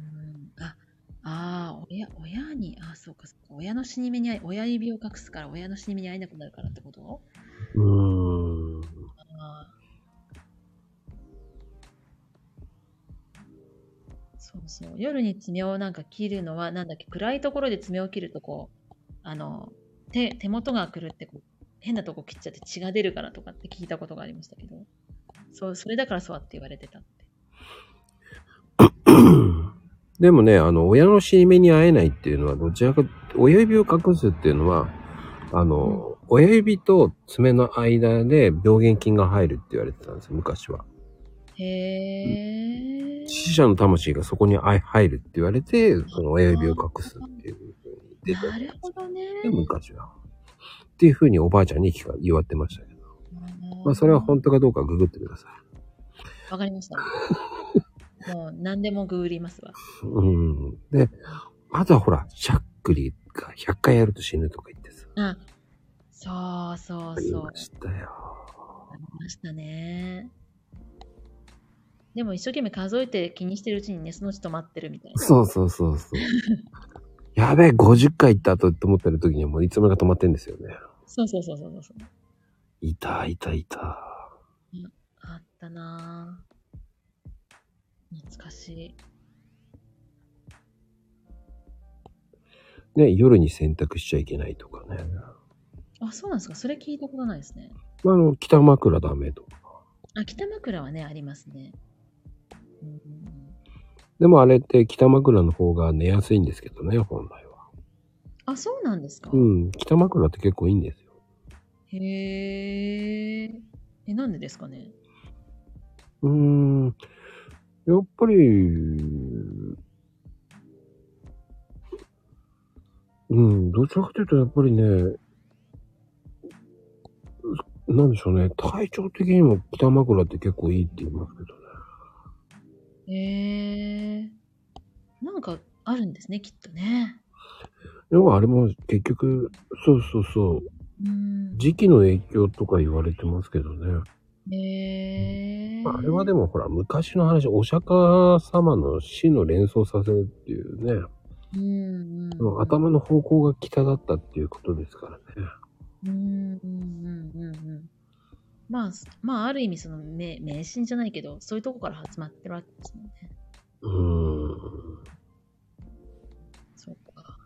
あ、ああ、親、親に、あ、そうか、そうか。親の死に目にあい、親指を隠すから親の死に目に会えなくなるからってことうーん。 ああ。そうそう。夜に爪をなんか切るのは、なんだっけ、暗いところで爪を切るとこう、あの、手、手元が狂ってこう、変なとこ切っちゃって血が出るからとかって聞いたことがありましたけど、そう、それだからそうって言われてたって。 でもね、あの、親の死に目に会えないっていうのは、どちらか、親指を隠すっていうのは、あの、うん、親指と爪の間で病原菌が入るって言われてたんですよ、昔は。 へー。 死者の魂がそこに入るって言われて、その親指を隠すっていう風に出た。 なるほどね。 昔は。っていう風におばあちゃんに言われてましたけど。まあ、それは本当かどうかググってください。わかりました。もう何でもググりますわ。 うん。で、あとはほら、しゃっくりがひゃっかいやると死ぬとか言ってさ。 あ、そうそうそう。 ありましたよ。 ありましたね。でも一生懸命数えて気にしてるうちにね、そのうち止まってるみたいな。 そうそうそうそう。やべえ、ごじゅっかい行った後って思ってる時にはもういつまでか止まってんですよね。 そうそうそうそうそう。 いた、いた、いた。 あったなぁ。懐かしい。 ね、夜に洗濯しちゃいけないとかね。 あ、そうなんですか。それ聞いたことないですね。 あの、北枕ダメとか。 あ、北枕はね、ありますね。うん、 でもあれって北枕の方が寝やすいんですけどね、本来は。 あ、そうなんですか。 うん、北枕って結構いいんですよ。 へえ。え、なんでですかね。 うーん、やっぱり、うん、どちらかというとやっぱりね、なんでしょうね、体調的にも北枕って結構いいって言いますけどね。へえ。なんかあるんですね、きっとね。 要はあれも結局、そうそうそう、うん、時期の影響とか言われてますけどね。 へえ。 あれはでもほら、昔の話、お釈迦様の死の連想させるっていうね。うんうんうん、頭の方向が北だったっていうことですからね。 うんうんうんうんうん。まあ、まあ、ある意味その迷信じゃないけど、そういうとこから始まってるわけですもんね。 うーん。 そうか。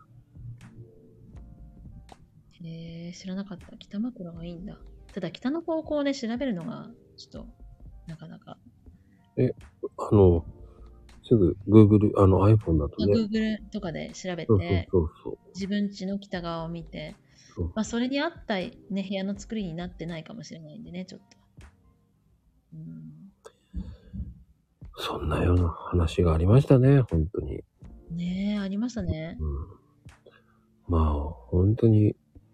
へえ、知らなかった。北枕がいいんだ。ただ、北の方向で調べるのが、ちょっと、なかなか。 え、あの、すぐ Google、あの iPhone だとね。 Google とかで調べて、 そうそうそうそう、 自分家の北側を見て、そまあ、それに合った、ね、部屋の作りになってないかもしれないんでね、ちょっと。 うん、そんなような話がありましたね、本当に。 ねえ、ありましたね。 うん、まあ、本当に、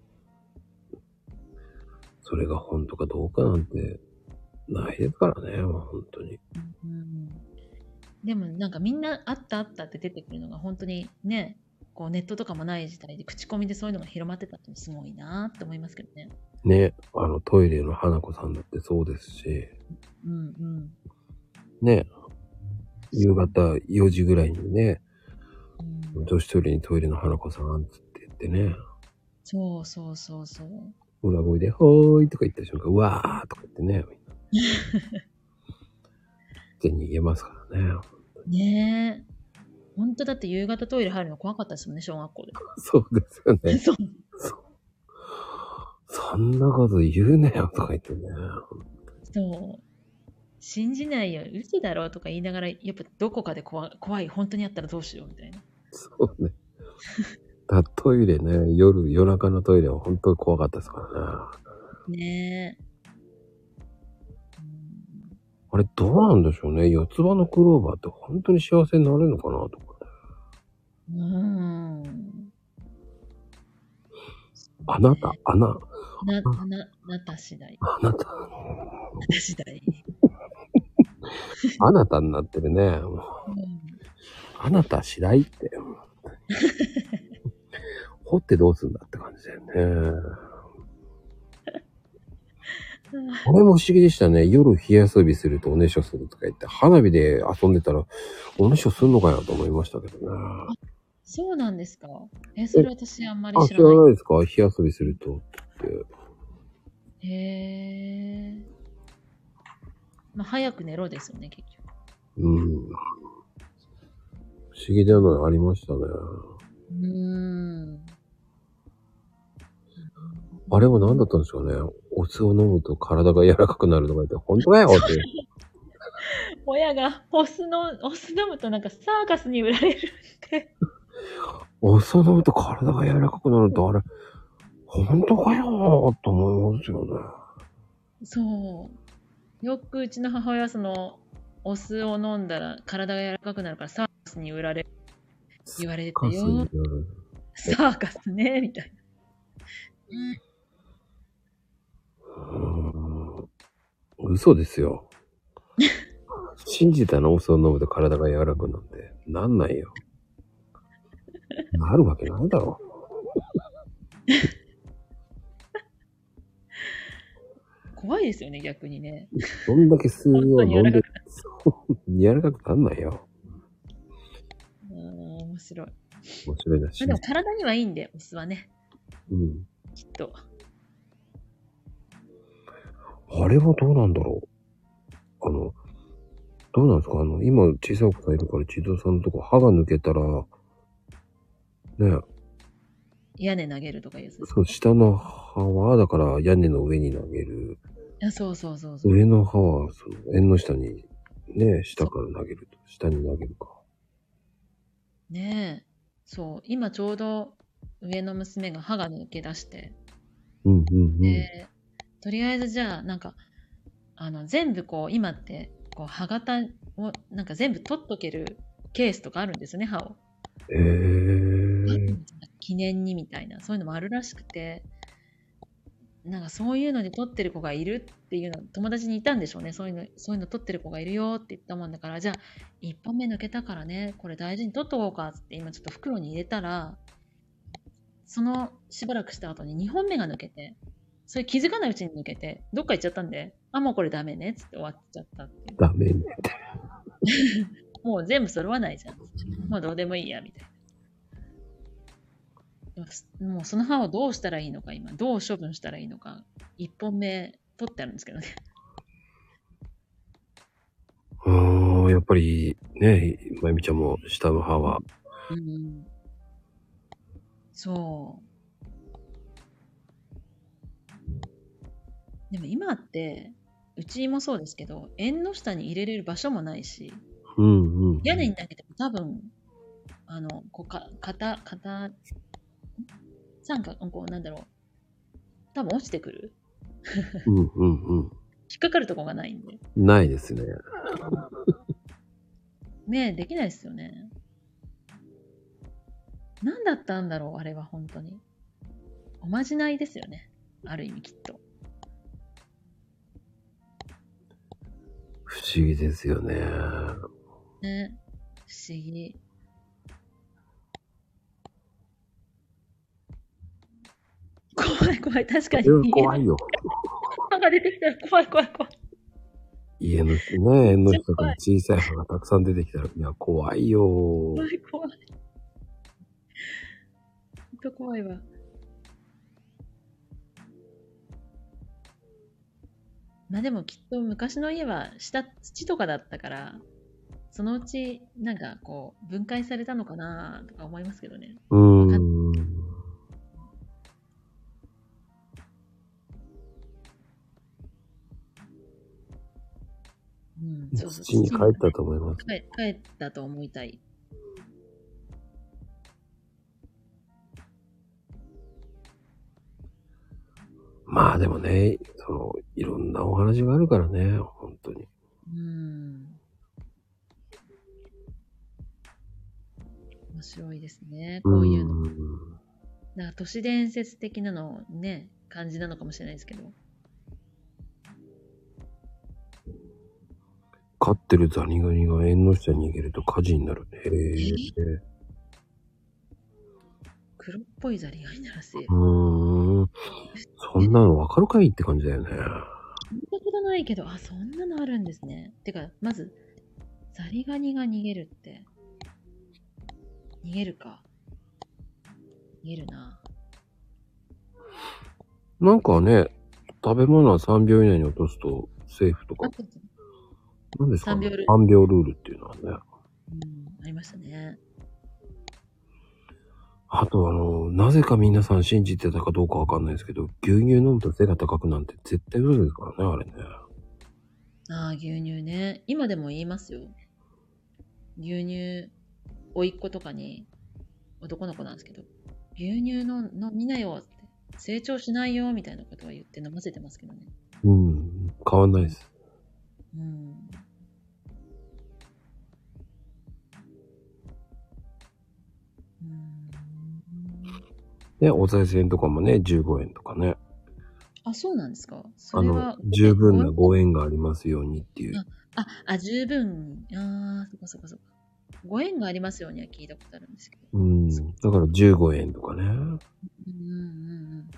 それが本当かどうかなんてないですからね、もう本当に。 うん、でもなんかみんなあったあったって出てくるのが本当にね、こうネットとかもない時代で口コミでそういうのが広まってたってすごいなって思いますけどね。 ね、あのトイレの花子さんだってそうですし、 うんうん、 ね、夕方よじぐらいにね、うん、女子トイレにトイレの花子さんつって言ってね、 そうそうそうそう、 裏声でほーいとか言った瞬間、うわーとか言ってね、みんなで逃げますからね、本当に。 ねえ。本当だって夕方トイレ入るの怖かったですもんね、小学校で。 そうですよね。 そう。 そんなこと言うなよとか言ってね。 そう。信じないよ、嘘だろとか言いながら、やっぱどこかで怖怖い、本当にあったらどうしようみたいな。 そうね。だトイレね、夜、夜中のトイレは本当に怖かったですからね。 ねえ。 あれどうなんでしょうね。四つ葉のクローバーって本当に幸せになれるのかなとかね。 うーん。 あなた、あな、 な、な、なた次第。 あなた、 なた次第。 あなたになってるね。 うんあなた次第って。掘ってどうすんだって感じだよね。これも不思議でしたね。夜火遊びするとおねしょするとか言って、花火で遊んでたらおねしょすんのかよと思いましたけどね。 そうなんですか。え、それ私あんまりあ、 知らない。 知らないですか？火遊びするとって。 へえ。まあ、早く寝ろですよね、結局。 うん。不思議なのありましたね。 うーん。 あれは何だったんですかね。お酢を飲むと体が柔らかくなるとか言って、本当かよって。 親がお酢の、お酢飲むとなんかサーカスに売られるって。 お酢を飲むと体が柔らかくなると、あれ、本当かよと思いますよね。 そう。よくうちの母親はその、お酢を飲んだら体が柔らかくなるからサーカスに売られる。言われてたよ。 カスになる。 サーカスね、みたいな。 うーん。嘘ですよ。信じたのお酢を飲むと体が柔らかくなって。なんないよ。なるわけないだろ。 怖いですよね、逆にね。 どんだけ酢を本当に飲んで柔らかくなる。 そう柔らかくなんないよ。 うーん、面白い。 面白いなし。 まあでも体にはいいんで、お酢はね、 うん。 きっと。 あれはどうなんだろう。あの、どうなんですかあの、今小さいお子さんいるから、地蔵さんのとこ歯が抜けたら、ね、 屋根投げるとかいうやつですか。 そう、下の歯は、だから屋根の上に投げる。 あ、そうそうそうそう。 上の歯は、その、縁の下に、ね、下から投げると。下に投げるか。 ねえ。そう。今ちょうど上の娘が歯が抜け出して、 うんうんうん。 で、とりあえずじゃあ、なんか、あの、全部こう、今って、こう、歯型を、なんか全部取っとけるケースとかあるんですよね、歯を。 えー。 記念にみたいな、そういうのもあるらしくて、なんかそういうのに撮ってる子がいるっていうの、友達にいたんでしょうね。そういうの、そういうの撮ってる子がいるよって言ったもんだから、じゃあ、一本目抜けたからね、これ大事に撮っとこうかって今ちょっと袋に入れたら、そのしばらくした後ににほんめが抜けて、それ気づかないうちに抜けて、どっか行っちゃったんで、あ、もうこれダメねっつって終わっちゃったっていう。 ダメね。 もう全部揃わないじゃん。もうどうでもいいや、みたいな。もうその歯をどうしたらいいのか、今、どう処分したらいいのか、いっぽんめ取ってあるんですけどね。 うーん、やっぱり、ね、まゆみちゃんも下の歯は。 うん。そう。でも今って、うちもそうですけど、縁の下に入れれる場所もないし、 うんうん。 屋根に投げても多分、あの、こうか、肩、肩、三角、こう、なんだろう。多分落ちてくる。 うんうんうん。 引っかかるとこがないんで。 ないですね。 ねえ、できないですよね。何だったんだろう、あれは本当に。おまじないですよね。ある意味きっと。 不思議ですよね。 ね。不思議。怖い怖い、確かに。 うん怖いよ。 歯が出てきたら怖い怖い怖い。 家のね、縁の下から小さい歯がたくさん出てきたら、いや、怖いよ。 怖い怖い。ほんと怖いわ。まあでもきっと昔の家は下土とかだったから、 そのうち、なんかこう、分解されたのかなとか思いますけどね。 うーん。 うん、そうそう。 土に帰ったと思います。 帰帰ったと思いたい。 まあでもね、その、いろんなお話があるからね、本当に。 うん。面白いですね。こういうの。 うーん。 なんか都市伝説的なのね、感じなのかもしれないですけど。 飼ってるザリガニが縁の下に逃げると火事になるね。へえ。 黒っぽいザリガニならせ。 うーん。そんなのわかるかいって感じだよね。 聞いたことないけど、あ、そんなのあるんですね。てか、まず、ザリガニが逃げるって。逃げるか。逃げるな。 なんかね、食べ物はさんびょう以内に落とすとセーフとか。何ですかね。 さんびょうルール。 さんびょうルールっていうのはね。 うん、ありましたね。 あとあの、なぜか皆さん信じてたかどうかわかんないですけど、牛乳飲むと背が高くなんて絶対嘘ですからね、あれね。 ああ、牛乳ね。今でも言いますよ。牛乳、おいっ子とかに、男の子なんですけど、牛乳の飲みなよって、成長しないよみたいなことは言って飲ませてますけどね。 うん、変わんないです。 うん。 ね、お賽銭とかもね、じゅうごえんとかね。 あ、そうなんですか。そあれはの、十分なご縁がありますようにっていう。 あ、あ、十分。ああ、そっかそっかそっか。ご縁がありますようには聞いたことあるんですけど。 うん。だからじゅうごえんとかね。うんうんうんうん。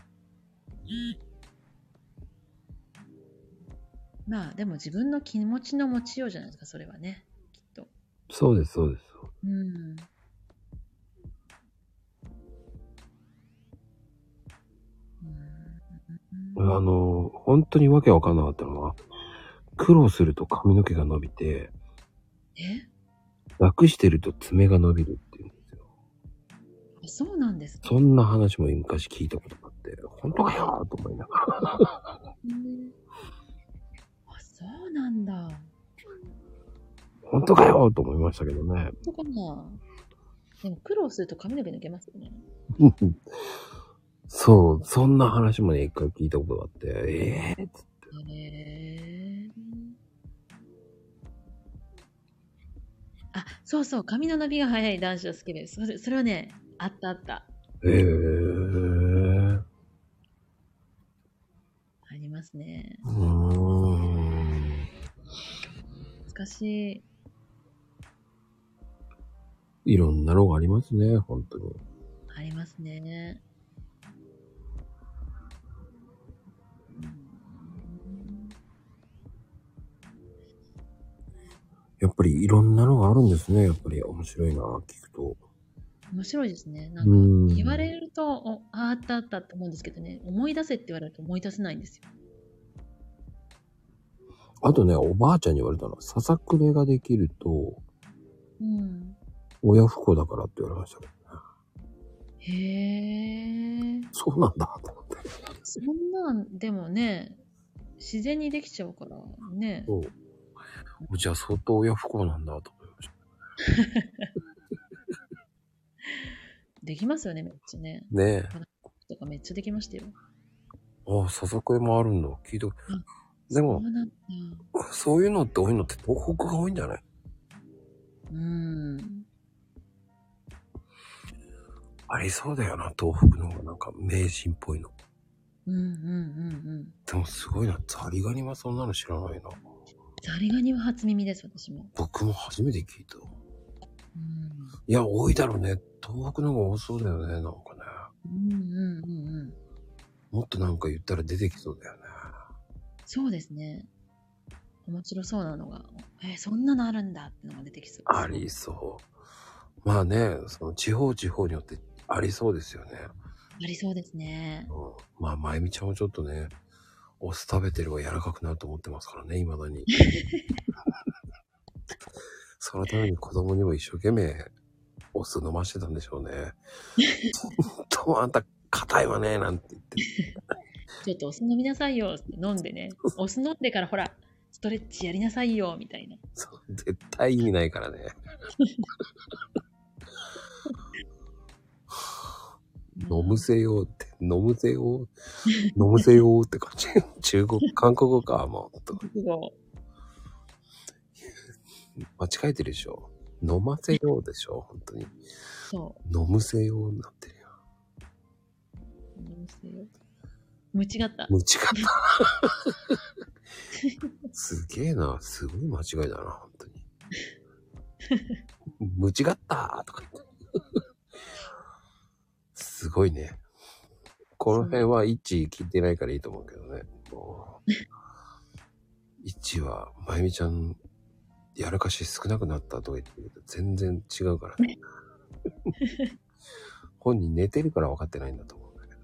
まあ、でも自分の気持ちの持ちようじゃないですか、それはね。きっと。 そうです、そうです。 うん。 あの、本当にわけわかんなかったのは、苦労すると髪の毛が伸びて、 え楽してると爪が伸びるっていうんですよ。 あ、そうなんですか。 そんな話も昔聞いたことがあって、本当かよと思いながら。 うんあ、そうなんだ。 本当かよと思いましたけどね。 そうかな。でも苦労すると髪の毛抜けますよね。 そう、そんな話もね、一回聞いたことがあって、ええー、つって。 へーあ、そうそう、髪の伸びが早い男子を好きです。それ、それはね、あったあった。 ええー。 ありますね。 うーん。 難しい。 いろんなのがありますね、本当に。 ありますね。 やっぱりいろんなのがあるんですね。やっぱり面白いな、聞くと。 面白いですね。なんか、言われると、おあ、あったあったって思うんですけどね、思い出せって言われると思い出せないんですよ。 あとね、おばあちゃんに言われたのは、ささくれができると、 うん。 親不孝だからって言われましたけどね。 へえ。 そうなんだ、と思って。 そんなん、でもね、自然にできちゃうからね。 そう。じゃあ相当親不孝なんだ、と思いました。 できますよね、めっちゃね。 ねえ。 とかめっちゃできましたよ。 ああ、ささくれもあるんだ。聞いた。でもそうなんだ。 そういうのって多いのって東北が多いんじゃない？ うーん。 ありそうだよな、東北の方がなんか迷信っぽいの。 うんうんうんうん。 でもすごいな、ザリガニはそんなの知らないな。 ザリガニは初耳です、私も。 僕も初めて聞いた。 うん、 いや、多いだろうね。東北の方が多そうだよね、なんかね。 うんうんうんうん。 もっとなんか言ったら出てきそうだよね。 そうですね。面白そうなのが、えー、そんなのあるんだってのが出てきそうです。 ありそう。まあね、その地方地方によってありそうですよね。 ありそうですね。 うん、まあ、まゆみちゃんはちょっとね、お酢食べてれば柔らかくなると思ってますからね、未だに。 そのために子供にも一生懸命お酢飲ましてたんでしょうね。ともあんた硬いわねなんて言って。 ちょっとお酢飲みなさいよって飲んでね。お酢飲んでからほら、ストレッチやりなさいよみたいな。 そう、絶対意味ないからね。飲むせよって、飲むせよ、飲むせよって感じ。中国、韓国語か、もう。間違えてるでしょ。飲ませようでしょ、本当に。 そう。 飲むせようになってるよ。 飲むせよ。むちがった。 むちがった。すげえな、すごい間違いだな、本当に。むちがったとか言って。すごいね。この辺は一致聞いてないからいいと思うけどね。もう一致は、まゆみちゃん、やらかし少なくなったとか言ってるけど、全然違うからね。本人寝てるから分かってないんだと思うんだけど。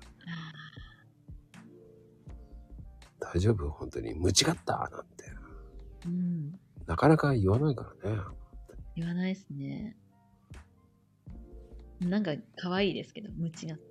大丈夫本当に。むちがったなんて、 うん。 なかなか言わないからね。 言わないですね。なんか可愛いですけど、むちがった。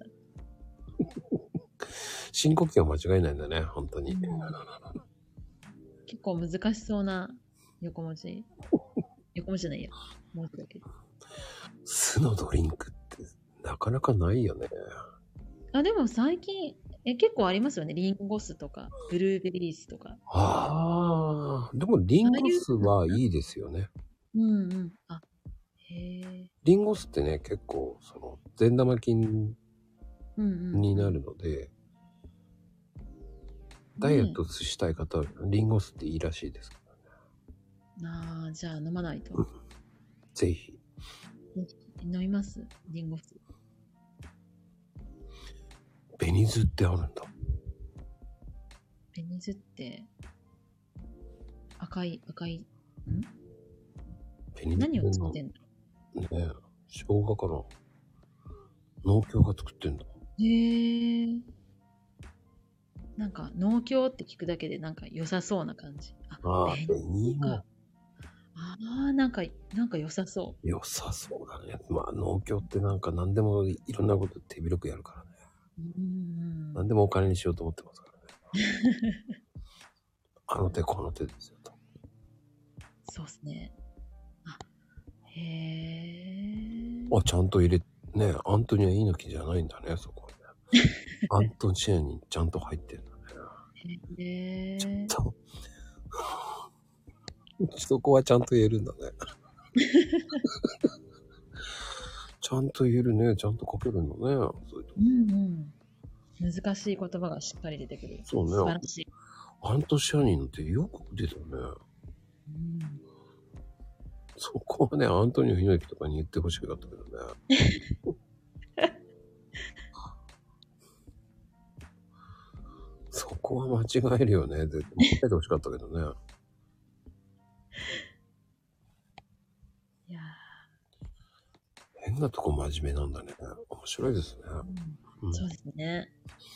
深呼吸は間違いないんだね、本当に。うん、 結構難しそうな横文字。横文字じゃないや。もう一つだけ。 酢のドリンクってなかなかないよね。 あ、でも最近、え、結構ありますよね。リンゴ酢とか、ブルーベリー酢とか。 ああ、でもリンゴ酢はいいですよね。 うんうん。あ、へえ。 リンゴ酢ってね、結構、その、善玉菌になるので、うんうん、ダイエットしたい方は、リンゴ酢っていいらしいですからね。 ああ、じゃあ飲まないと。 ぜひ。 飲みますリンゴ酢。 紅酢ってあるんだ。 紅酢って赤い赤いん？紅酢何を作ってんだねえ、生姜かな。農協が作ってんだ。 へえ。なんか農協って聞くだけでなんか良さそうな感じ。 ああ、紅芋。 ああ、なんか、なんか良さそう。 良さそうだね。まあ農協ってなんか何でもいろんなこと手広くやるからね。うん何でもお金にしようと思ってますからね。あの手この手ですよと。 そうですね。あ、へえ。 あ、ちゃんと入れ、ね、アントニア猪木じゃないんだね、そこね。アントニアにちゃんと入ってるんだね。 へえ。 ちょっと。そこはちゃんと言えるんだね。ちゃんと言えるね。ちゃんと書けるんだね。そういうとこ。 うんうん。難しい言葉がしっかり出てくる。 そうね。 素晴らしい。 アントシアニンなんてよく出たね。うん。そこはね、アントニオ猪木とかに言ってほしかったけどね。そこは間違えるよね。絶対間違えてほしかったけどね。変なとこ真面目なんだね。面白いですね。 うんうん、そうですね。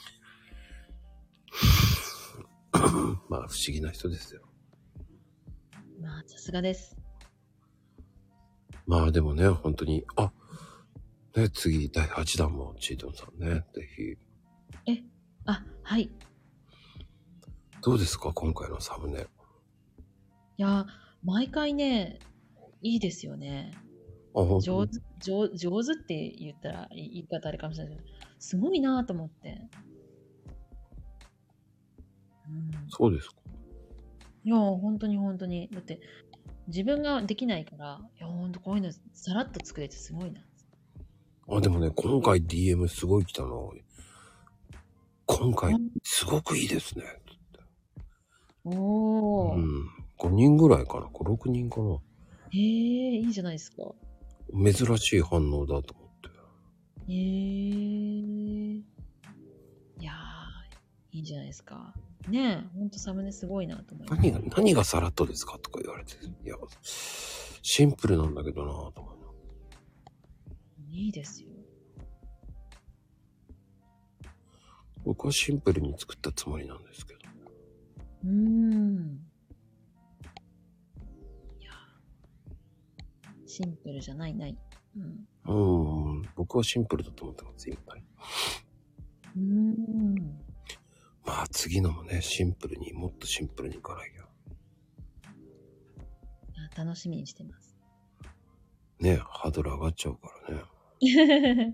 まあ不思議な人ですよ。 まあさすがです。 まあでもね、本当に、あ、ね、次だいはちだんもチートンさんね、ぜひ。 え、あ、はい。 どうですか今回のサムネ。 いや、毎回ね、いいですよね。上手、上、上手って言ったら言い方あれかもしれないけど、すごいなぁと思って、 うん。そうですか。 いや、本当に本当に。だって、自分ができないから、いや、本当こういうのさらっと作れてすごいな。 あ、でもね、今回 ディーエム すごい来たの。今回、すごくいいですね。 おー。 うん。ごにんぐらいかな。ご、ろくにんかな。 へえ、いいじゃないですか。 珍しい反応だと思って。 へえ。いやー、いいじゃないですか。ねえ、ほんとサムネすごいなと思います。 何が、何がさらっとですかとか言われて。いや、シンプルなんだけどなぁと思う。 いいですよ。 僕はシンプルに作ったつもりなんですけど。 うーん。いや。 シンプルじゃないない。 うん。うん。僕はシンプルだと思ってます、今。 うーん。 まあ次のもね、シンプルに、もっとシンプルにいかないよ。 楽しみにしてます。 ね、ハードル上がっちゃうからね。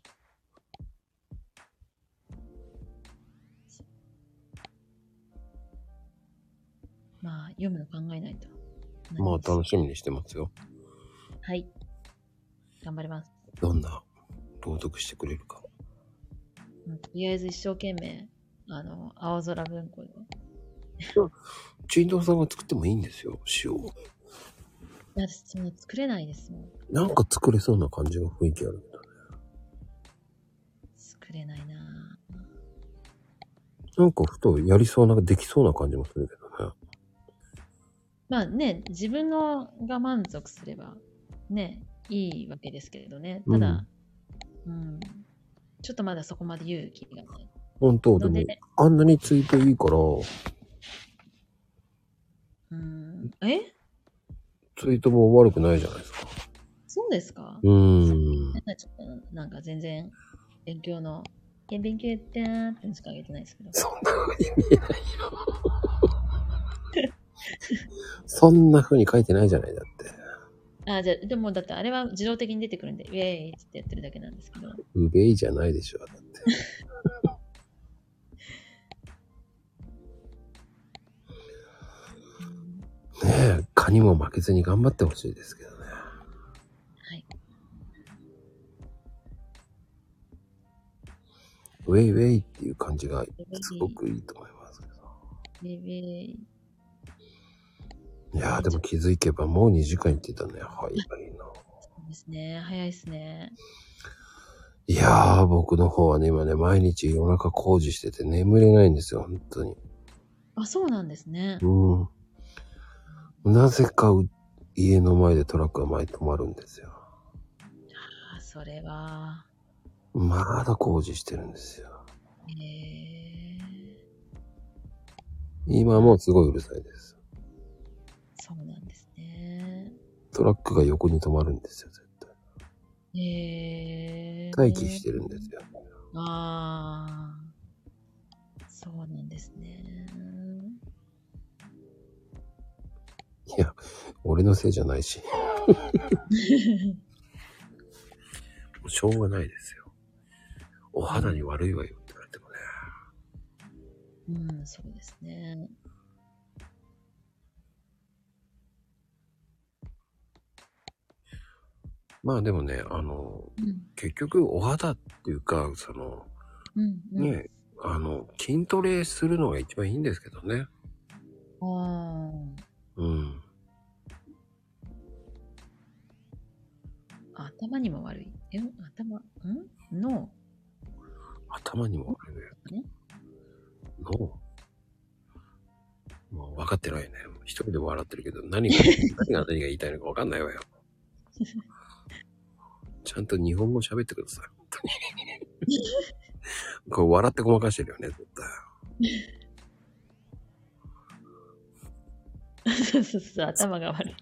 まあ、読むの考えないと。 まあ楽しみにしてますよ。 はい。頑張ります。 どんな朗読してくれるか。 うん、とりあえず一生懸命、あの、青空文庫で。 チンドンさんが作ってもいいんですよ、詩を。 いや、私もう作れないですもん。 なんか作れそうな感じが雰囲気あるけどね。 作れないなぁ。 なんかふとやりそうな、できそうな感じもするけどね。 まあね、自分のが満足すれば、ね、いいわけですけれどね。ただ、うん、うん、ちょっとまだそこまで勇気がない。 本当、でも、あんなにツイートいいから、 うん、えツイートも悪くないじゃないですか。 そうですか？ うーん。 なんかちょっと、なんか全然、勉強の、勉強やってーってしかあげてないですけど。 そんな風に見えないよ。そんな風に書いてないじゃないだって。 あ、じゃあ、でもだってあれは自動的に出てくるんで、ウェーイってやってるだけなんですけど。 ウベイじゃないでしょ、だって。ねえ、蚊にも負けずに頑張ってほしいですけどね。 はい。 ウェイウェイっていう感じがすごくいいと思いますけど。 ウェイウェイ。 いやーでも気づけばもうにじかん行ってたね。早いな。 そうですね。早いですね。 いやー僕の方はね、今ね、毎日夜中工事してて眠れないんですよ、本当に。 あ、そうなんですね。 うん。なぜか家の前でトラックが前に止まるんですよ。 あ、それは。 まだ工事してるんですよ。 へえ。 今もすごいうるさいです。 そうなんですね。 トラックが横に止まるんですよ、絶対。 へえ。 待機してるんですよ。 ああ。そうなんですね。 いや、俺のせいじゃないし。もうしょうがないですよ。お肌に悪いわよって言われてもね。うん、そうですね。 まあでもね、あの、うん、結局お肌っていうか、その、うんうん、ね、あの、筋トレするのが一番いいんですけどね。 ああ。 うん。 頭にも悪い。え、頭、ん脳。 頭にも悪いね。脳。もう分かってないね。一人で笑ってるけど、何が、何が何が言いたいのか分かんないわよ。ちゃんと日本語喋ってください。本当に。こう笑ってごまかしてるよね、絶対。そうそうそう、頭が悪い。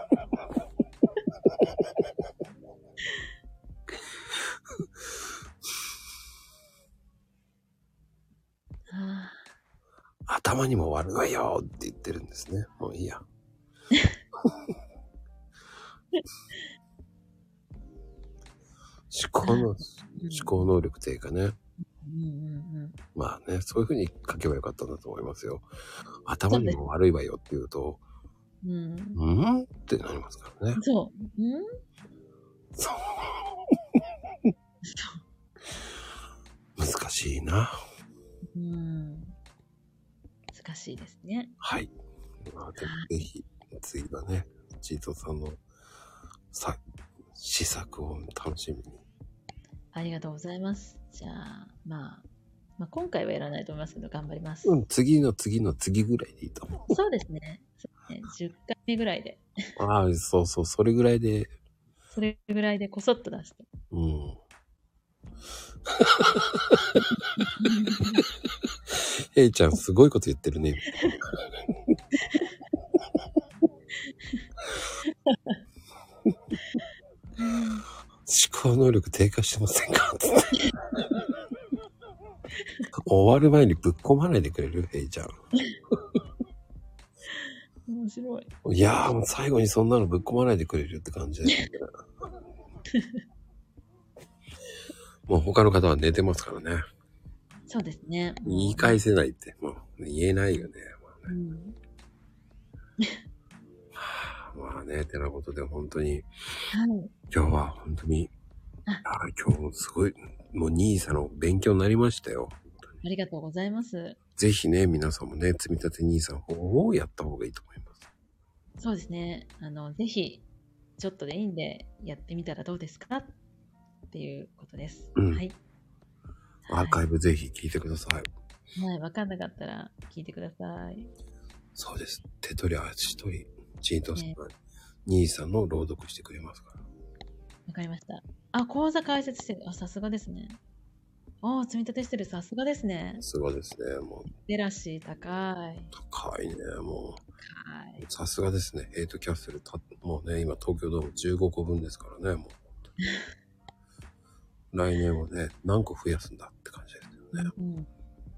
頭にも悪いわよって言ってるんですね。もういいや。思考の、思考能力低下ね。 うんうんうん、 まあね、そういう風に書けばよかったんだと思いますよ。頭にも悪いわよって言うと、 うん、 うんってなりますからね。 そう。うんそう。難しいな。 うん。難しいですね。 はい。まあ、でもぜひ、次はね、チートさんのさ試作を楽しみに。 ありがとうございます。じゃあ、まあ、まあ、今回はやらないと思いますけど、頑張ります。 うん、次の次の次ぐらいでいいと思う。 そうですね。そうね、じゅっかいめぐらいで。 ああ、そうそう、それぐらいで。 それぐらいでこそっと出して。 うん。ヘイちゃん、すごいこと言ってるね。 考能力低下してませんかって終わる前にぶっ込まないでくれるヘイちゃん。 面白い。 いやーもう最後にそんなのぶっ込まないでくれるって感じですね。もう他の方は寝てますからね。 そうですね。 言い返せないって、もう言えないよね。まあね、 うんはあ、まあね、てなことで本当に、 はい、 今日は本当に、あ今日もすごい、もうニーサの勉強になりましたよ。 ありがとうございます。 ぜひね、皆さんもね、積み立てニーサの方をやった方がいいと思います。 そうですね。あの、ぜひ、ちょっとでいいんで、やってみたらどうですかっていうことです。 うん、 はい。 アーカイブぜひ聞いてください。 はい、わかんなかったら聞いてください。 そうです。手取り足取り、チートさん、ね、ニーサの朗読してくれますから。 わかりました。あ、講座開設してる。あ、さすがですね。あ、積み立てしてる。さすがですね。 さすがですね。もう。 リテラシー高い。 高いね。もう。 はい。 さすがですね。ヘイトキャッスルた、もうね、今東京ドームじゅうごこぶんですからね。もう。来年はね、何個増やすんだって感じですよね。うん、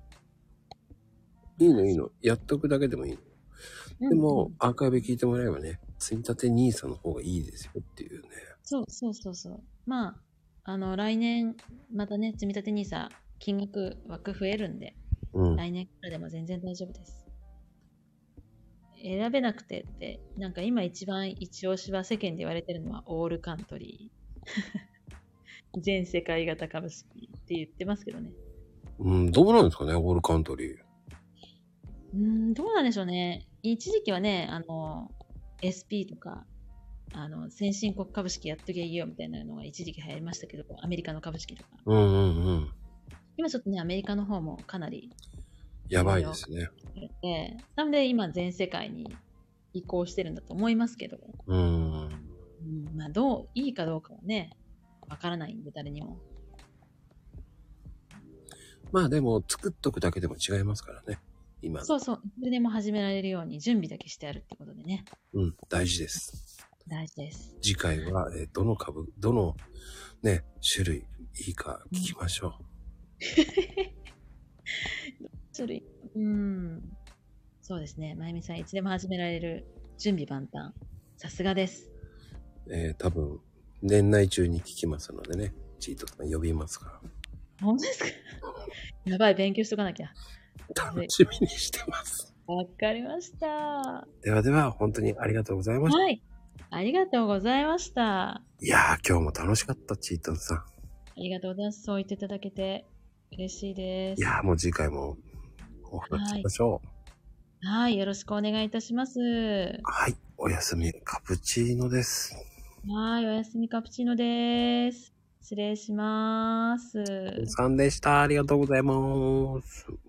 いいのいいの。やっとくだけでもいいの。でも、うん、アーカイブ聞いてもらえばね、積み立てニーサの方がいいですよっていうね。 そうそうそうそう。まあ、あの、来年、またね、積み立てニーサ、金額枠増えるんで、うん、来年からでも全然大丈夫です。選べなくてって、なんか今一番一押しは世間で言われてるのはオールカントリー。全世界型株式って言ってますけどね。 うん、どうなんですかね、オールカントリー。 うん、どうなんでしょうね。一時期はね、あの、エスピー とか、あの、先進国株式やっときゃいいよみたいなのが一時期流行りましたけど、アメリカの株式とか。 うんうんうん。 今ちょっとね、アメリカの方もかなり。 やばいですね。 で、なので今全世界に移行してるんだと思いますけど。 うん。うん、 まあ、どう、いいかどうかはね、わからないんで、誰にも。 まあでも、作っとくだけでも違いますからね。今。 そうそう。いつでも始められるように準備だけしてあるってことでね。 うん、大事です。 大事です。 次回は、えー、どの株、どのね、種類いいか聞きましょう。 種類。うん。そうですね。まゆみさん、いつでも始められる準備万端。さすがです。 えー、多分、年内中に聞きますのでね、チートさん呼びますから。 本当ですか？やばい、勉強しとかなきゃ。 楽しみにしてます。 わかりました。 ではでは、本当にありがとうございました。 はい。ありがとうございました。 いやー、今日も楽しかった、チートさん。ありがとうございます。そう言っていただけて嬉しいです。 いやー、もう次回もお話ししましょう。はい、はい、よろしくお願いいたします。 はい、おやすみカプチーノです。 はい、おやすみカプチーノです。失礼します。 さんでした。ありがとうございます。